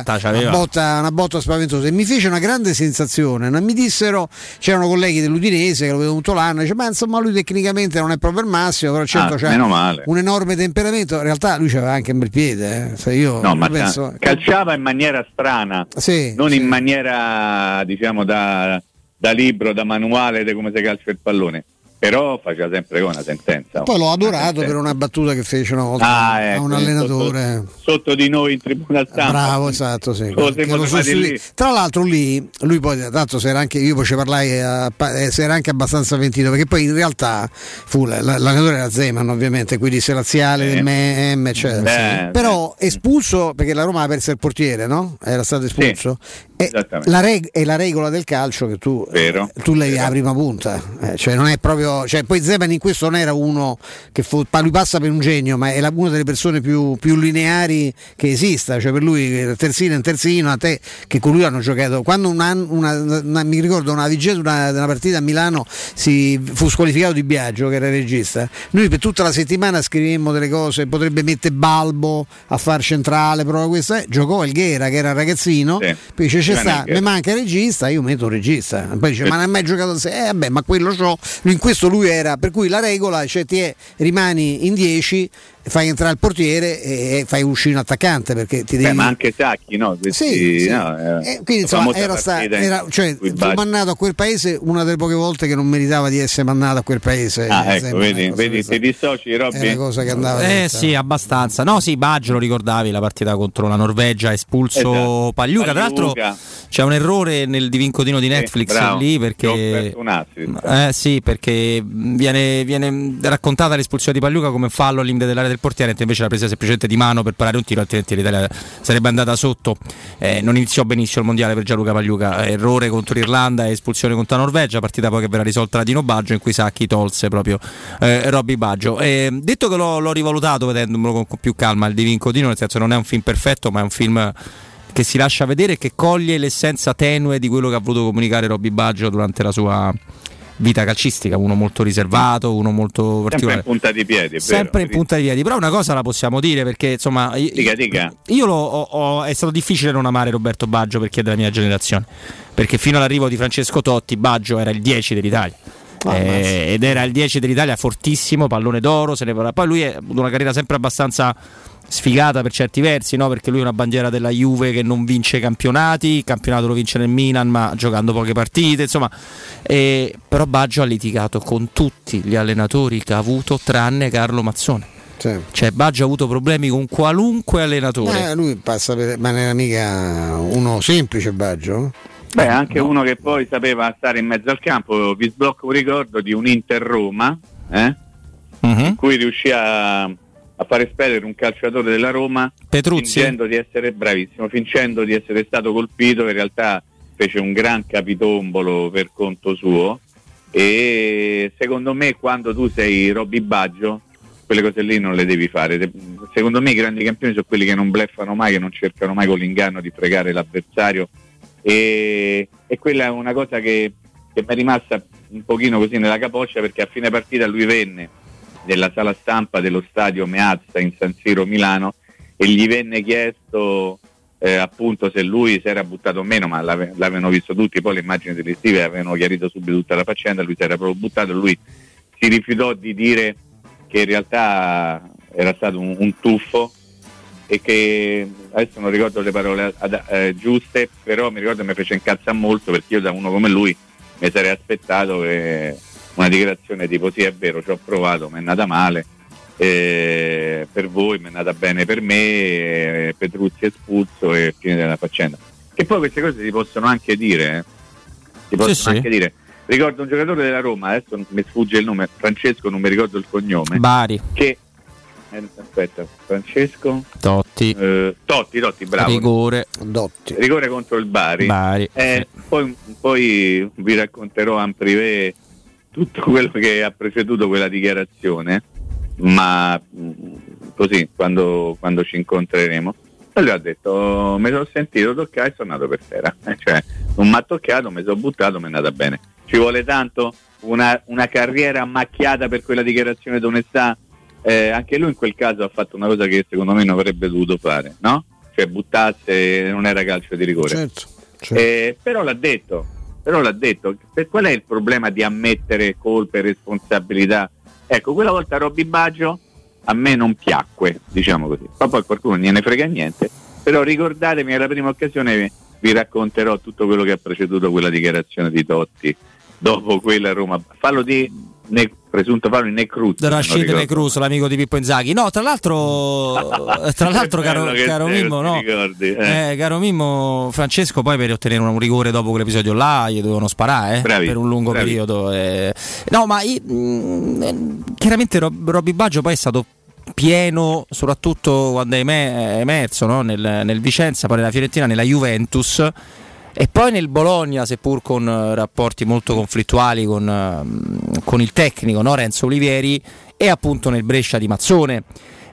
una botta spaventosa, e mi fece una grande sensazione. Non mi dissero, c'erano colleghi dell'Udinese che lo vedono tutto l'anno, dice, ma insomma lui tecnicamente non è proprio il massimo, però certo c'è un enorme temperamento. In realtà lui c'aveva anche un bel piede, penso, calciava in maniera strana, non in maniera diciamo da libro, da manuale di come si calcia il pallone, però faceva sempre con una sentenza. Poi l'ho adorato per una battuta che fece una volta a un allenatore sotto di noi in tribuna stampa. Bravo, esatto, sì. Tra l'altro lui poi tanto si era anche, io poi ci parlai, si era anche abbastanza pentito, perché poi in realtà fu l'allenatore era Zeman, ovviamente, quindi se laziale del MEM, eccetera. Però espulso perché la Roma ha perso il portiere, no? Era stato espulso. È la regola del calcio che tu levi la prima punta, cioè non è proprio, cioè poi Zeman in questo non era uno che lui passa per un genio, ma è una delle persone più lineari che esista, cioè per lui terzino in terzino, a te che con lui hanno giocato quando mi ricordo una partita a Milano fu squalificato Di Biagio che era il regista, noi per tutta la settimana scrivemmo delle cose, potrebbe mettere Balbo a far centrale, però questa giocò Elghera che era ragazzino, poi dice mi manca il regista, io metto un regista, poi dice ma non hai mai giocato ma quello in questo lui era, per cui la regola, cioè rimani in 10, fai entrare il portiere e fai uscire un attaccante, perché ti devi... ma anche Sacchi, no? Quindi insomma fu mandato a quel paese una delle poche volte che non meritava di essere mandato a quel paese. Ecco, vedi, ti dissoci, Robby? È una cosa che andava sì, abbastanza. No, sì, Baggio, lo ricordavi, la partita contro la Norvegia, espulso Pagliuca. Tra l'altro c'è un errore nel divincodino di Netflix lì, perché perché viene raccontata l'espulsione di Pagliuca come fallo al limite dell'area del portiere, invece l'ha presa semplicemente di mano per parare un tiro, altrimenti l'Italia sarebbe andata sotto. Non iniziò benissimo il mondiale per Gianluca Pagliuca, errore contro l'Irlanda e espulsione contro la Norvegia, partita poi che verrà risolta da Dino Baggio, in cui Sacchi tolse proprio Robby Baggio. Detto che l'ho rivalutato vedendolo con più calma il divincodino, nel senso non è un film perfetto, ma è un film che si lascia vedere e che coglie l'essenza tenue di quello che ha voluto comunicare Robby Baggio durante la sua vita calcistica, uno molto riservato, uno molto particolare, sempre in punta di piedi, sempre in punta di piedi. Però una cosa la possiamo dire, perché insomma io è stato difficile non amare Roberto Baggio per chi è della mia generazione, perché fino all'arrivo di Francesco Totti Baggio era il 10 dell'Italia. Ed era il 10 dell'Italia, fortissimo, pallone d'oro, poi lui ha avuto una carriera sempre abbastanza sfigata per certi versi, no? Perché lui è una bandiera della Juve che non vince campionati, il campionato lo vince nel Milan ma giocando poche partite, insomma, però Baggio ha litigato con tutti gli allenatori che ha avuto tranne Carlo Mazzone. Cioè Baggio ha avuto problemi con qualunque allenatore. Lui passa ma non era mica uno semplice, Baggio. Anche uno che poi sapeva stare in mezzo al campo. Vi sblocco un ricordo di un Inter-Roma in cui riuscì a fare espellere un calciatore della Roma, Petruzzi, fingendo di essere stato colpito. In realtà fece un gran capitombolo per conto suo, e secondo me quando tu sei Robby Baggio quelle cose lì non le devi fare. Secondo me i grandi campioni sono quelli che non bluffano mai, che non cercano mai con l'inganno di fregare l'avversario, e quella è una cosa che mi è rimasta un pochino così nella capoccia, perché a fine partita lui venne nella sala stampa dello stadio Meazza in San Siro Milano e gli venne chiesto appunto se lui si era buttato o meno, ma l'avevano visto tutti, poi le immagini televisive avevano chiarito subito tutta la faccenda, lui si era proprio buttato, lui si rifiutò di dire che in realtà era stato un tuffo, e che adesso non ricordo le parole giuste, però mi ricordo che mi fece incazzare molto, perché io da uno come lui mi sarei aspettato che una dichiarazione tipo sì, è vero, ci ho provato, mi è andata male, per voi mi è andata bene per me, Petruzzi espulso e fine della faccenda. Che poi queste cose si possono anche dire, si possono anche dire. Ricordo un giocatore della Roma, adesso mi sfugge il nome, Francesco, non mi ricordo il cognome, Bari, che Francesco Totti, bravo, rigore contro il Bari. Sì. Poi vi racconterò en privé tutto quello che ha preceduto quella dichiarazione, ma così quando ci incontreremo. E lui ha detto: mi sono sentito toccare e sono andato per terra, cioè non mi ha toccato, mi sono buttato, mi è andata bene. Ci vuole tanto una carriera macchiata per quella dichiarazione d'onestà. Anche lui in quel caso ha fatto una cosa che secondo me non avrebbe dovuto fare, no? Cioè buttasse, non era calcio di rigore. Certo. Però l'ha detto. Qual è il problema di ammettere colpe e responsabilità? Ecco, quella volta Robby Baggio a me non piacque, diciamo così. Poi qualcuno non gliene frega niente, però ricordatemi, alla prima occasione vi racconterò tutto quello che ha preceduto quella dichiarazione di Totti dopo quella Roma. Fallo di presunto fallo in Necruz, Rashid Necruz, l'amico di Pippo Inzaghi. No, tra l'altro caro Mimmo, no? Caro Mimmo, Francesco poi per ottenere un rigore dopo quell'episodio là gli dovevano sparare per un lungo periodo. No, ma chiaramente Robby Baggio poi è stato pieno, soprattutto quando è emerso, no? nel Vicenza, poi nella Fiorentina, nella Juventus e poi nel Bologna, seppur con rapporti molto conflittuali con il tecnico, no? Renzo Olivieri, e appunto nel Brescia di Mazzone.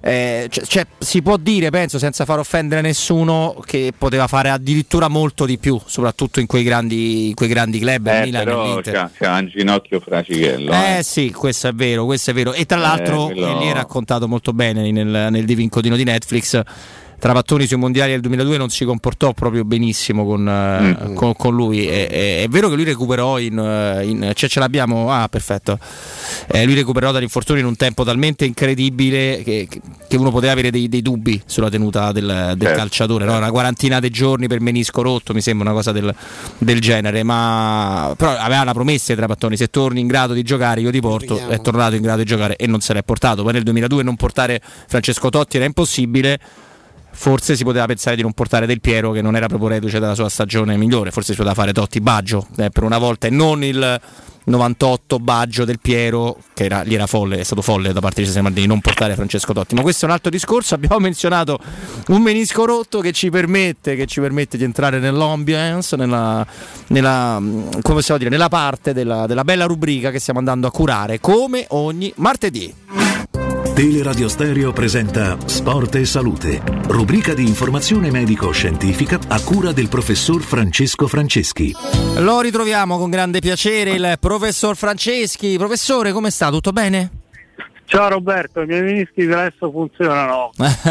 Si può dire, penso, senza far offendere nessuno, che poteva fare addirittura molto di più, soprattutto in quei grandi club, Milan, però c'è un ginocchio fracichello. Sì, questo è vero. E tra l'altro lì è raccontato molto bene nel Divincodino di Netflix. Trapattoni sui mondiali del 2002 non si comportò proprio benissimo con lui. È vero che lui recuperò ce l'abbiamo, perfetto. Lui recuperò dall'infortunio in un tempo talmente incredibile che uno poteva avere dei dubbi sulla tenuta del calciatore, no? Una quarantina di giorni per menisco rotto, mi sembra una cosa del genere, ma però aveva la promessa di Trapattoni: se torni in grado di giocare io ti porto. È tornato in grado di giocare e non se l'è portato. Poi nel 2002 non portare Francesco Totti era impossibile. Forse si poteva pensare di non portare Del Piero, che non era proprio reduce dalla sua stagione migliore. Forse si poteva fare Totti Baggio per una volta, e non il 98 Baggio Del Piero, che lì era folle, è stato folle da parte di Cesare Maldini non portare Francesco Totti. Ma questo è un altro discorso. Abbiamo menzionato un menisco rotto che ci permette di entrare nell'ambiance, nella come possiamo dire, nella parte della bella rubrica che stiamo andando a curare come ogni martedì. Teleradio Stereo presenta Sport e Salute, rubrica di informazione medico-scientifica a cura del professor Francesco Franceschi. Lo ritroviamo con grande piacere il professor Franceschi. Professore, come sta? Tutto bene? Ciao Roberto, i miei menischi adesso funzionano.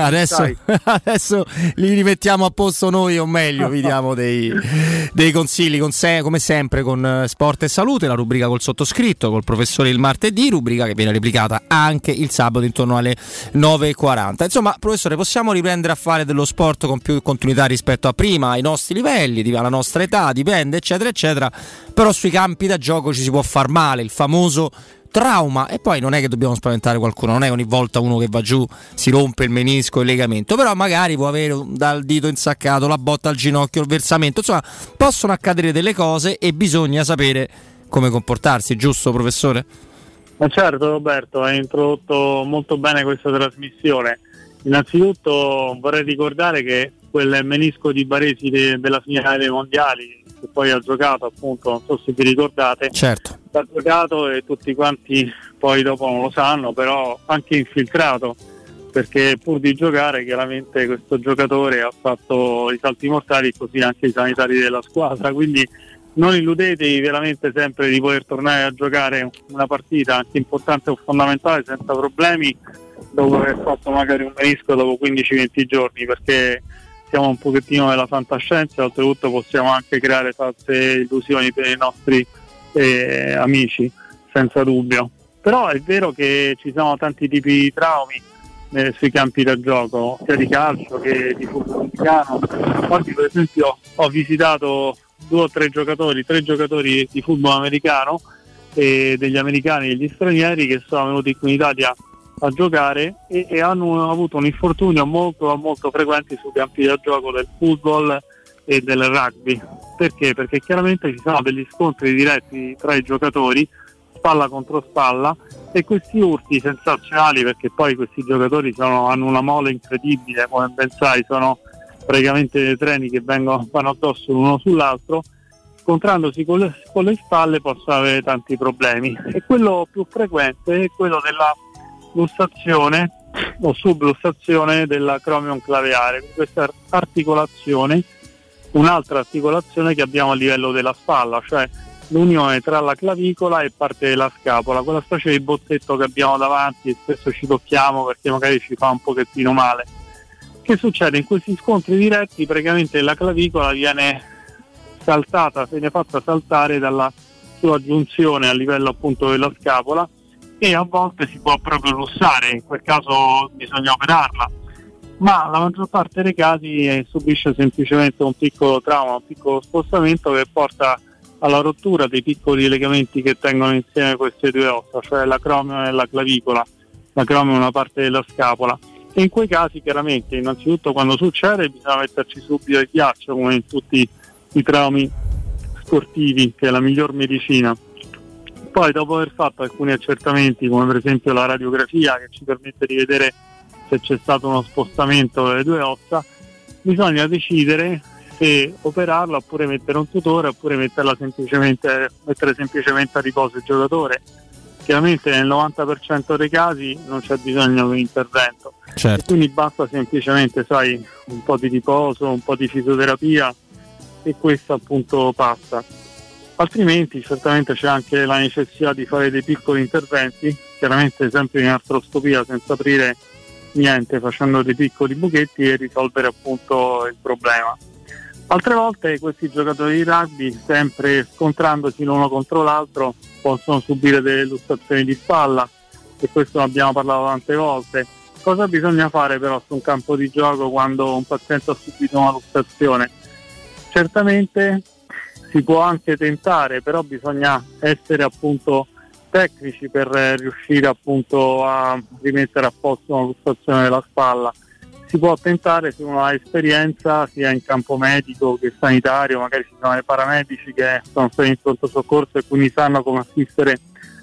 Adesso li rimettiamo a posto noi, o meglio vi diamo dei consigli come sempre con Sport e Salute, la rubrica col sottoscritto, col professore il martedì, rubrica che viene replicata anche il sabato intorno alle 9:40. Insomma, professore, possiamo riprendere a fare dello sport con più continuità rispetto a prima, ai nostri livelli, alla nostra età, dipende, eccetera eccetera, però sui campi da gioco ci si può far male, il famoso trauma. E poi non è che dobbiamo spaventare qualcuno, non è ogni volta uno che va giù si rompe il menisco, il legamento, però magari può avere dal dito insaccato, la botta al ginocchio, il versamento, insomma possono accadere delle cose e bisogna sapere come comportarsi, giusto professore? Ma certo Roberto, hai introdotto molto bene questa trasmissione. Innanzitutto vorrei ricordare che quel menisco di Baresi della finale dei mondiali, che poi ha giocato, appunto, non so se vi ricordate, certo, ha giocato e tutti quanti poi dopo non lo sanno, però anche infiltrato, perché pur di giocare chiaramente questo giocatore ha fatto i salti mortali e così anche i sanitari della squadra, quindi non illudetevi veramente sempre di poter tornare a giocare una partita anche importante o fondamentale senza problemi dopo aver fatto magari un menisco dopo 15-20 giorni, perché siamo un pochettino nella fantascienza e oltretutto possiamo anche creare false illusioni per i nostri amici, senza dubbio. Però è vero che ci sono tanti tipi di traumi sui campi da gioco, sia di calcio che di football americano. Oggi per esempio ho visitato 2 o 3 giocatori di football americano, degli americani e degli stranieri che sono venuti qui in Italia a giocare e hanno avuto un infortunio molto molto frequente sui campi da gioco del football e del rugby. Perché? Perché chiaramente ci sono degli scontri diretti tra i giocatori, spalla contro spalla, e questi urti sensazionali, perché poi questi giocatori hanno una mole incredibile, come ben sai, sono praticamente dei treni che vanno addosso l'uno sull'altro, scontrandosi con le spalle possono avere tanti problemi, e quello più frequente è quello della lussazione o sublussazione dell'acromion claviare, questa articolazione, un'altra articolazione che abbiamo a livello della spalla, cioè l'unione tra la clavicola e parte della scapola, quella specie di bozzetto che abbiamo davanti e spesso ci tocchiamo perché magari ci fa un pochettino male. Che succede? In questi scontri diretti praticamente la clavicola viene fatta saltare dalla sua giunzione a livello appunto della scapola, e a volte si può proprio lussare, in quel caso bisogna operarla, ma la maggior parte dei casi subisce semplicemente un piccolo trauma, un piccolo spostamento che porta alla rottura dei piccoli legamenti che tengono insieme queste 2 ossa, cioè l'acromion e la clavicola. L'acromion è una parte della scapola, e in quei casi chiaramente innanzitutto quando succede bisogna metterci subito il ghiaccio, come in tutti i traumi sportivi, che è la miglior medicina. Poi dopo aver fatto alcuni accertamenti, come per esempio la radiografia che ci permette di vedere se c'è stato uno spostamento delle 2 ossa, bisogna decidere se operarla oppure mettere un tutore, oppure mettere semplicemente a riposo il giocatore. Chiaramente nel 90% dei casi non c'è bisogno di un intervento, certo. E quindi basta semplicemente un po' di riposo, un po' di fisioterapia, e questo appunto passa. Altrimenti certamente c'è anche la necessità di fare dei piccoli interventi, chiaramente sempre in artroscopia, senza aprire niente, facendo dei piccoli buchetti, e risolvere appunto il problema. Altre volte questi giocatori di rugby, sempre scontrandosi l'uno contro l'altro, possono subire delle lussazioni di spalla, e questo ne abbiamo parlato tante volte. Cosa bisogna fare però su un campo di gioco quando un paziente ha subito una lussazione? Certamente si può anche tentare, però bisogna essere appunto tecnici per riuscire appunto a rimettere a posto una lussazione della spalla. Si può tentare se uno ha esperienza sia in campo medico che sanitario, magari ci sono dei paramedici che sono stati in pronto soccorso e quindi sanno come assistere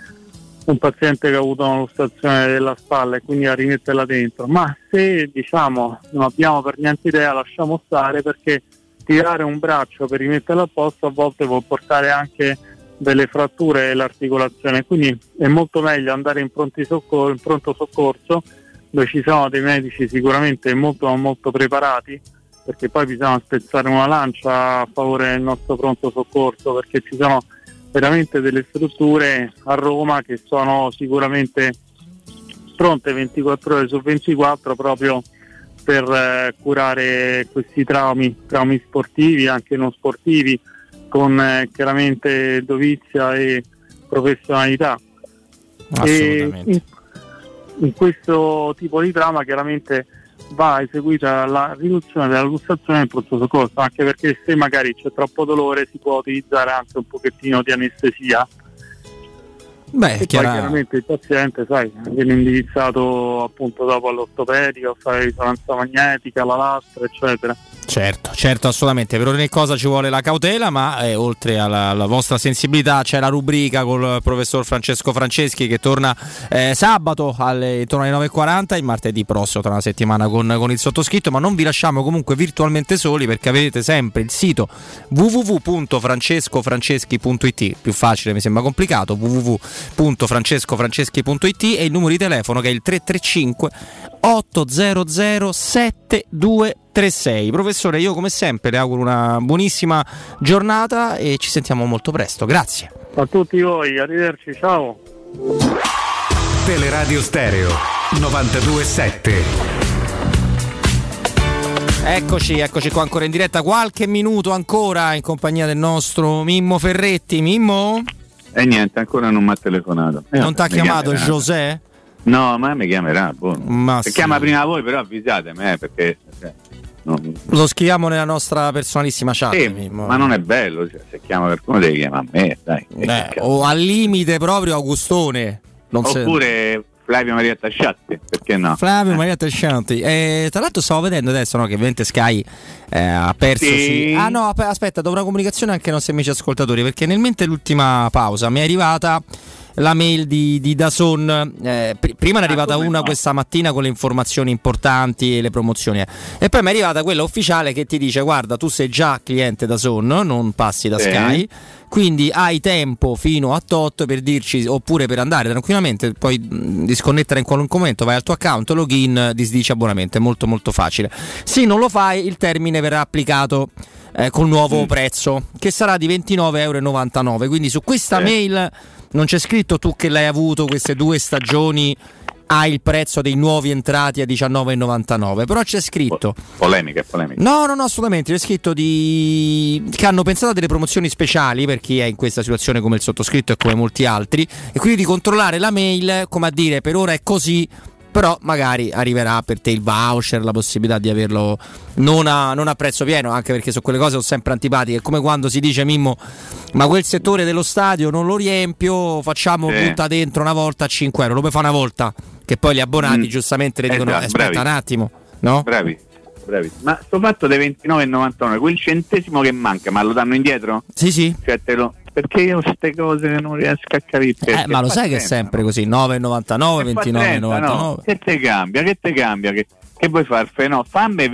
un paziente che ha avuto una lussazione della spalla e quindi a rimetterla dentro. Ma se non abbiamo per niente idea, lasciamo stare, perché tirare un braccio per rimetterlo a posto a volte può portare anche delle fratture dell'articolazione, quindi è molto meglio andare in pronto soccorso, dove ci sono dei medici sicuramente molto molto preparati, perché poi bisogna spezzare una lancia a favore del nostro pronto soccorso, perché ci sono veramente delle strutture a Roma che sono sicuramente pronte 24 ore su 24 proprio per curare questi traumi sportivi, anche non sportivi, con chiaramente dovizia e professionalità. Assolutamente. E in questo tipo di trauma chiaramente va eseguita la riduzione della lussazione del pronto soccorso, anche perché se magari c'è troppo dolore si può utilizzare anche un pochettino di anestesia. E poi chiaramente il paziente viene indirizzato appunto dopo all'ortopedico a fare risonanza magnetica, la lastra, eccetera. Certo, assolutamente. Per ogni cosa ci vuole la cautela, ma oltre alla vostra sensibilità c'è la rubrica col professor Francesco Franceschi che torna sabato intorno alle 9.40, il martedì prossimo tra una settimana con il sottoscritto, ma non vi lasciamo comunque virtualmente soli, perché avete sempre il sito www.francescofranceschi.it, più facile, mi sembra complicato, www.francescofranceschi.it, e il numero di telefono che è il 335 800 7236. Professore, io come sempre le auguro una buonissima giornata e ci sentiamo molto presto. Grazie a tutti voi, arrivederci, ciao. Teleradio Stereo 92.7. Eccoci qua ancora in diretta, qualche minuto ancora in compagnia del nostro Mimmo Ferretti. Mimmo? Niente, ancora non mi ha telefonato. Non ti ha chiamato José? No, ma mi chiamerà. Ma se sì. chiama prima voi, però avvisatemi, perché lo scriviamo nella nostra personalissima chat. sì, ma non è bello, cioè, se chiama qualcuno devi chiamare a me, dai. O al limite proprio Augustone. Oppure Flavio Maria Tasciatti, perché no? Flavio Maria Tasciatti. Tra l'altro stavo vedendo adesso, no, che ovviamente Sky ha perso. Sì. Ah no, aspetta, do una comunicazione anche ai nostri amici ascoltatori, perché nel mentre l'ultima pausa mi è arrivata la mail di DAZN, prima è arrivata una questa mattina con le informazioni importanti e le promozioni, e poi mi è arrivata quella ufficiale che ti dice: guarda, tu sei già cliente DAZN, non passi da Sky, quindi hai tempo fino a tot per dirci, oppure per andare tranquillamente, poi disconnettere in qualunque momento, vai al tuo account, login, disdici abbonamento, è molto molto facile. Se non lo fai, il termine verrà applicato col nuovo prezzo, che sarà di €29,99. Quindi su questa mail non c'è scritto tu che l'hai avuto queste 2 stagioni, hai il prezzo dei nuovi entrati a €19,99, però c'è scritto polemica. No, assolutamente, c'è scritto che hanno pensato a delle promozioni speciali per chi è in questa situazione come il sottoscritto e come molti altri, e quindi di controllare la mail, come a dire, per ora è così, però magari arriverà per te il voucher, la possibilità di averlo non a prezzo pieno, anche perché su quelle cose sono sempre antipatiche. È come quando si dice: Mimmo, ma quel settore dello stadio non lo riempio, facciamo butta dentro una volta a €5, lo puoi fare una volta, che poi gli abbonati giustamente le dicono aspetta un attimo, no? Bravi. Ma sto fatto dei €29,99, quel centesimo che manca, ma lo danno indietro? Sì. Cioè perché io queste cose non riesco a capire. Ma lo sai che è sempre così, €9,99, €29,99. Che te cambia? Che vuoi far? No, fammi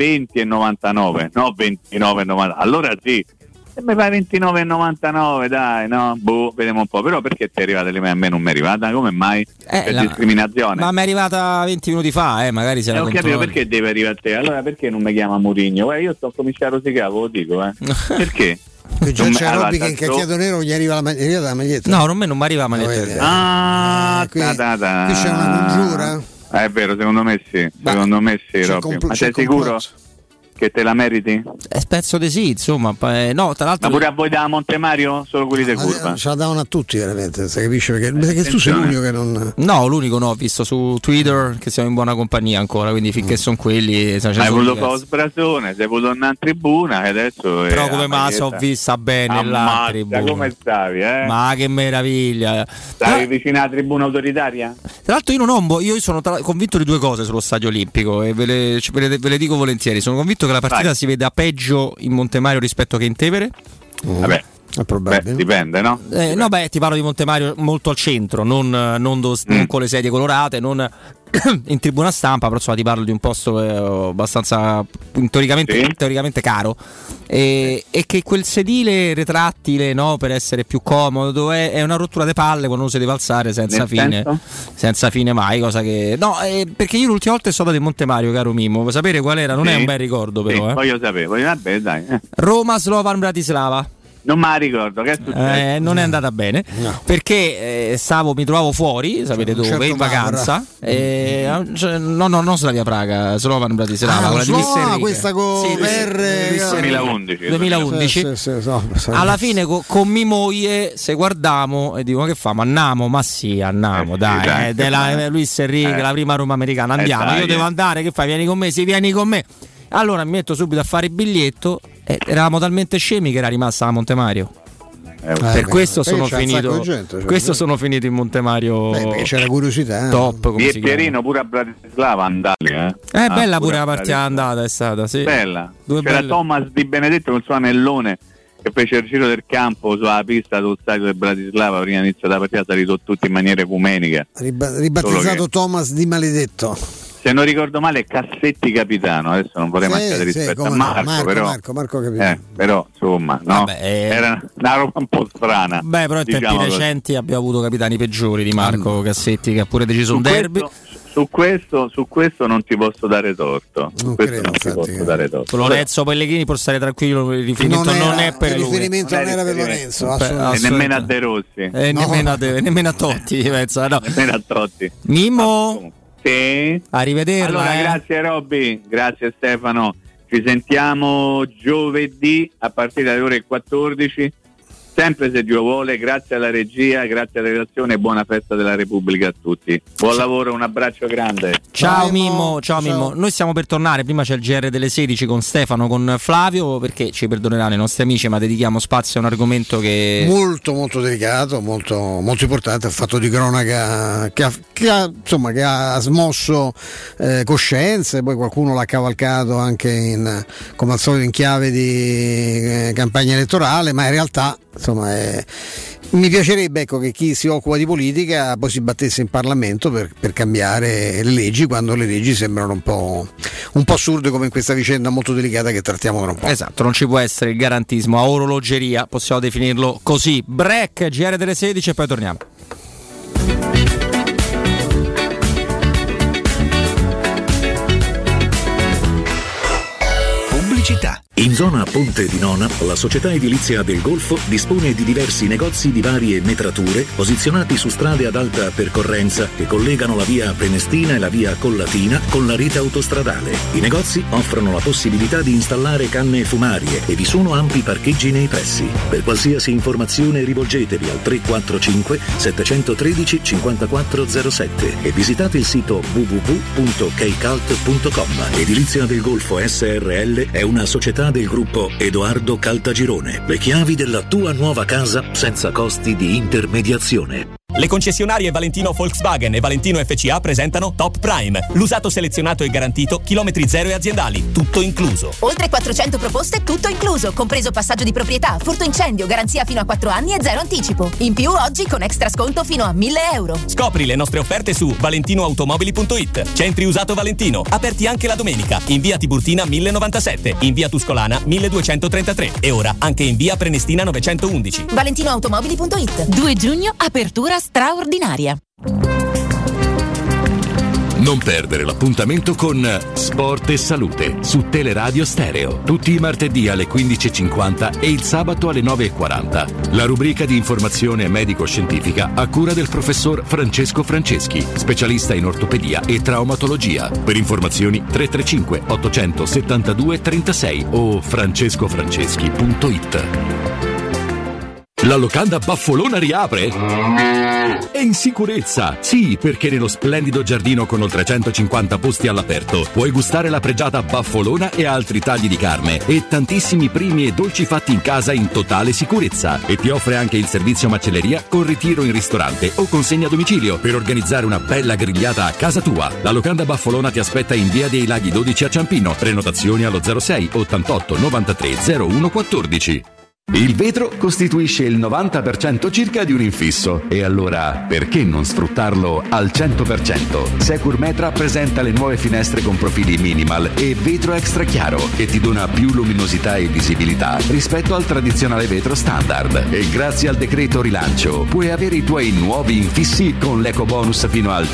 €20,99, no €29,99. Allora sì, se mi fai €29,99, dai, no? Vediamo un po'. Però perché ti è arrivata lì? A me non mi è arrivata, come mai? Per discriminazione. Ma mi è arrivata 20 minuti fa, magari se la ho capito perché deve arrivare a te. Allora perché non mi chiama Mourinho? Io sto cominciando a rosicare, ve lo dico, Perché? Che già c'è Robby che in cacchiato nero gli arriva la maglietta. No, non mi arriva la maglietta. Qui c'è una congiura? È vero, secondo me sì. Robby. Ma sei sicuro che te la meriti? Penso di sì, insomma. No, tra l'altro. Ma pure a voi da Montemario, solo quelli di curva? Ce la davano a tutti veramente, si capisce, perché tu sei l'unico che non. No, l'unico no, ho visto su Twitter che siamo in buona compagnia ancora, quindi finché sono quelli. Hai voluto fare sbrasone, sei voluto andare in tribuna e adesso. Però come ma so vista bene la tribuna. Come stavi, Ma che meraviglia! Stavi vicino alla tribuna autoritaria? Tra l'altro io sono convinto di 2 cose sullo stadio olimpico e ve le dico volentieri. Sono convinto che la partita si veda peggio in Montemario rispetto che in Tevere. Vabbè, è probabile. Dipende, no? Ti parlo di Montemario molto al centro, non con le sedie colorate, non in tribuna stampa, però insomma ti parlo di un posto abbastanza teoricamente caro, e che quel sedile retrattile, no, per essere più comodo è una rottura de palle quando uno si deve alzare senza fine mai, cosa che perché io l'ultima volta sono stato in Montemario, caro Mimmo, vuoi sapere qual era? Non è un bel ricordo, però voglio sapere, vabbè, dai. Roma Slovan Bratislava. Non me la ricordo, che è successo? Non è andata bene, perché mi trovavo fuori, sapete dove, in vacanza. Non Slavia Praga, Slovan Bratislava, questa con 2011. Alla fine con mia moglie se guardiamo e dico: ma che famo? Andiamo? Ma sì, andiamo, dai. Luis Enrique, la prima Roma americana, andiamo. Io devo andare, che fai? Vieni con me? Sì, vieni con me. Allora mi metto subito a fare il biglietto. Eravamo talmente scemi che era rimasta a Montemario. Per questo sono finito. Sono finito in Montemario. Perché c'era curiosità. Top. E Pierino pure a Bratislava andare. Bella pure la partita andata, è stata. Sì. Bella. C'era Thomas Di Benedetto con il suo anellone che fece il giro del campo sulla pista dello stadio del Bratislava. Prima inizio della partita, salito tutti in maniera ecumenica. Ribattezzato Thomas Di Maledetto. Se non ricordo male, Cassetti capitano. Adesso non vorrei mancare rispetto a Marco capitano. Però insomma, no? Era una roba un po' strana. Però in tempi recenti abbiamo avuto capitani peggiori di Marco Cassetti, che ha pure deciso un derby. Su questo non ti posso dare torto. Lorenzo Pellegrini può stare tranquillo, il riferimento non è per lui. Il riferimento non era per Lorenzo, e nemmeno a De Rossi. Nemmeno a Totti, penso. Nemmeno a Totti. Mimmo? Sì. Arrivederla. Allora, grazie Robby, grazie Stefano. Ci sentiamo giovedì a partire dalle ore 14. sempre se Dio vuole, grazie alla regia, grazie alla redazione e buona festa della Repubblica a tutti. Buon lavoro, un abbraccio grande. Ciao Mimmo, ciao Mimmo. Noi stiamo per tornare, prima c'è il GR delle 16 con Stefano, con Flavio, perché ci perdoneranno i nostri amici, ma dedichiamo spazio a un argomento che molto molto delicato, molto, molto importante, un fatto di cronaca che ha smosso coscienze, poi qualcuno l'ha cavalcato anche come al solito in chiave di campagna elettorale, ma in realtà insomma mi piacerebbe, ecco, che chi si occupa di politica poi si battesse in Parlamento per cambiare le leggi, quando le leggi sembrano un po' assurde, come in questa vicenda molto delicata che trattiamo tra un po'. Esatto, non ci può essere il garantismo a orologeria, possiamo definirlo così. Break, GR delle 16 e poi torniamo. Pubblicità. In zona Ponte di Nona, la società edilizia del Golfo dispone di diversi negozi di varie metrature posizionati su strade ad alta percorrenza che collegano la via Prenestina e la via Collatina con la rete autostradale. I negozi offrono la possibilità di installare canne fumarie e vi sono ampi parcheggi nei pressi. Per qualsiasi informazione rivolgetevi al 345 713 5407 e visitate il sito www.keicalt.com. Edilizia del Golfo SRL è una società del gruppo Edoardo Caltagirone. Le chiavi della tua nuova casa senza costi di intermediazione. Le concessionarie Valentino Volkswagen e Valentino FCA presentano Top Prime, l'usato selezionato e garantito, chilometri zero e aziendali, tutto incluso. Oltre 400 proposte, tutto incluso, compreso passaggio di proprietà, furto incendio, garanzia fino a 4 anni e zero anticipo. In più oggi con extra sconto fino a 1.000 euro. Scopri le nostre offerte su valentinoautomobili.it. Centri usato Valentino, aperti anche la domenica, in via Tiburtina 1097, in via Tuscolana 1233 e ora anche in via Prenestina 911. valentinoautomobili.it. 2 giugno, apertura straordinaria. Non perdere l'appuntamento con Sport e Salute su Teleradio Stereo, tutti i martedì alle 15.50 e il sabato alle 9.40. La rubrica di informazione medico-scientifica a cura del professor Francesco Franceschi, specialista in ortopedia e traumatologia. Per informazioni 335 872 36 o francescofranceschi.it. La locanda Baffolona riapre? È in sicurezza! Sì, perché nello splendido giardino con oltre 150 posti all'aperto puoi gustare la pregiata Baffolona e altri tagli di carne e tantissimi primi e dolci fatti in casa in totale sicurezza. E ti offre anche il servizio macelleria con ritiro in ristorante o consegna a domicilio per organizzare una bella grigliata a casa tua. La locanda Baffolona ti aspetta in via dei Laghi 12 a Ciampino. Prenotazioni allo 06 88 93 01 14. Il vetro costituisce il 90% circa di un infisso e allora perché non sfruttarlo al 100%? Securmetra presenta le nuove finestre con profili minimal e vetro extra chiaro che ti dona più luminosità e visibilità rispetto al tradizionale vetro standard e grazie al decreto rilancio puoi avere i tuoi nuovi infissi con l'eco bonus fino al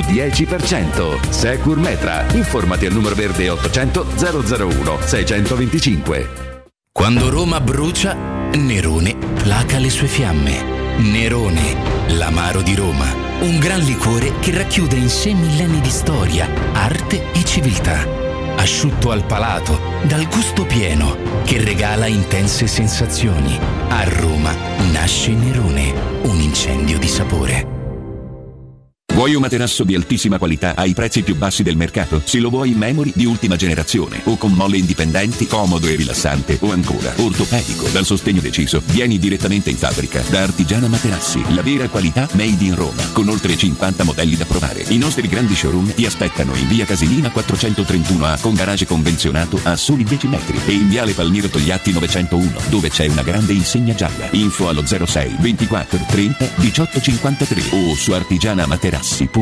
110%. Securmetra, informati al numero verde 800 001 625. Quando Roma brucia, Nerone placa le sue fiamme. Nerone, l'amaro di Roma. Un gran liquore che racchiude in sé millenni di storia, arte e civiltà. Asciutto al palato, dal gusto pieno, che regala intense sensazioni. A Roma nasce Nerone, un incendio di sapore. Vuoi un materasso di altissima qualità ai prezzi più bassi del mercato? Se lo vuoi in memory di ultima generazione o con molle indipendenti, comodo e rilassante o ancora ortopedico dal sostegno deciso, vieni direttamente in fabbrica da Artigiana Materassi, la vera qualità made in Roma, con oltre 50 modelli da provare. I nostri grandi showroom ti aspettano in via Casilina 431A con garage convenzionato a soli 10 metri e in viale Palmiro Togliatti 901 dove c'è una grande insegna gialla. Info allo 06 24 30 18 53 o su artigianamaterassi.com.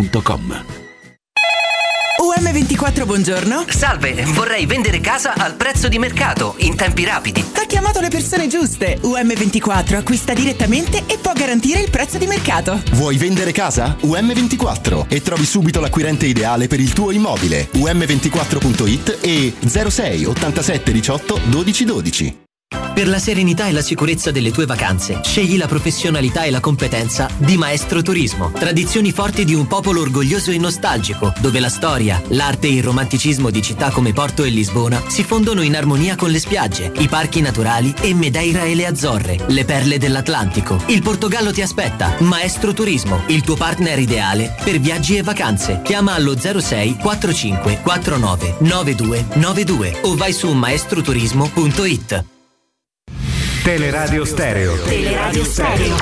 UM24, buongiorno. Salve, vorrei vendere casa al prezzo di mercato, in tempi rapidi. Ha chiamato le persone giuste. UM24 acquista direttamente e può garantire il prezzo di mercato. Vuoi vendere casa? UM24 e trovi subito l'acquirente ideale per il tuo immobile. UM24.it e 06 87 18 12 12. Per la serenità e la sicurezza delle tue vacanze, scegli la professionalità e la competenza di Maestro Turismo. Tradizioni forti di un popolo orgoglioso e nostalgico, dove la storia, l'arte e il romanticismo di città come Porto e Lisbona si fondono in armonia con le spiagge, i parchi naturali e Madeira e le Azzorre, le perle dell'Atlantico. Il Portogallo ti aspetta. Maestro Turismo, il tuo partner ideale per viaggi e vacanze. Chiama allo 06 45 49 9292 o vai su maestroturismo.it. Teleradio Stereo. Teleradio Stereo.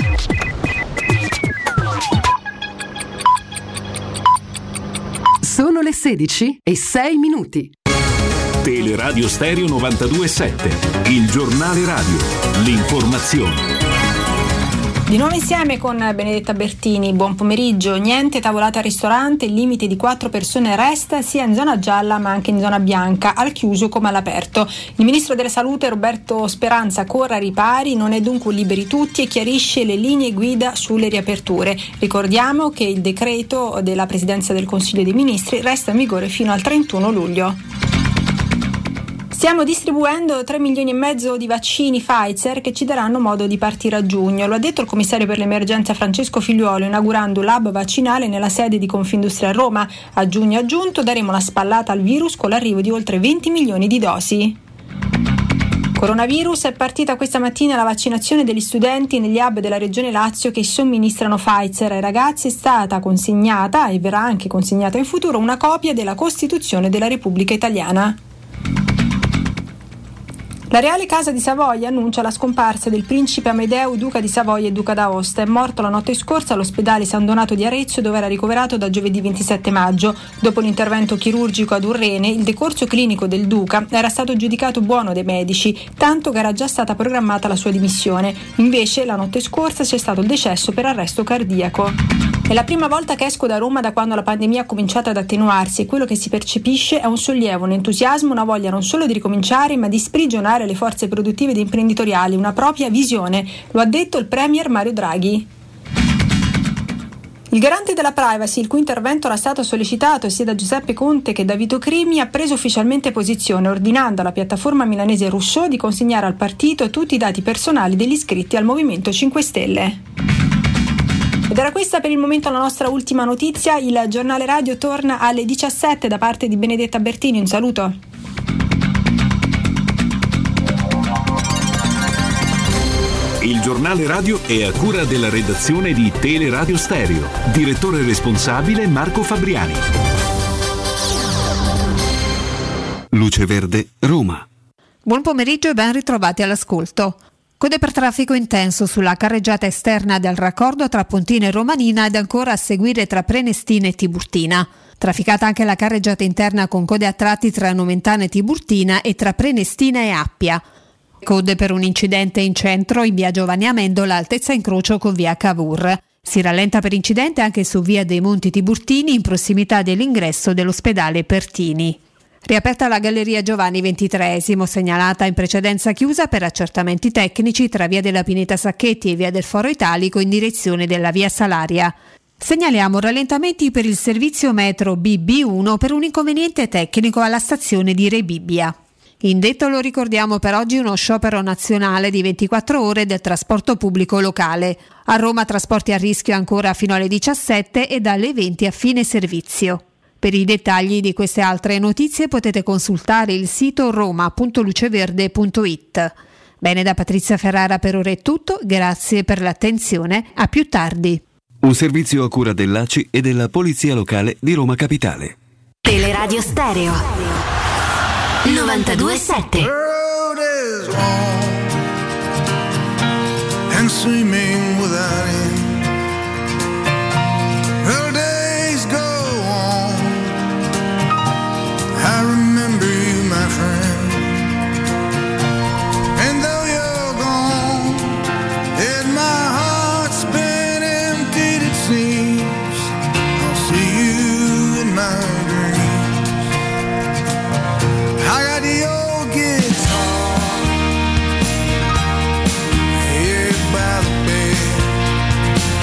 Sono le 16:06. Teleradio Stereo 92.7, il giornale radio, l'informazione. Di nuovo insieme con Benedetta Bertini, buon pomeriggio. Niente tavolate al ristorante, il limite di 4 persone resta sia in zona gialla ma anche in zona bianca, al chiuso come all'aperto. Il ministro della Salute Roberto Speranza corre ai ripari, non è dunque liberi tutti e chiarisce le linee guida sulle riaperture. Ricordiamo che il decreto della Presidenza del Consiglio dei Ministri resta in vigore fino al 31 luglio. Stiamo distribuendo 3,5 milioni di vaccini Pfizer che ci daranno modo di partire a giugno. Lo ha detto il commissario per l'emergenza Francesco Figliuolo inaugurando un lab vaccinale nella sede di Confindustria a Roma. A giugno aggiunto daremo la spallata al virus con l'arrivo di oltre 20 milioni di dosi. Coronavirus, è partita questa mattina la vaccinazione degli studenti negli hub della regione Lazio che somministrano Pfizer. Ai ragazzi è stata consegnata e verrà anche consegnata in futuro una copia della Costituzione della Repubblica Italiana. La Reale Casa di Savoia annuncia la scomparsa del principe Amedeo, duca di Savoia e duca d'Aosta. È morto la notte scorsa all'ospedale San Donato di Arezzo, dove era ricoverato da giovedì 27 maggio. Dopo l'intervento chirurgico ad un rene, il decorso clinico del duca era stato giudicato buono dai medici, tanto che era già stata programmata la sua dimissione. Invece, la notte scorsa c'è stato il decesso per arresto cardiaco. È la prima volta che esco da Roma da quando la pandemia ha cominciato ad attenuarsi e quello che si percepisce è un sollievo, un entusiasmo, una voglia non solo di ricominciare ma di sprigionare le forze produttive ed imprenditoriali, una propria visione, lo ha detto il premier Mario Draghi. Il garante della privacy, il cui intervento era stato sollecitato sia da Giuseppe Conte che da Vito Crimi, ha preso ufficialmente posizione ordinando alla piattaforma milanese Rousseau di consegnare al partito tutti i dati personali degli iscritti al Movimento 5 Stelle. Ed era questa per il momento la nostra ultima notizia. Il giornale radio torna alle 17 da parte di Benedetta Bertini. Un saluto. Il giornale radio è a cura della redazione di Teleradio Stereo. Direttore responsabile Marco Fabriani. Luce Verde, Roma. Buon pomeriggio e ben ritrovati all'ascolto. Code per traffico intenso sulla carreggiata esterna del raccordo tra Pontina e Romanina ed ancora a seguire tra Prenestina e Tiburtina. Trafficata anche la carreggiata interna con code a tratti tra Nomentana e Tiburtina e tra Prenestina e Appia. Code per un incidente in centro in via Giovanni Amendola, altezza incrocio con via Cavour. Si rallenta per incidente anche su via dei Monti Tiburtini in prossimità dell'ingresso dell'ospedale Pertini. Riaperta la galleria Giovanni XXIII, segnalata in precedenza chiusa per accertamenti tecnici tra via della Pineta Sacchetti e via del Foro Italico in direzione della via Salaria. Segnaliamo rallentamenti per il servizio metro BB1 per un inconveniente tecnico alla stazione di Rebibbia. Indetto, lo ricordiamo, per oggi uno sciopero nazionale di 24 ore del trasporto pubblico locale. A Roma trasporti a rischio ancora fino alle 17 e dalle 20 a fine servizio. Per i dettagli di queste altre notizie potete consultare il sito roma.luceverde.it. Bene, da Patrizia Ferrara per ora è tutto, grazie per l'attenzione, a più tardi. Un servizio a cura dell'ACI e della Polizia Locale di Roma Capitale. Teleradio Stereo 92.7. And swimming without end. Well, days go on. I remember you, my friend. And though you're gone, and my heart's been emptied, it seems, I'll see you in my dreams. I got the old guitar here by the bed.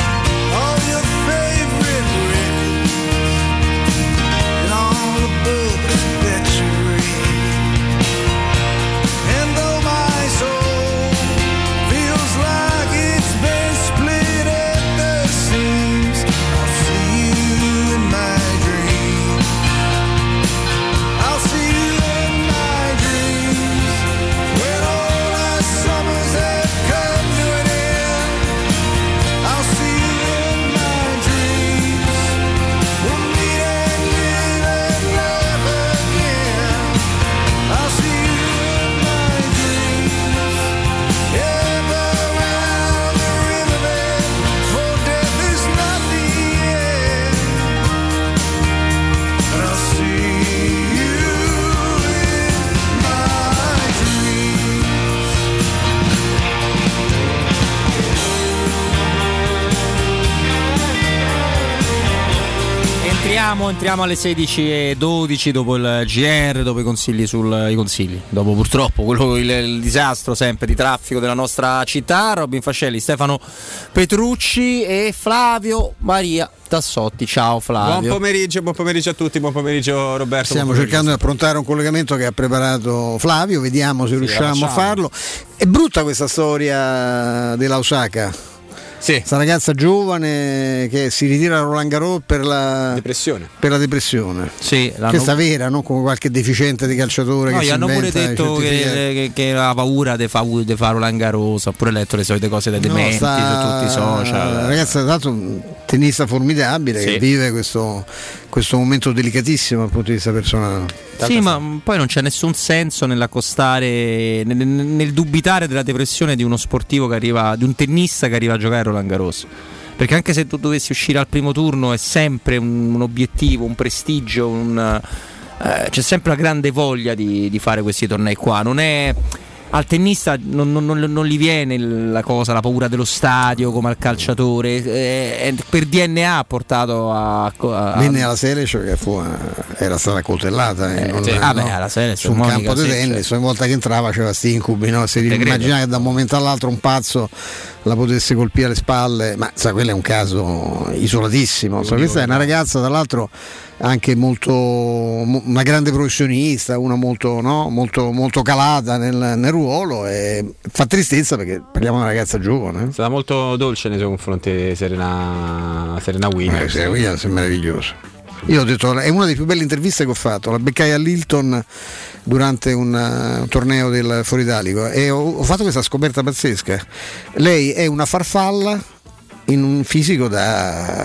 entriamo alle 16:12 dopo il GR, dopo i consigli dopo purtroppo il disastro sempre di traffico della nostra città. Robin Fascelli, Stefano Petrucci e Flavio Maria Tassotti. Ciao Flavio. Buon pomeriggio a tutti, buon pomeriggio Roberto. Stiamo cercando di approntare un collegamento che ha preparato Flavio, vediamo se riusciamo a farlo. È brutta questa storia della Osaka. Sì. Questa ragazza giovane che si ritira a Roland Garros per la depressione. Sì, questa vera, non come qualche deficiente di calciatore. No, che gli hanno pure detto che aveva paura di fare Roland Garros. Ho pure letto le solite cose dai dementi su tutti i social. La ragazza è stato un tennista formidabile che vive questo momento delicatissimo dal punto di vista personale. Sì, ma poi non c'è nessun senso nell'accostare, nel dubitare della depressione di uno sportivo che arriva, di un tennista che arriva a giocare a Roland Garros. Perché anche se tu dovessi uscire al primo turno è sempre un obiettivo, un prestigio, c'è sempre una grande voglia di fare questi tornei qua. Non è. Al tennista non gli viene la paura dello stadio come al calciatore, per DNA ha portato venne alla Selex che era stata coltellata alla Selex, su un campo di tennis, ogni volta che entrava c'era sti incubi, no? Si immagina che da un momento all'altro un pazzo la potesse colpire alle spalle, ma quello è un caso isolatissimo. Questa è una ragazza tra l'altro anche una grande professionista, una molto calata nel ruolo, e fa tristezza perché parliamo di una ragazza giovane. È stata molto dolce nei suoi confronti Serena Williams. Serena Williams è meravigliosa. Io ho detto, è una delle più belle interviste che ho fatto, la beccai all'Hilton durante un torneo del Fuoritalico e ho fatto questa scoperta pazzesca. Lei è una farfalla in un fisico da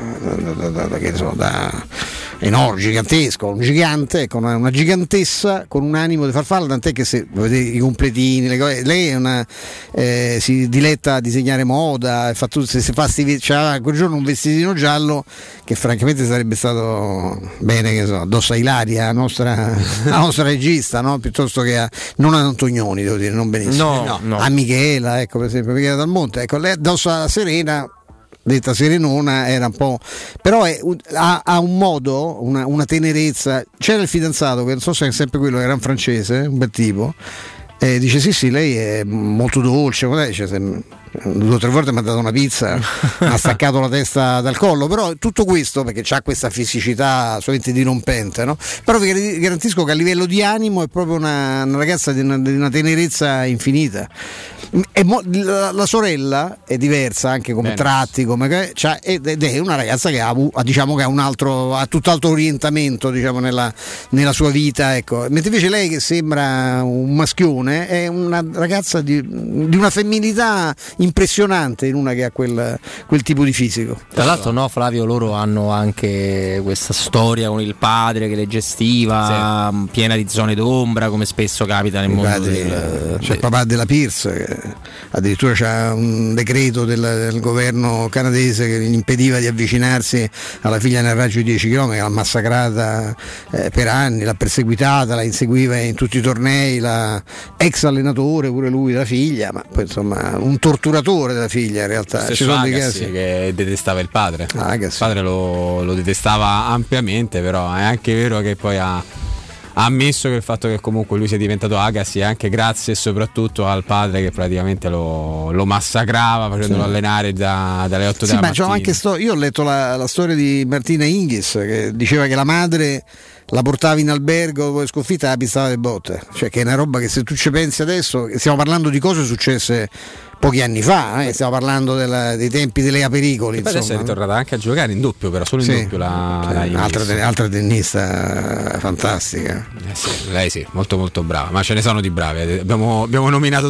enorme, gigantesco, un gigante, con una gigantessa con un animo di farfalla, tant'è che se vedete i completini, le cose, lei è si diletta a disegnare moda, c'ha quel giorno un vestitino giallo che francamente sarebbe stato bene, che so, addosso a Ilaria, la nostra regista, no? Piuttosto che non ad Antonioni, devo dire, non benissimo, no. A Michela, ecco, per esempio Michela Dal Monte, ecco, lei addosso a Serena, detta serenona, era un po', però ha un modo, una tenerezza. C'era il fidanzato che non so se è sempre quello, era un francese, un bel tipo, dice sì, lei è molto dolce, dice, 2 o 3 volte mi ha dato una pizza, mi ha staccato la testa dal collo, però tutto questo perché ha questa fisicità solamente dirompente, no? Però vi garantisco che a livello di animo è proprio una ragazza di una tenerezza infinita. La sorella è diversa anche come tratti, ed è una ragazza che ha tutt'altro orientamento, diciamo, nella sua vita, ecco. Mentre invece lei, che sembra un maschione, è una ragazza di una femminilità impressionante in una che ha quel tipo di fisico. Tra l'altro, no, Flavio, loro hanno anche questa storia con il padre che le gestiva, piena di zone d'ombra, come spesso capita nel mondo c'è il papà della Pierce, che addirittura c'è un decreto del governo canadese che gli impediva di avvicinarsi alla figlia nel raggio di 10 km, l'ha massacrata per anni, l'ha perseguitata, la inseguiva in tutti i tornei, ex allenatore pure lui della figlia, ma poi insomma un torturatore della figlia in realtà. Ci sono dei casi che detestava il padre. Il padre lo detestava ampiamente, però è anche vero che poi ha ammesso che il fatto che comunque lui sia diventato Agassi è anche grazie e soprattutto al padre che praticamente lo massacrava facendolo allenare dalle 8 della mattina. Ma anche io ho letto la storia di Martina Hingis che diceva che la madre la portava in albergo dopo le sconfitte e la pizzava le botte, cioè che è una roba che se tu ci pensi adesso, stiamo parlando di cose successe pochi anni fa, stiamo parlando dei tempi dei Lea Pericoli. Poi adesso è ritornata anche a giocare in doppio, però solo in doppio altra tennista fantastica. Lei sì, molto molto brava, ma ce ne sono di brave. Abbiamo nominato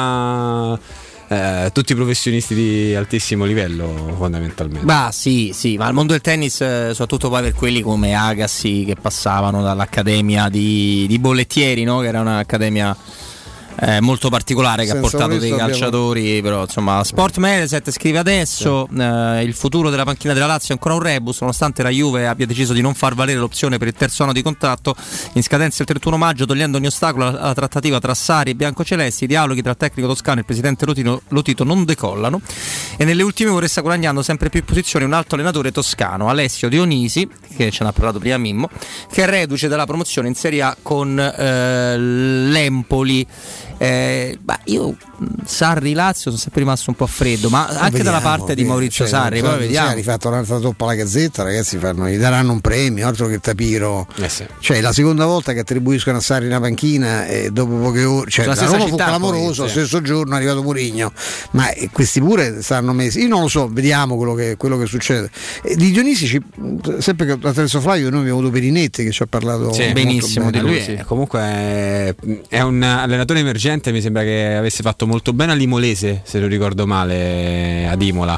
tutti i professionisti di altissimo livello fondamentalmente. Sì, ma il mondo del tennis, soprattutto poi per quelli come Agassi che passavano dall'accademia di Bollettieri, no? Che era un'accademia molto particolare che Senza ha portato dei calciatori, però insomma Sport Mediaset scrive adesso il futuro della panchina della Lazio è ancora un rebus, nonostante la Juve abbia deciso di non far valere l'opzione per il terzo anno di contratto in scadenza il 31 maggio, togliendo ogni ostacolo alla trattativa tra Sarri e biancocelesti. I dialoghi tra il tecnico toscano e il presidente Lotito non decollano e nelle ultime ore sta guadagnando sempre più in posizione un alto allenatore toscano, Alessio Dionisi, che ce n'ha parlato prima Mimmo, che è reduce dalla promozione in Serie A con l'Empoli. Io Sarri Lazio sono sempre rimasto un po' freddo, ma anche dalla parte di Maurizio Sarri, poi vediamo. Sarri ha fatto un'altra toppa alla Gazzetta, ragazzi, gli daranno un premio, altro che Tapiro. Cioè la seconda volta che attribuiscono a Sarri una panchina e dopo poche ore, cioè la Roma fu clamoroso, lo stesso giorno è arrivato Mourinho, ma questi pure stanno messi. Io non lo so, vediamo quello che succede. Di Dionisi sempre che attraverso Flavio noi abbiamo avuto Perinetti che ci ha parlato benissimo di lui. Comunque è un allenatore emergente, mi sembra che avesse fatto molto bene all'Imolese, se non ricordo male, ad Imola.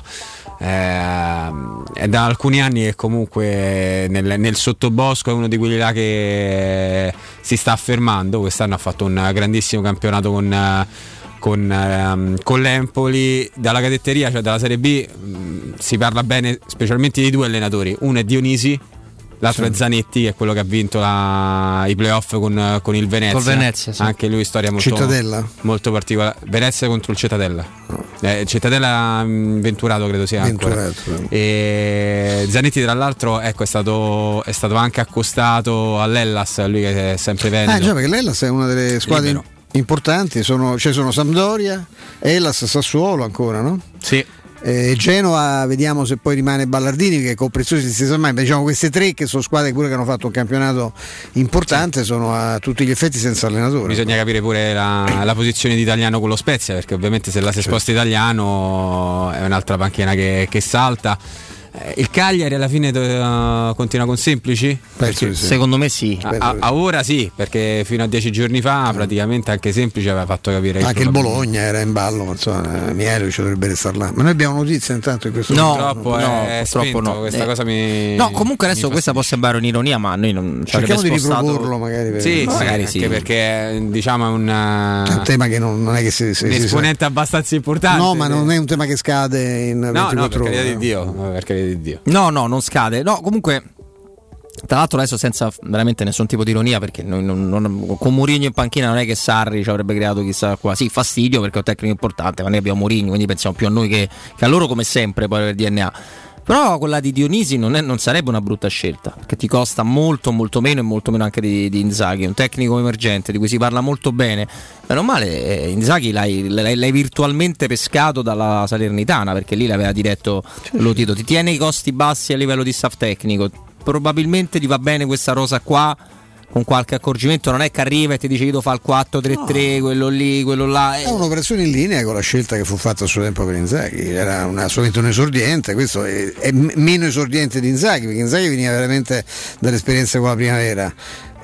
È da alcuni anni che comunque nel sottobosco è uno di quelli là che si sta affermando. Quest'anno ha fatto un grandissimo campionato con l'Empoli. Dalla cadetteria, cioè dalla Serie B, si parla bene specialmente di due allenatori, uno è Dionisi, l'altro è Zanetti, che è quello che ha vinto i playoff con il Venezia. Col Venezia, sì. Anche lui storia molto particolare. Venezia contro il Cittadella. Cittadella Venturato credo sia ancora. E Zanetti tra l'altro è stato anche accostato all'Hellas, lui che è sempre veneto. Già, perché l'Hellas è una delle squadre importanti, sono Sampdoria, Hellas, Sassuolo ancora, no? Sì. Genoa, vediamo se poi rimane Ballardini, che con preziosi stessa mai. Diciamo queste tre che sono squadre pure che hanno fatto un campionato importante, sono a tutti gli effetti senza allenatore. Bisogna capire pure la posizione di Italiano con lo Spezia, perché ovviamente se la si sposta Italiano è un'altra panchina che salta. Il Cagliari alla fine continua con Semplici? Secondo me sì. Ora sì, perché fino a 10 giorni fa praticamente anche Semplici aveva fatto capire anche il Bologna era in ballo, insomma, Mielic dovrebbe restare là. Ma noi abbiamo notizie intanto in questo momento? Purtroppo no. Questa cosa no, comunque adesso questa può sembrare un'ironia, ma noi non cerchiamo di riproporlo magari magari sì, perché diciamo è un tema che non è che si un esponente abbastanza importante. No, ma non è un tema che scade in 24 ore. Di Dio, di Dio. No, non scade. No, comunque tra l'altro adesso senza veramente nessun tipo di ironia, perché con Mourinho in panchina non è che Sarri ci avrebbe creato chissà qua. Sì, fastidio perché è un tecnico importante, ma noi abbiamo Mourinho, quindi pensiamo più a noi che a loro, come sempre poi per DNA. Però quella di Dionisi non sarebbe una brutta scelta, perché ti costa molto molto meno e molto meno anche di Inzaghi, un tecnico emergente di cui si parla molto bene. Meno male Inzaghi l'hai virtualmente pescato dalla Salernitana, perché lì l'aveva diretto Lotito. Ti tiene i costi bassi a livello di staff tecnico, probabilmente ti va bene questa rosa qua, con qualche accorgimento, non è che arriva e ti dice io devo fare il 4-3-3, quello lì, quello là. È un'operazione in linea con la scelta che fu fatta a suo tempo per Inzaghi, era solamente un esordiente, questo è meno esordiente di Inzaghi, perché Inzaghi veniva veramente dall'esperienza con la Primavera.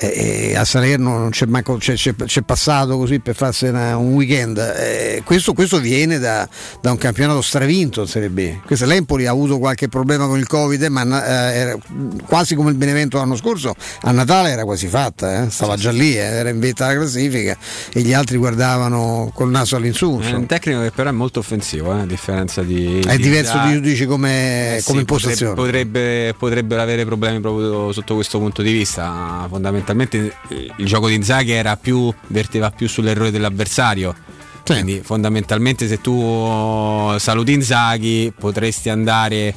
E a Salerno non c'è manco c'è passato così per farsi un weekend. Questo viene da un campionato stravinto in Serie B. L'Empoli ha avuto qualche problema con il Covid, ma era quasi come il Benevento l'anno scorso, a Natale era quasi fatta, stava già lì, era in vetta alla classifica e gli altri guardavano col naso all'insulso. È un tecnico che però è molto offensivo, a differenza di è diverso di giudici come impostazione. Potrebbero avere problemi proprio sotto questo punto di vista. Fondamentalmente il gioco di Inzaghi verteva più sull'errore dell'avversario. Quindi fondamentalmente se tu saluti Inzaghi potresti andare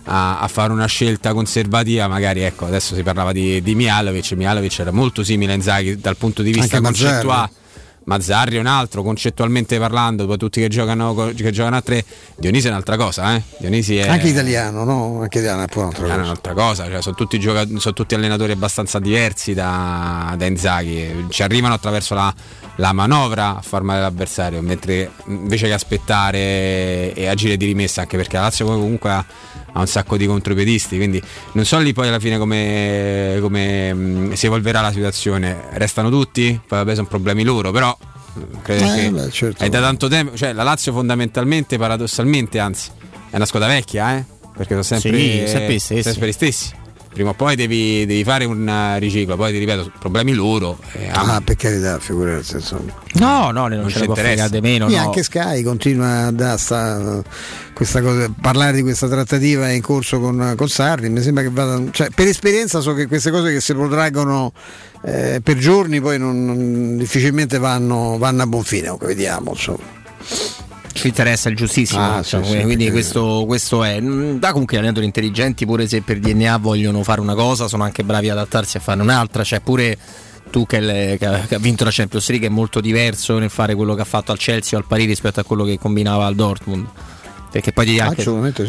a fare una scelta conservativa, magari adesso si parlava di Mihajlovic era molto simile a Inzaghi dal punto di vista concettuale. Mazzarri è un altro, concettualmente parlando, poi tutti che giocano a tre. Dionisi è un'altra cosa, Dionisi è anche italiano, no? Anche italiano è un'altra cosa, cioè sono tutti allenatori abbastanza diversi da Inzaghi, ci arrivano attraverso la manovra a far male l'avversario, mentre invece che aspettare e agire di rimessa, anche perché la Lazio comunque ha un sacco di contropiedisti, quindi non so lì poi alla fine come si evolverà la situazione. Restano tutti, poi vabbè sono problemi loro, però credo che certo. È da tanto tempo, cioè la Lazio fondamentalmente, paradossalmente, anzi è una squadra vecchia, perché sono sempre gli stessi. prima o poi devi fare un riciclo, poi ti ripeto, problemi loro. Per carità, figurarsi, insomma. No, non ce ne può fregare di meno. E anche Sky continua a dare questa cosa, parlare di questa trattativa è in corso con Sarri, mi sembra che vada, cioè, per esperienza so che queste cose che si protraggono per giorni poi non difficilmente vanno a buon fine, vediamo, insomma. Ci interessa il giustissimo, quindi questo è. Comunque gli allenatori intelligenti, pure se per DNA vogliono fare una cosa, sono anche bravi ad adattarsi a fare un'altra. Cioè pure Tuchel che ha vinto la Champions League è molto diverso nel fare quello che ha fatto al Chelsea o al Paris rispetto a quello che combinava al Dortmund. Perché poi anche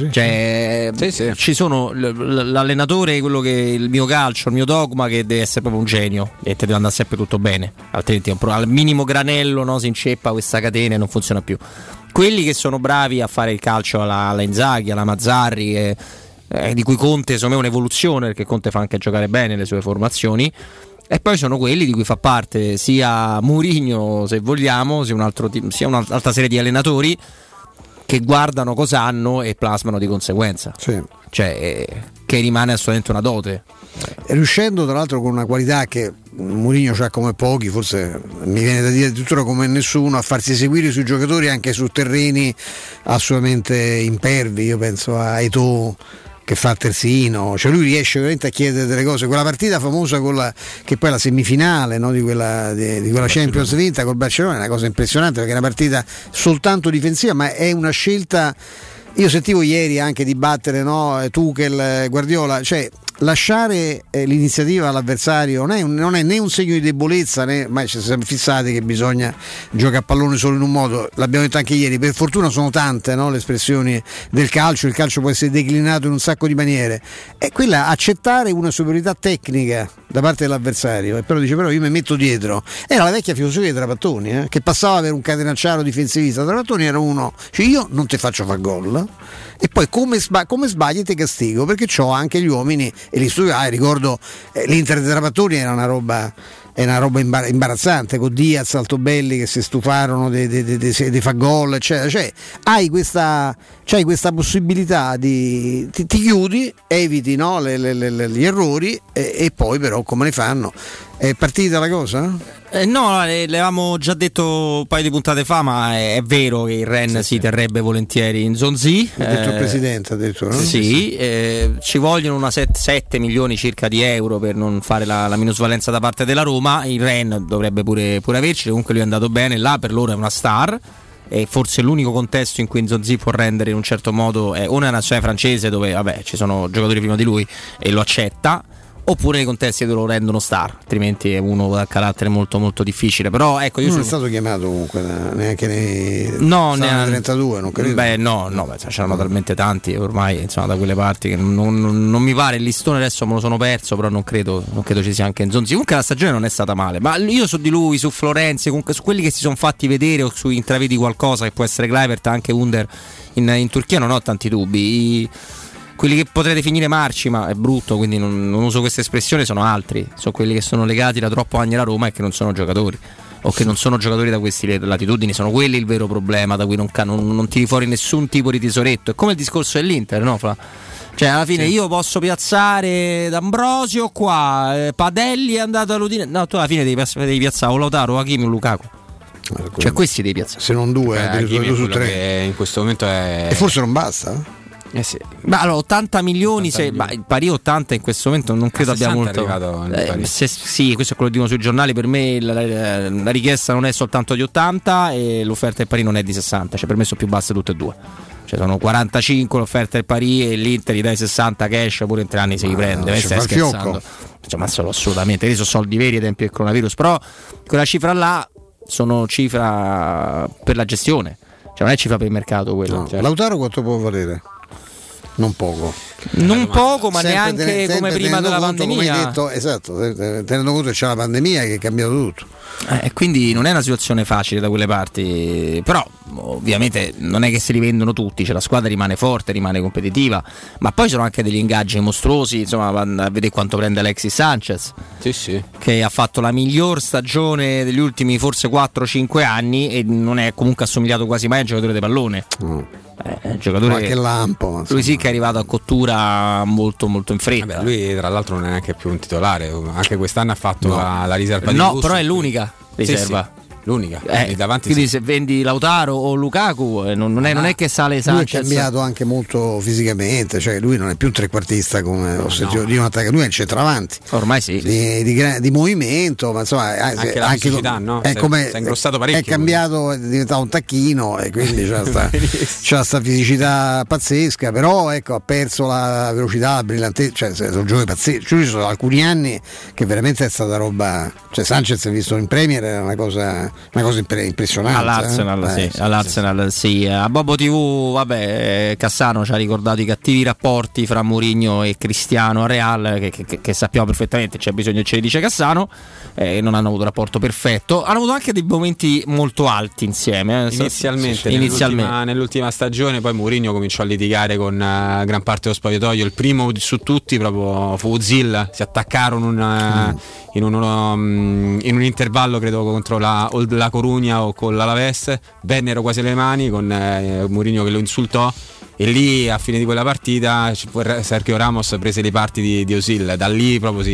ci sono l'allenatore, quello che il mio calcio, il mio dogma, che deve essere proprio un genio e te deve andare sempre tutto bene, altrimenti al minimo granello, no, si inceppa questa catena e non funziona più. Quelli che sono bravi a fare il calcio alla Inzaghi, alla Mazzarri, di cui Conte secondo me è un'evoluzione, perché Conte fa anche giocare bene le sue formazioni. E poi sono quelli di cui fa parte sia Mourinho, se vogliamo, sia un'altra serie di allenatori che guardano cosa hanno e plasmano di conseguenza, cioè che rimane assolutamente una dote, e riuscendo tra l'altro con una qualità che Mourinho c'ha come pochi, forse mi viene da dire addirittura come nessuno, a farsi seguire sui giocatori anche su terreni assolutamente impervi. Io penso a Eto'o che fa terzino, cioè lui riesce veramente a chiedere delle cose. Quella partita famosa che poi è la semifinale, no, di quella Champions vinta col Barcellona, è una cosa impressionante, perché è una partita soltanto difensiva, ma è una scelta. Io sentivo ieri anche dibattere, no, Tuchel, Guardiola, cioè lasciare l'iniziativa all'avversario non è né un segno di debolezza, né mai ci siamo fissati che bisogna giocare a pallone solo in un modo. L'abbiamo detto anche ieri, per fortuna sono tante, no, le espressioni del calcio, il calcio può essere declinato in un sacco di maniere, è quella accettare una superiorità tecnica da parte dell'avversario, e però io mi metto dietro. Era la vecchia filosofia di Trapattoni, che passava per un catenacciaro difensivista. Trapattoni era uno, cioè io non ti faccio far gol e poi come sbagli ti castigo, perché c'ho anche gli uomini e li studiai. Ricordo l'Inter di Trapattoni era una roba imbarazzante, con Diaz, Altobelli che si stufarono di far gol, eccetera. Cioè hai questa possibilità ti chiudi, eviti, no, gli errori, e poi però come ne fanno? È partita la cosa? No, l'avevamo già detto un paio di puntate fa, ma è vero che il Rennes si terrebbe volentieri in Zonzi. Ha detto il presidente, ha detto, no? Sì, ci vogliono 7 milioni circa di euro per non fare la minusvalenza da parte della Roma. Il Rennes dovrebbe pure averci, comunque lui è andato bene, là per loro è una star. E forse l'unico contesto in cui Nzonzi può rendere in un certo modo è una nazionale francese, dove ci sono giocatori prima di lui e lo accetta, oppure nei contesti dove lo rendono star, altrimenti è uno dal carattere molto molto difficile. Però ecco, io non è stato chiamato comunque neanche nei 32, non credo. C'erano talmente tanti ormai, insomma, da quelle parti, che non mi pare. Il listone adesso me lo sono perso, però non credo ci sia anche Nzonzi. Comunque la stagione non è stata male, ma io su di lui, su Florenzi, comunque su quelli che si sono fatti vedere, o su intravedi qualcosa che può essere Kluivert, anche Under in Turchia, non ho tanti dubbi. Quelli che potrei definire marci, ma è brutto, quindi non uso questa espressione, sono altri. Sono quelli che sono legati da troppo anni alla Roma e che non sono giocatori, o che non sono giocatori da queste latitudini. Sono quelli il vero problema, da cui non tiri fuori nessun tipo di tesoretto. È come il discorso dell'Inter, no? Cioè alla fine io posso piazzare D'Ambrosio qua, Padelli è andato all'Udinese. No, tu alla fine devi piazzare o Lautaro, o Hakimi o Lukaku. Cioè questi devi piazzare. Se non due, 2 su 3. In questo momento è... E forse non basta? Sì. Ma allora 80 milioni, il Paris 80 in questo momento non credo abbia molto. Sì, questo è quello che dicono sui giornali. Per me la richiesta non è soltanto di 80 e l'offerta del Paris non è di 60, cioè per me sono più basse tutte e due. Cioè sono 45 l'offerta del Paris e l'Inter gli dai 60 cash, pure in 3 anni si riprende. Stai scherzando? Cioè, ma solo assolutamente, lì sono soldi veri ai tempi del coronavirus, però quella cifra là sono cifra per la gestione, cioè non è cifra per il mercato quello. No. Cioè. Lautaro quanto può valere? Non poco, ma neanche come prima della pandemia. Come hai detto, esatto, tenendo conto che c'è la pandemia che ha cambiato tutto. Quindi non è una situazione facile da quelle parti, però ovviamente non è che si rivendono tutti, cioè la squadra rimane forte, rimane competitiva, ma poi sono anche degli ingaggi mostruosi, insomma, a vedere quanto prende Alexis Sanchez, sì. Che ha fatto la miglior stagione degli ultimi forse 4-5 anni e non è comunque assomigliato quasi mai a un giocatore di pallone. Giocatore che lampo, lui sì che è arrivato a cottura rottura molto molto in fretta. Vabbè, lui tra l'altro non è neanche più un titolare, anche quest'anno ha fatto la riserva di no, lusso. però è l'unica riserva. Sì. L'unica davanti, quindi se vendi Lautaro o Lukaku non è che sale Sanchez. Lui è cambiato anche molto fisicamente, cioè lui non è più un trequartista come ho sentito di un attacco, lui è il centravanti ormai sì, di movimento, ma insomma anche la fisicità, no? È come si è ingrossato parecchio, è cambiato, è diventato un tacchino e quindi c'ha sta fisicità pazzesca, però ecco, ha perso la velocità, la brillantezza, cioè sono giochi pazzeschi. Ci sono alcuni anni che veramente è stata roba, cioè Sanchez visto in Premier era una cosa impressionante. All'Arsenal sì. A Bobo TV vabbè, Cassano ci ha ricordato i cattivi rapporti fra Mourinho e Cristiano a Real, che sappiamo perfettamente, c'è bisogno che ce li dice Cassano, non hanno avuto un rapporto perfetto, hanno avuto anche dei momenti molto alti insieme inizialmente. Nell'ultima stagione poi Mourinho cominciò a litigare con gran parte dello spogliatoio, il primo su tutti proprio fu Özil, si attaccarono in un intervallo credo contro la Corugna o con l'Alaves, vennero quasi le mani con Mourinho che lo insultò, e lì a fine di quella partita Sergio Ramos prese le parti di Özil, da lì proprio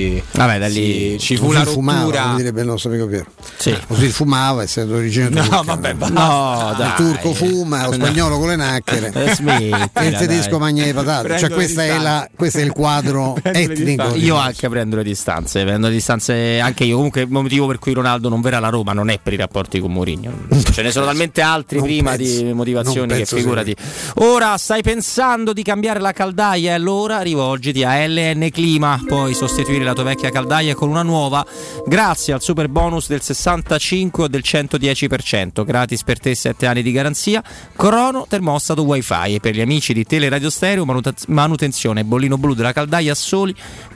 ci fu la rottura, come direbbe il nostro amico Piero. Sì. Così fumava, essendo d'origine turca. Il turco fuma, lo spagnolo con le nacchere e il tedesco mangia le patate, cioè questo è il quadro etnico. Io anche prendo le distanze anche io. Comunque il motivo per cui Ronaldo non verrà alla Roma non è per i rapporti con Mourinho, ce ne sono talmente altri prima di motivazioni che figurati. Ora stai pensando di cambiare la caldaia, e allora rivolgiti a LN Clima, puoi sostituire la tua vecchia caldaia con una nuova grazie al super bonus del 65 o del 110%, gratis per te, 7 anni di garanzia, crono termostato wifi, e per gli amici di Teleradio Stereo manutenzione bollino blu della caldaia a soli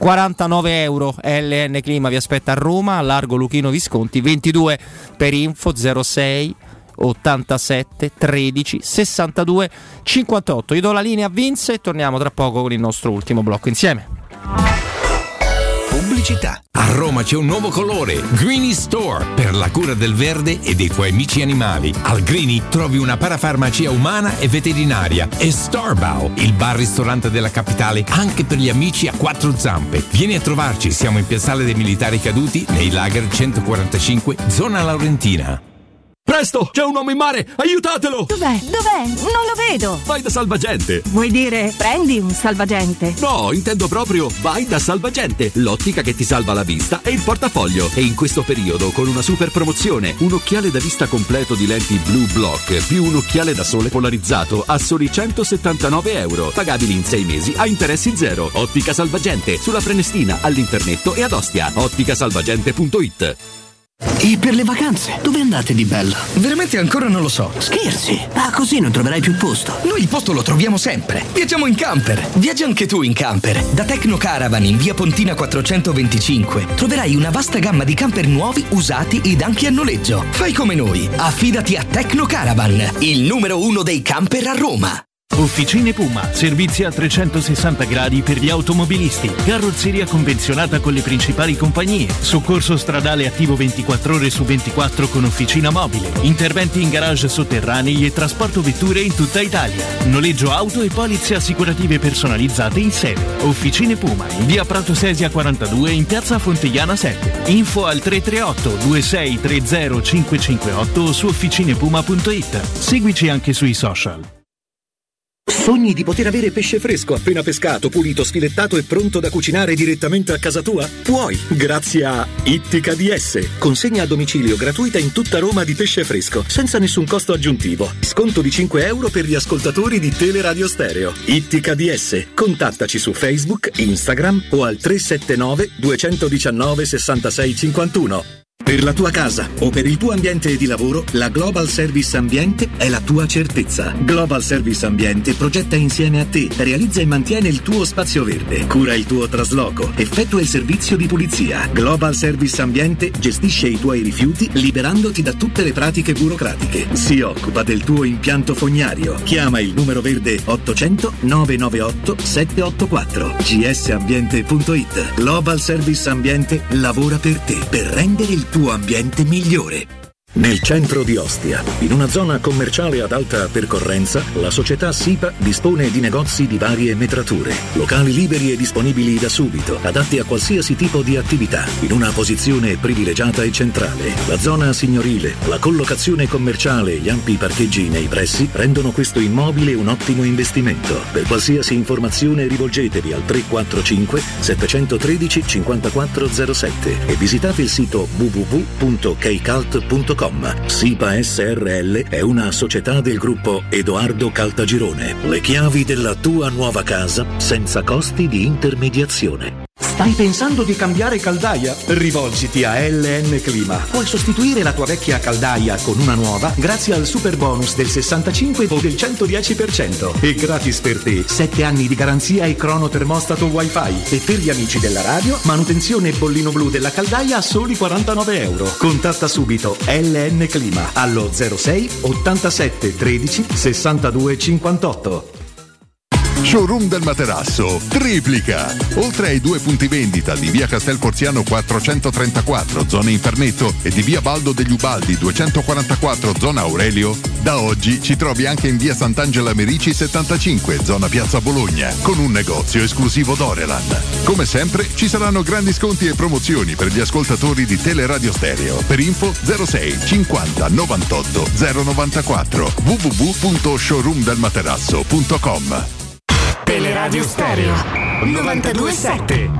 €49. LN Clima vi aspetta a Roma, a largo Luchino Visconti 22, per info 06 87 13 62 58. Io do la linea a Vince e torniamo tra poco con il nostro ultimo blocco insieme. Pubblicità. A Roma c'è un nuovo colore, Greeny Store, per la cura del verde e dei tuoi amici animali. Al Greeny trovi una parafarmacia umana e veterinaria e Starbao, il bar-ristorante della capitale anche per gli amici a quattro zampe. Vieni a trovarci, siamo in Piazzale dei Militari Caduti, nei Lager 145, zona Laurentina. Presto, c'è un uomo in mare, aiutatelo! Dov'è? Non lo vedo! Vai da Salvagente! Vuoi dire prendi un salvagente? No, intendo proprio vai da Salvagente, l'ottica che ti salva la vista e il portafoglio. E in questo periodo con una super promozione, un occhiale da vista completo di lenti Blue Block più un occhiale da sole polarizzato a soli €179, pagabili in 6 mesi a interessi zero. Ottica Salvagente, sulla Prenestina, all'Internetto e ad Ostia. otticasalvagente.it. E per le vacanze, dove andate di bello? Veramente ancora non lo so. Scherzi? Ah, così non troverai più posto. Noi il posto lo troviamo sempre. Viaggiamo in camper. Viaggia anche tu in camper. Da Tecno Caravan in via Pontina 425 troverai una vasta gamma di camper nuovi, usati ed anche a noleggio. Fai come noi. Affidati a Tecno Caravan, il numero 1 dei camper a Roma. Officine Puma, servizi a 360 gradi per gli automobilisti, carrozzeria convenzionata con le principali compagnie, soccorso stradale attivo 24 ore su 24 con officina mobile, interventi in garage sotterranei e trasporto vetture in tutta Italia, noleggio auto e polizze assicurative personalizzate in sede. Officine Puma in via Prato Sesia 42 in piazza Fontegliana 7. Info al 338 2630 558 o su officinepuma.it. Seguici anche sui social. Sogni di poter avere pesce fresco appena pescato, pulito, sfilettato e pronto da cucinare direttamente a casa tua? Puoi, grazie a Ittica DS. Consegna a domicilio gratuita in tutta Roma di pesce fresco, senza nessun costo aggiuntivo. Sconto di €5 per gli ascoltatori di Teleradio Stereo. Ittica DS. Contattaci su Facebook, Instagram o al 379 219 66 51. Per la tua casa o per il tuo ambiente di lavoro, la Global Service Ambiente è la tua certezza. Global Service Ambiente progetta insieme a te, realizza e mantiene il tuo spazio verde, cura il tuo trasloco, effettua il servizio di pulizia. Global Service Ambiente gestisce i tuoi rifiuti liberandoti da tutte le pratiche burocratiche. Si occupa del tuo impianto fognario. Chiama il numero verde 800 998 784. gsambiente.it. Global Service Ambiente lavora per te, per rendere il tuo ambiente migliore. Nel centro di Ostia, in una zona commerciale ad alta percorrenza, la società SIPA dispone di negozi di varie metrature, locali liberi e disponibili da subito, adatti a qualsiasi tipo di attività, in una posizione privilegiata e centrale. La zona signorile, la collocazione commerciale e gli ampi parcheggi nei pressi rendono questo immobile un ottimo investimento. Per qualsiasi informazione rivolgetevi al 345 713 5407 e visitate il sito www.keicalt.com. SIPA SRL è una società del gruppo Edoardo Caltagirone. Le chiavi della tua nuova casa senza costi di intermediazione. Stai pensando di cambiare caldaia? Rivolgiti a LN Clima. Puoi sostituire la tua vecchia caldaia con una nuova grazie al super bonus del 65 o del 110% e gratis per te 7 anni di garanzia e cronotermostato wifi. E per gli amici della radio, manutenzione e bollino blu della caldaia a soli €49. Contatta subito LN Clima allo 06 87 13 62 58. Showroom del Materasso triplica. Oltre ai 2 punti vendita di via Castel Porziano 434 zona Infernetto e di via Baldo degli Ubaldi 244 zona Aurelio, da oggi ci trovi anche in via Sant'Angela Merici 75 zona Piazza Bologna con un negozio esclusivo Doreland. Come sempre ci saranno grandi sconti e promozioni per gli ascoltatori di Teleradio Stereo. Per info 06 50 98 094 www.showroomdelmaterasso.com. Teleradio Stereo 92.7.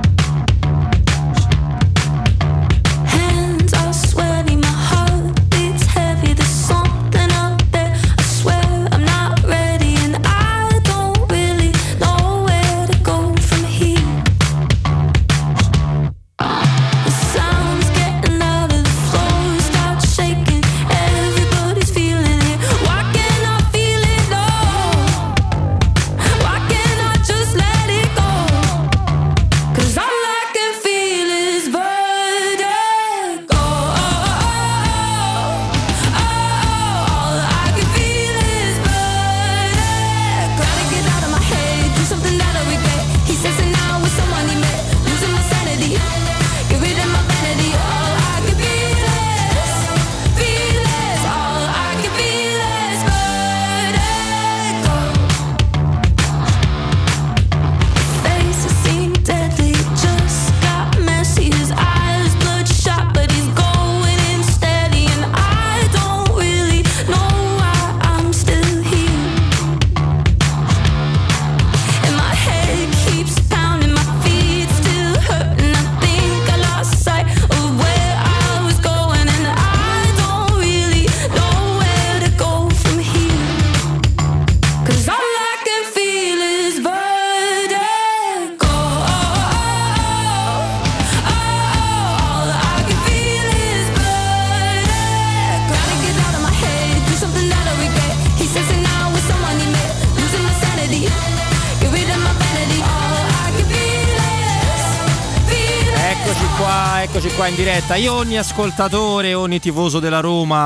Eccoci qua in diretta. Io ogni ascoltatore, ogni tifoso della Roma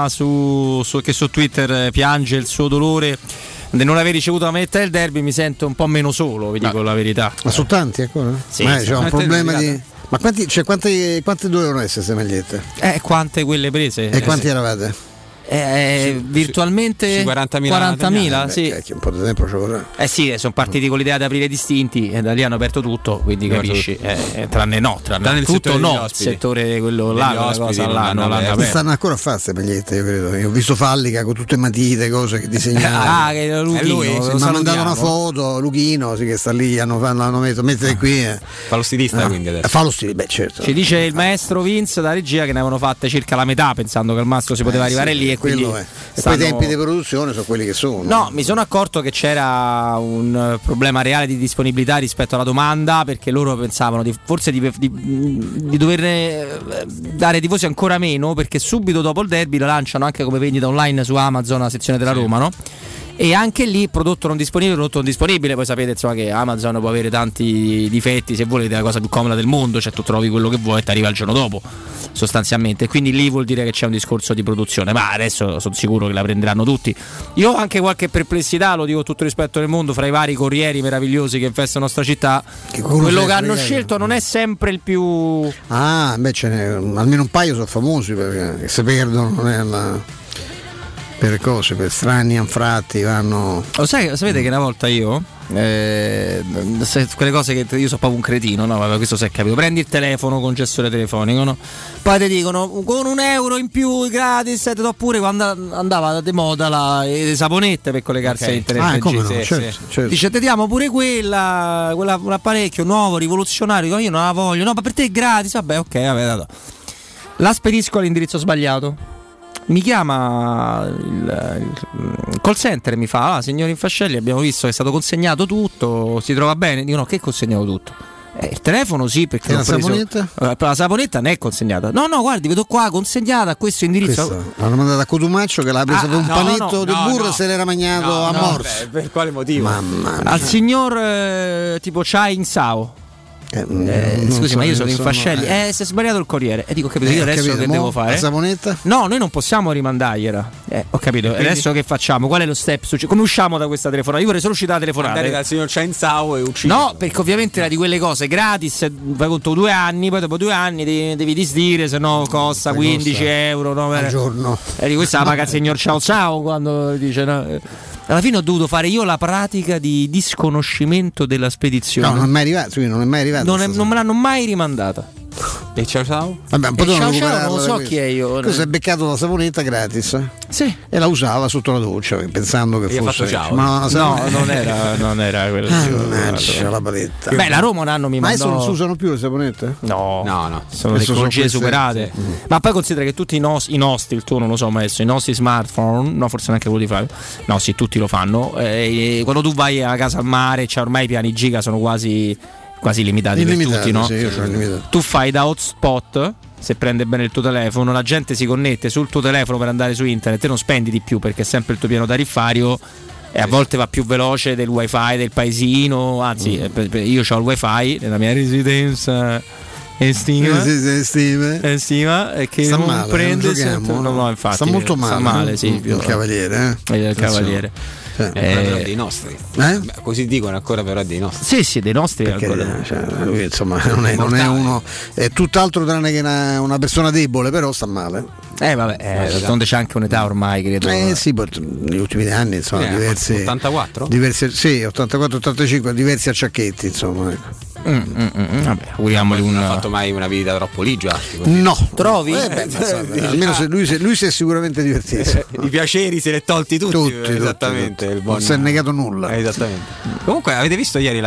che su Twitter piange il suo dolore di non aver ricevuto la maglietta del derby, mi sento un po' meno solo, vi dico la verità. Ma sono tanti ancora? Sì, c'è un problema di... Ma quante dovevano essere queste magliette? Quante quelle prese? E quanti eravate? Virtualmente 40.000 sì. Un po' di tempo ci vorrà. Sì, sono partiti con l'idea di aprire distinti e da lì hanno aperto tutto, quindi capisci, tranne il tutto no, il settore quello là, la cosa là non l'hanno aperto. Stanno ancora a fare queste magliette, io credo. Io ho visto Fallica con tutte matite, cose che disegnava. Che era Luchino, mi ha mandato una foto, Luchino, sì, che sta lì, l'hanno messo, mettete qui. Fa lo stilista quindi adesso. Fa lo stilista, certo. Ci dice il maestro Vince da regia che ne avevano fatte circa la metà, pensando che al massimo si poteva arrivare lì. E quindi e poi i tempi di produzione sono quelli che sono. No, mi sono accorto che c'era un problema reale di disponibilità rispetto alla domanda, perché loro pensavano di dover dare tifosi ancora meno, perché subito dopo il derby lo lanciano anche come vendita online su Amazon, la sezione della Roma, no? e anche lì prodotto non disponibile. Poi sapete insomma che Amazon può avere tanti difetti, se volete la cosa più comoda del mondo, cioè tu trovi quello che vuoi e ti arriva il giorno dopo sostanzialmente, quindi lì vuol dire che c'è un discorso di produzione, ma adesso sono sicuro che la prenderanno tutti. Io ho anche qualche perplessità, lo dico con tutto rispetto del mondo, fra i vari corrieri meravigliosi che infestano la nostra città, quello che hanno scelto non è sempre il più... Beh, ce n'è almeno un paio, sono famosi perché se perdono per cose, per strani anfratti vanno. Sapete che una volta io quelle cose che io sono proprio un cretino, no? Questo si è capito. Prendi il telefono con gestore telefonico, no? Poi ti dicono con €1 in più gratis, oppure quando andava di moda le saponette per collegarsi a internet. Certo. Dice ti diamo pure quella un apparecchio nuovo, rivoluzionario. Io non la voglio, no, ma per te è gratis. Vabbè, dato. La spedisco all'indirizzo sbagliato. Mi chiama il call center e mi fa: signor Infascelli, abbiamo visto che è stato consegnato tutto, si trova bene? Dico: no, che è consegnato tutto? Il telefono sì, perché la saponetta? La saponetta non è consegnata. No, guardi, vedo qua consegnata a questo indirizzo. L'hanno mandata a Cotumaccio che l'ha presa per un panetto di burro e se l'era mangiato a morso. Per quale motivo? Al signor tipo Chai Sao. Scusi, ma io sono Infascelli. Si è sbagliato il corriere. E dico: ho capito, io adesso che devo fare? La saponetta? No, noi non possiamo rimandargliela. Ho capito. Quindi... adesso che facciamo? Qual è lo step? Come usciamo da questa telefonata? Io vorrei solo uscire dalla telefonata. Andare dal signor Chainsaw e uccidere. No, perché ovviamente era di quelle cose gratis. Fai conto 2 anni, poi dopo 2 anni devi disdire, se no costa €15 no, al giorno. E di questa la paga il signor Ciao quando dice no. Alla fine ho dovuto fare io la pratica di disconoscimento della spedizione. No, non è mai arrivato. Non me l'hanno mai rimandata. E ciao? Vabbè, un po' ciao non lo so chi è io. Tu sei beccato la saponetta gratis? Sì. E la usava sotto la doccia pensando che fosse ciao. Ma non era quello. La paletta. Beh, la Roma un anno mi mandò. Ma adesso non si usano più le saponette? No. Sono tecnologie superate. Ma poi considera che tutti i nostri, il tuo non lo so, ma adesso i nostri smartphone, no, forse neanche quello di Flavio. No, sì, tutti lo fanno. Quando tu vai a casa al mare, c'è ormai i piani giga sono quasi limitati per tutti, no? Sì, io sono limitato. Tu fai da hotspot, se prende bene il tuo telefono, la gente si connette sul tuo telefono per andare su internet e non spendi di più perché è sempre il tuo piano tariffario e a volte va più veloce del wifi del paesino, anzi io ho il wifi nella mia residenza estima e che sta non male, prende no, infatti sta molto male, sta male, sì, il cavaliere il cavaliere. Però dei nostri, così dicono ancora, però dei nostri. Sì, dei nostri. Lui, insomma, non è uno, è tutt'altro tranne che una persona debole, però sta male. D'altronde c'è anche un'età ormai, credo. Sì, negli ultimi anni, insomma, diversi 84? Sì, 84-85, diversi acciacchetti, insomma, ecco. Vabbè, auguriamoli non ha fatto mai una vita troppo ligia. No, trovi? Almeno lui si è sicuramente divertito. I piaceri se li è tolti tutti. Esattamente. Tutti. Non si è negato nulla. Esattamente. Comunque, avete visto ieri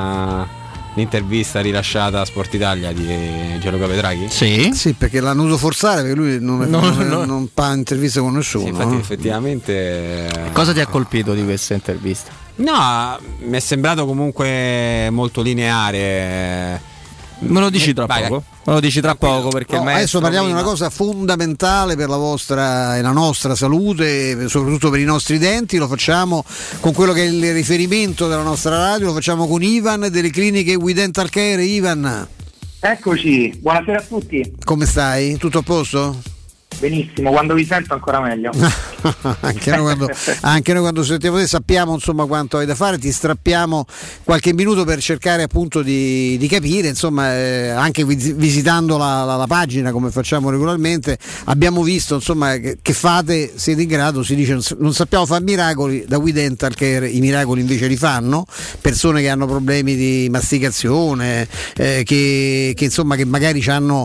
l'intervista rilasciata a Sport Italia di Gianluca Petraghi? Sì, perché l'hanno dovuto forzare perché lui non fa interviste con nessuno. Sì, infatti, effettivamente. Cosa ti ha colpito di questa intervista? No, mi è sembrato comunque molto lineare. Me lo dici tra poco? Me lo dici tra poco perché adesso parliamo di una cosa fondamentale per la vostra e la nostra salute, soprattutto per i nostri denti. Lo facciamo con quello che è il riferimento della nostra radio, lo facciamo con Ivan delle cliniche We Dental Care. Ivan, eccoci, buonasera a tutti. Come stai? Tutto a posto? Benissimo, quando vi sento ancora meglio. anche noi quando sentiamo te sappiamo insomma quanto hai da fare, ti strappiamo qualche minuto per cercare appunto di capire, insomma, anche visitando la pagina come facciamo regolarmente abbiamo visto insomma che fate, siete in grado, si dice non sappiamo fare miracoli, da We Dental Care i miracoli invece li fanno, persone che hanno problemi di masticazione, che insomma che magari hanno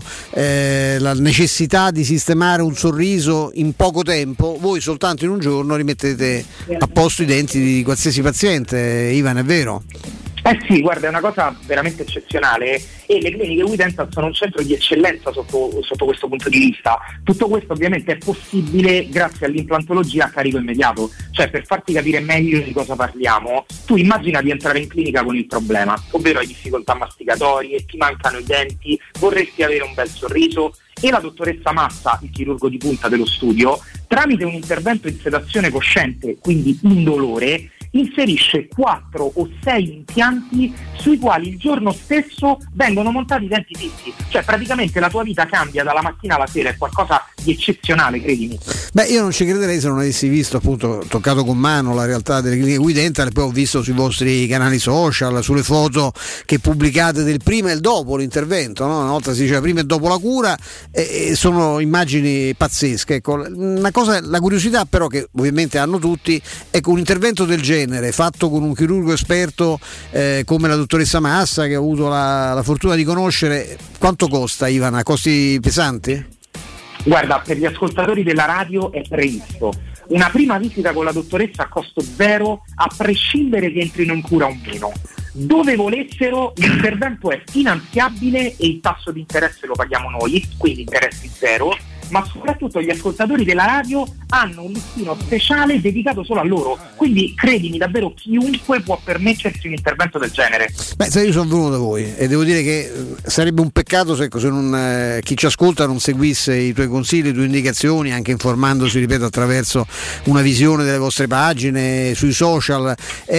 la necessità di sistemare un sorriso in poco tempo, voi soltanto in un giorno rimettete a posto i denti di qualsiasi paziente. Ivan, è vero? Sì, guarda, è una cosa veramente eccezionale e le cliniche We Dental sono un centro di eccellenza sotto questo punto di vista. Tutto questo ovviamente è possibile grazie all'implantologia a carico immediato, cioè per farti capire meglio di cosa parliamo, tu immagina di entrare in clinica con il problema, ovvero hai difficoltà masticatorie, ti mancano i denti, vorresti avere un bel sorriso e la dottoressa Massa, il chirurgo di punta dello studio, tramite un intervento in sedazione cosciente, quindi indolore, inserisce 4 o 6 impianti sui quali il giorno stesso vengono montati i denti fissi. Cioè praticamente la tua vita cambia dalla mattina alla sera, è qualcosa di eccezionale, credimi. Beh, io non ci crederei se non avessi visto, appunto, toccato con mano la realtà delle cliniche We Dental, poi ho visto sui vostri canali social, sulle foto che pubblicate del prima e il dopo l'intervento, no? Una volta si diceva prima e dopo la cura, e sono immagini pazzesche. Ecco, una cosa, la curiosità però che ovviamente hanno tutti, ecco, un intervento del genere fatto con un chirurgo esperto come la dottoressa Massa, che ho avuto la fortuna di conoscere, quanto costa, Ivana? Costi pesanti? Guarda, per gli ascoltatori della radio è previsto una prima visita con la dottoressa a costo zero, a prescindere che entrino in cura o meno. Dove volessero, l'intervento è finanziabile e il tasso di interesse lo paghiamo noi, quindi interessi zero, ma soprattutto gli ascoltatori della radio hanno un listino speciale dedicato solo a loro, quindi credimi, davvero chiunque può permettersi un intervento del genere. Beh, se io sono venuto da voi e devo dire che sarebbe un peccato se non, chi ci ascolta non seguisse i tuoi consigli, le tue indicazioni, anche informandosi, ripeto, attraverso una visione delle vostre pagine sui social.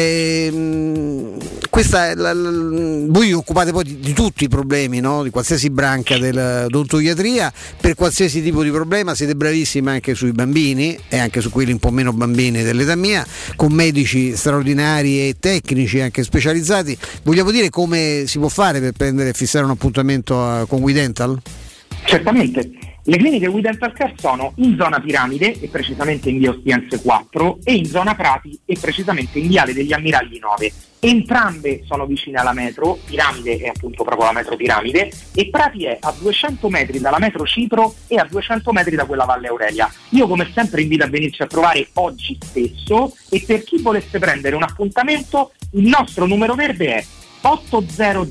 Questa è voi vi occupate poi di tutti i problemi, no? Di qualsiasi branca dell'odontoiatria, per qualsiasi tipo di problema siete bravissimi anche sui bambini e anche su quelli un po' meno bambini dell'età mia, con medici straordinari e tecnici anche specializzati. Vogliamo dire come si può fare per prendere e fissare un appuntamento con We Dental? Certamente. Le cliniche We Dental Care sono in zona Piramide, e precisamente in via Ostiense 4, e in zona Prati, e precisamente in viale degli Ammiragli 9. Entrambe sono vicine alla metro, Piramide è appunto proprio la metro Piramide, e Prati è a 200 metri dalla metro Cipro e a 200 metri da quella Valle Aurelia. Io come sempre invito a venirci a trovare oggi stesso, e per chi volesse prendere un appuntamento il nostro numero verde è 800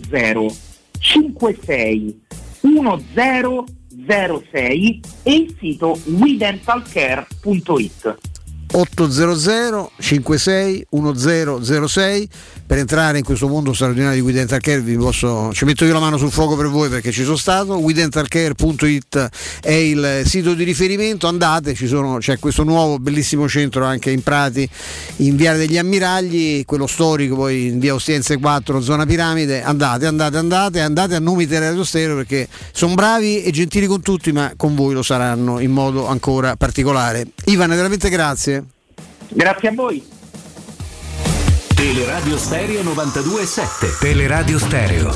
56 1006 e il sito wedentalcare.it. 800 56 1006 per entrare in questo mondo straordinario di We Dental Care. Ci metto io la mano sul fuoco per voi perché ci sono stato. wedentalcare.it è il sito di riferimento, andate, c'è questo nuovo bellissimo centro anche in Prati, in Viale degli Ammiragli, quello storico poi in via Ostiense 4, zona Piramide. Andate a nome di Radio Stereo, perché sono bravi e gentili con tutti, ma con voi lo saranno in modo ancora particolare. Ivana, veramente grazie. Grazie a voi. Teleradio Stereo 92.7. Teleradio Stereo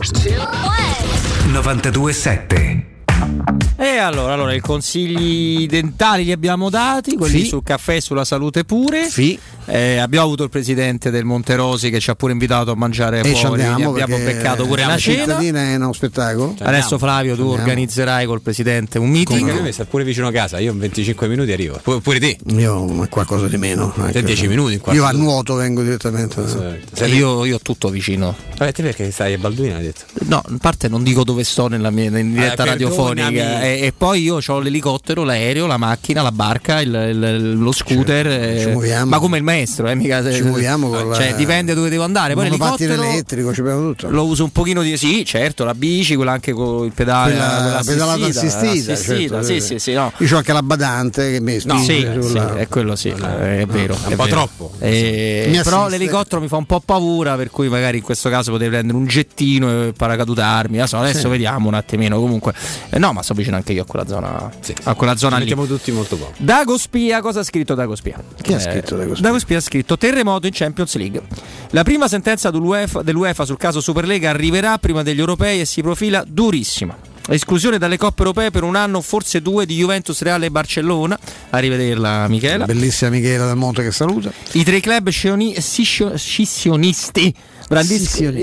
92.7. E allora i consigli dentali li abbiamo dati, quelli sul caffè e sulla salute pure. Sì. Abbiamo avuto il presidente del Monterosi che ci ha pure invitato a mangiare fuori, abbiamo beccato pure la cena. È uno spettacolo. Adesso Flavio, tu organizzerai col presidente un meeting. Come sta pure vicino a casa, io in 25 minuti arrivo. Pure te? Io qualcosa di meno. Te 10 minuti. Io a nuoto vengo direttamente. Io ho tutto vicino. Vabbè, te perché stai a Balduino, hai detto? No, in parte non dico dove sto in diretta radiofonica, e poi io ho l'elicottero, l'aereo, la macchina, la barca, lo scooter, ma come il maestro, mica ci muoviamo con dipende dove devo andare. Poi l'elicottero elettrico, ci abbiamo tutto. Lo uso un pochino sì, certo, la bici, quella anche con il pedale, quella pedalata assistita, certo, sì, no. Io ho anche la badante che mi spinge è quello è vero, è un po' troppo. Però l'elicottero mi fa un po' paura, per cui magari in questo caso potrei prendere un jettino e paracadutarmi. Adesso vediamo un attimino. Comunque no, ma sto vicino anche io a quella zona, a quella zona lì. Siamo tutti molto poco. Dago Spia, cosa ha scritto Dago Spia? Che ha scritto Dago Spia? Dago Spia ha scritto: terremoto in Champions League. La prima sentenza dell'UEFA sul caso Superlega arriverà prima degli europei e si profila durissima. Esclusione dalle coppe europee per un anno, forse 2, di Juventus, Real e Barcellona. Arrivederla Michela. Bellissima Michela Dal Monte che saluta. I 3 club scissionisti brandiscono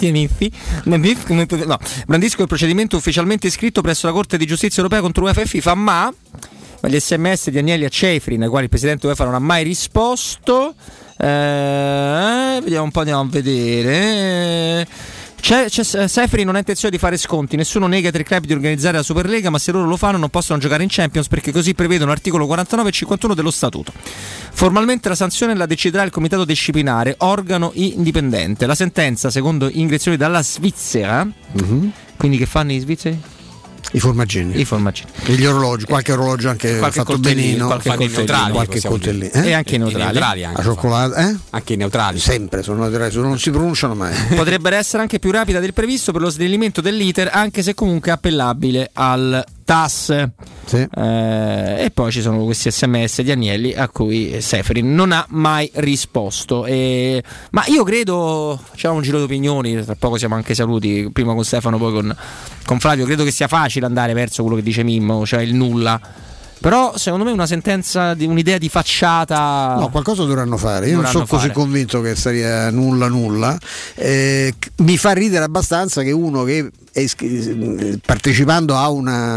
il procedimento ufficialmente iscritto presso la Corte di Giustizia Europea contro UEFA e FIFA, ma gli SMS di Agnelli a Cefri, nei quali il presidente UEFA non ha mai risposto. Vediamo un po', andiamo a vedere. Sefri non ha intenzione di fare sconti, nessuno nega ai 3 club di organizzare la Superlega, ma se loro lo fanno non possono giocare in Champions, perché così prevedono l'articolo 49 e 51 dello statuto. Formalmente la sanzione la deciderà il comitato disciplinare, organo indipendente. La sentenza, secondo ingrezioni dalla Svizzera, quindi che fanno i svizzeri? I formaggini. E gli orologi, qualche orologio anche fatto benino, qualche neutrali, qualche coltellino. E anche i neutrali. La cioccolata, anche i neutrali. Sempre sono neutrali, non si pronunciano mai. Potrebbero essere anche più rapida del previsto per lo snellimento dell'iter, anche se comunque appellabile al TAS. Sì. E poi ci sono questi SMS di Agnelli a cui Seferin non ha mai risposto. Ma io credo, facciamo un giro d'opinioni, tra poco siamo anche saluti, prima con Stefano, poi con Flavio. Credo che sia facile andare verso quello che dice Mimmo, cioè il nulla. Però secondo me una sentenza, un'idea di facciata. No, qualcosa dovranno fare. Io non sono così convinto che sia nulla. Mi fa ridere abbastanza che uno che partecipando a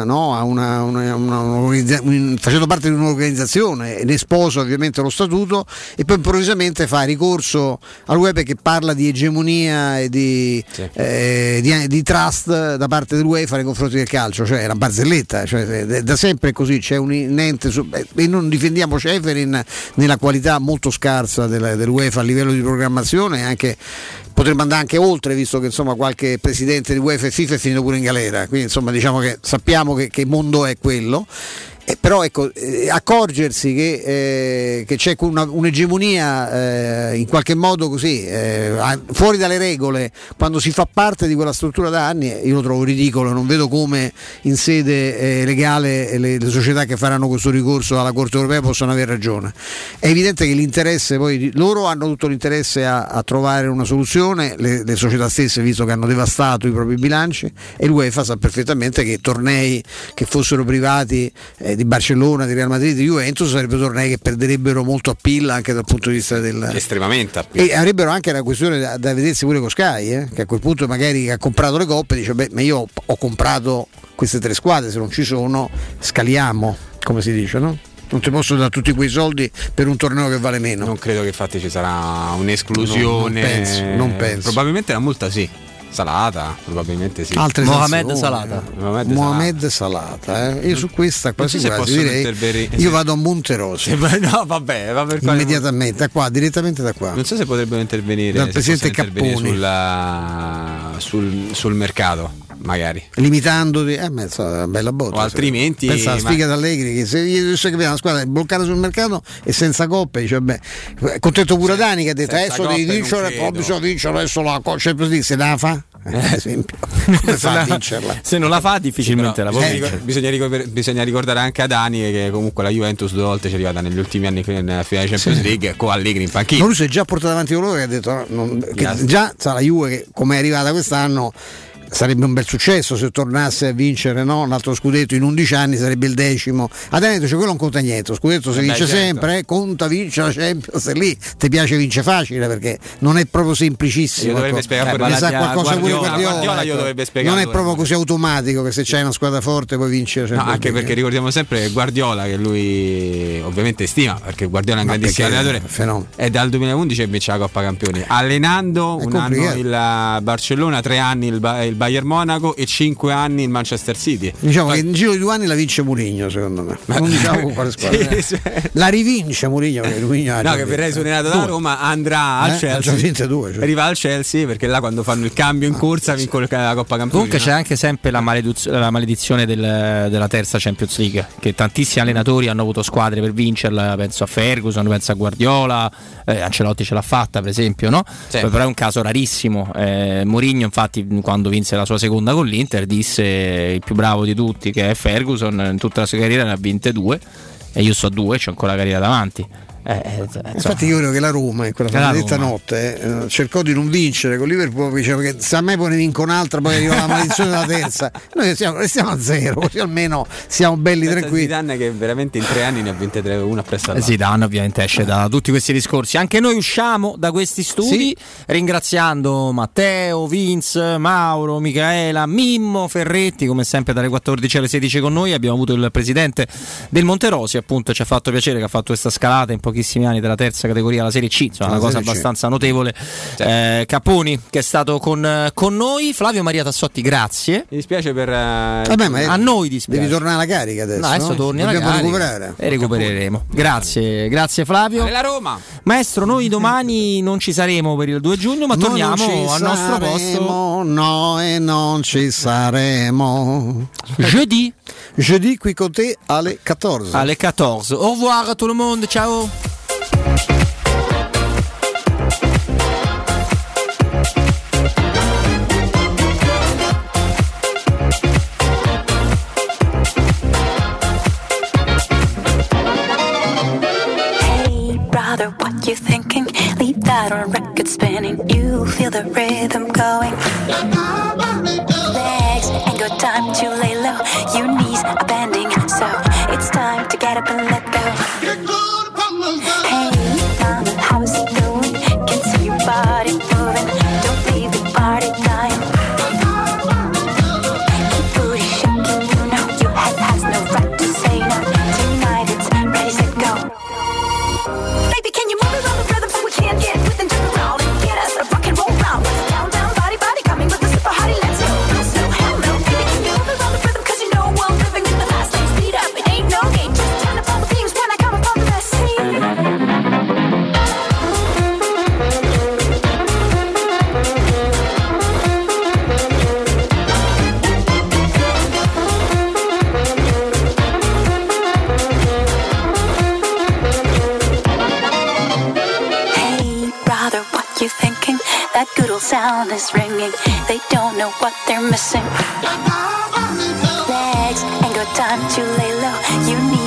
facendo parte di un'organizzazione, ne sposa ovviamente lo statuto e poi improvvisamente fa ricorso al web che parla di egemonia e di trust da parte dell'UEFA nei confronti del calcio, cioè è una barzelletta, cioè, da sempre è così, c'è un ente e non difendiamo Ceferin nella qualità molto scarsa dell'UEFA a livello di programmazione, anche potremmo andare anche oltre, visto che insomma qualche presidente di UEFA e FIFA è finito pure in galera, quindi insomma diciamo che sappiamo che mondo è quello. Però ecco, accorgersi che c'è un'egemonia in qualche modo così fuori dalle regole quando si fa parte di quella struttura da anni, io lo trovo ridicolo. Non vedo come in sede legale le società che faranno questo ricorso alla Corte Europea possano aver ragione. È evidente che l'interesse, poi loro hanno tutto l'interesse a trovare una soluzione, le società stesse, visto che hanno devastato i propri bilanci, e l'UEFA sa perfettamente che tornei che fossero privati di Barcellona, di Real Madrid, di Juventus sarebbero tornei che perderebbero molto appeal anche dal punto di vista estremamente appeal, e avrebbero anche una questione da vedersi pure con Sky, che a quel punto magari ha comprato le coppe dice ma io ho comprato queste 3 squadre, se non ci sono scaliamo, come si dice, no? Non ti posso dare tutti quei soldi per un torneo che vale meno. Non credo che infatti ci sarà un'esclusione. Non penso. Probabilmente la multa sì. Salata, probabilmente sì. Mohamed Salata. Mohamed Salata. Io su questa quasi direi io vado a Monterosi. No, vabbè, va per immediatamente direttamente da qua. Non so se potrebbero intervenire dal presidente Capponi sul mercato, magari limitandoti una bella botta. O altrimenti pensa alla sfiga d'Allegri che se io so che una squadra è bloccata sul mercato e senza coppe, dice contento pure Dani che ha detto adesso devi vincere, poi bisogna vincere adesso la Champions League, se la fa ad esempio come fa a vincerla? Se non la fa difficilmente la può vincere. Bisogna ricordare anche a Dani che comunque la Juventus 2 volte ci è arrivata negli ultimi anni nella finale Champions League con Allegri in panchina. Lui si è già portato avanti con loro, che ha detto che già la Juve che come è arrivata quest'anno sarebbe un bel successo se tornasse a vincere un altro scudetto in 11 anni, sarebbe il 10º. Adesso quello non conta niente, lo scudetto si vince sempre, conta vince la Champions, e lì ti piace vince facile, perché non è proprio semplicissimo. Dovrebbe spiegare qualcosa pure Guardiola, dovrebbe spiegare. Non è proprio così automatico che se c'hai una squadra forte puoi vincere. Anche perché ricordiamo sempre Guardiola, che lui ovviamente stima, perché Guardiola è un grandissimo allenatore, è dal 2011 e vince la Coppa Campioni, allenando un anno il Barcellona, 3 anni il Bayern Monaco e 5 anni il Manchester City. Diciamo che in giro di 2 anni la vince Mourinho, secondo me. Non diciamo con quale squadra. La rivince Mourinho, che verrà esonerato da Roma, andrà al Chelsea. Arriva al Chelsea, perché là quando fanno il cambio in corsa vincono la Coppa Campioni. Comunque c'è anche sempre la maledizione della terza Champions League, che tantissimi allenatori hanno avuto squadre per vincerla, penso a Ferguson, penso a Guardiola, Ancelotti ce l'ha fatta per esempio, no? Sì. Però è un caso rarissimo. Mourinho infatti quando vinse la sua seconda con l'Inter disse il più bravo di tutti, che è Ferguson, in tutta la sua carriera ne ha vinte 2 e io so 2, c'ho ancora la carriera davanti. Infatti io credo che la Roma in quella maledetta notte cercò di non vincere con Liverpool, diceva che se a me poi ne vinco un'altra poi arriva la maledizione della terza, noi restiamo a 0, così almeno siamo belli tranquilli. Zidane che veramente in 3 anni ne ha vinte 3, una appresso all'altra. Zidane ovviamente esce da tutti questi discorsi. Anche noi usciamo da questi studi ringraziando Matteo, Vince, Mauro, Michaela, Mimmo, Ferretti, come sempre dalle 14 alle 16 con noi. Abbiamo avuto il presidente del Monterosi, appunto, ci ha fatto piacere che ha fatto questa scalata in pochissimo pochissimi anni dalla terza categoria alla Serie C, insomma, una cosa abbastanza notevole. Capponi che è stato con noi. Flavio Maria Tassotti, grazie. Mi dispiace per a noi dispiace. Devi tornare alla carica adesso. No, adesso torni alla carica recuperare. E recupereremo. Grazie Flavio. La Roma. Maestro, noi domani non ci saremo per il 2 giugno, ma torniamo al nostro posto. No, e non ci saremo. Jeudi qui con te alle 14. Alle 14. Au revoir a tout le monde, ciao. What you thinking? Leave that on record spinning. You feel the rhythm going. Legs ain't got time to lay low. Your knees are bending, so it's time to get up and let go. Hey, mama, how's it going? Can see your body moving. Don't leave the party dying. Keep booty shaking, you know your head has no right to say no. Tonight it's ready, set, go. Baby, can you move it on the rhythm so we can't get with and turn around and get us a rock and roll round? Down, down, body, body, coming with the super hottie, let's go. No, so hell no, baby, can you move it on the rhythm? Cause you know I'm living in the fast lane, speed up, it ain't no game. Just turn up all the themes when I come up on the best scene. You thinking that good old sound is ringing? They don't know what they're missing. Legs ain't got time to lay low. You need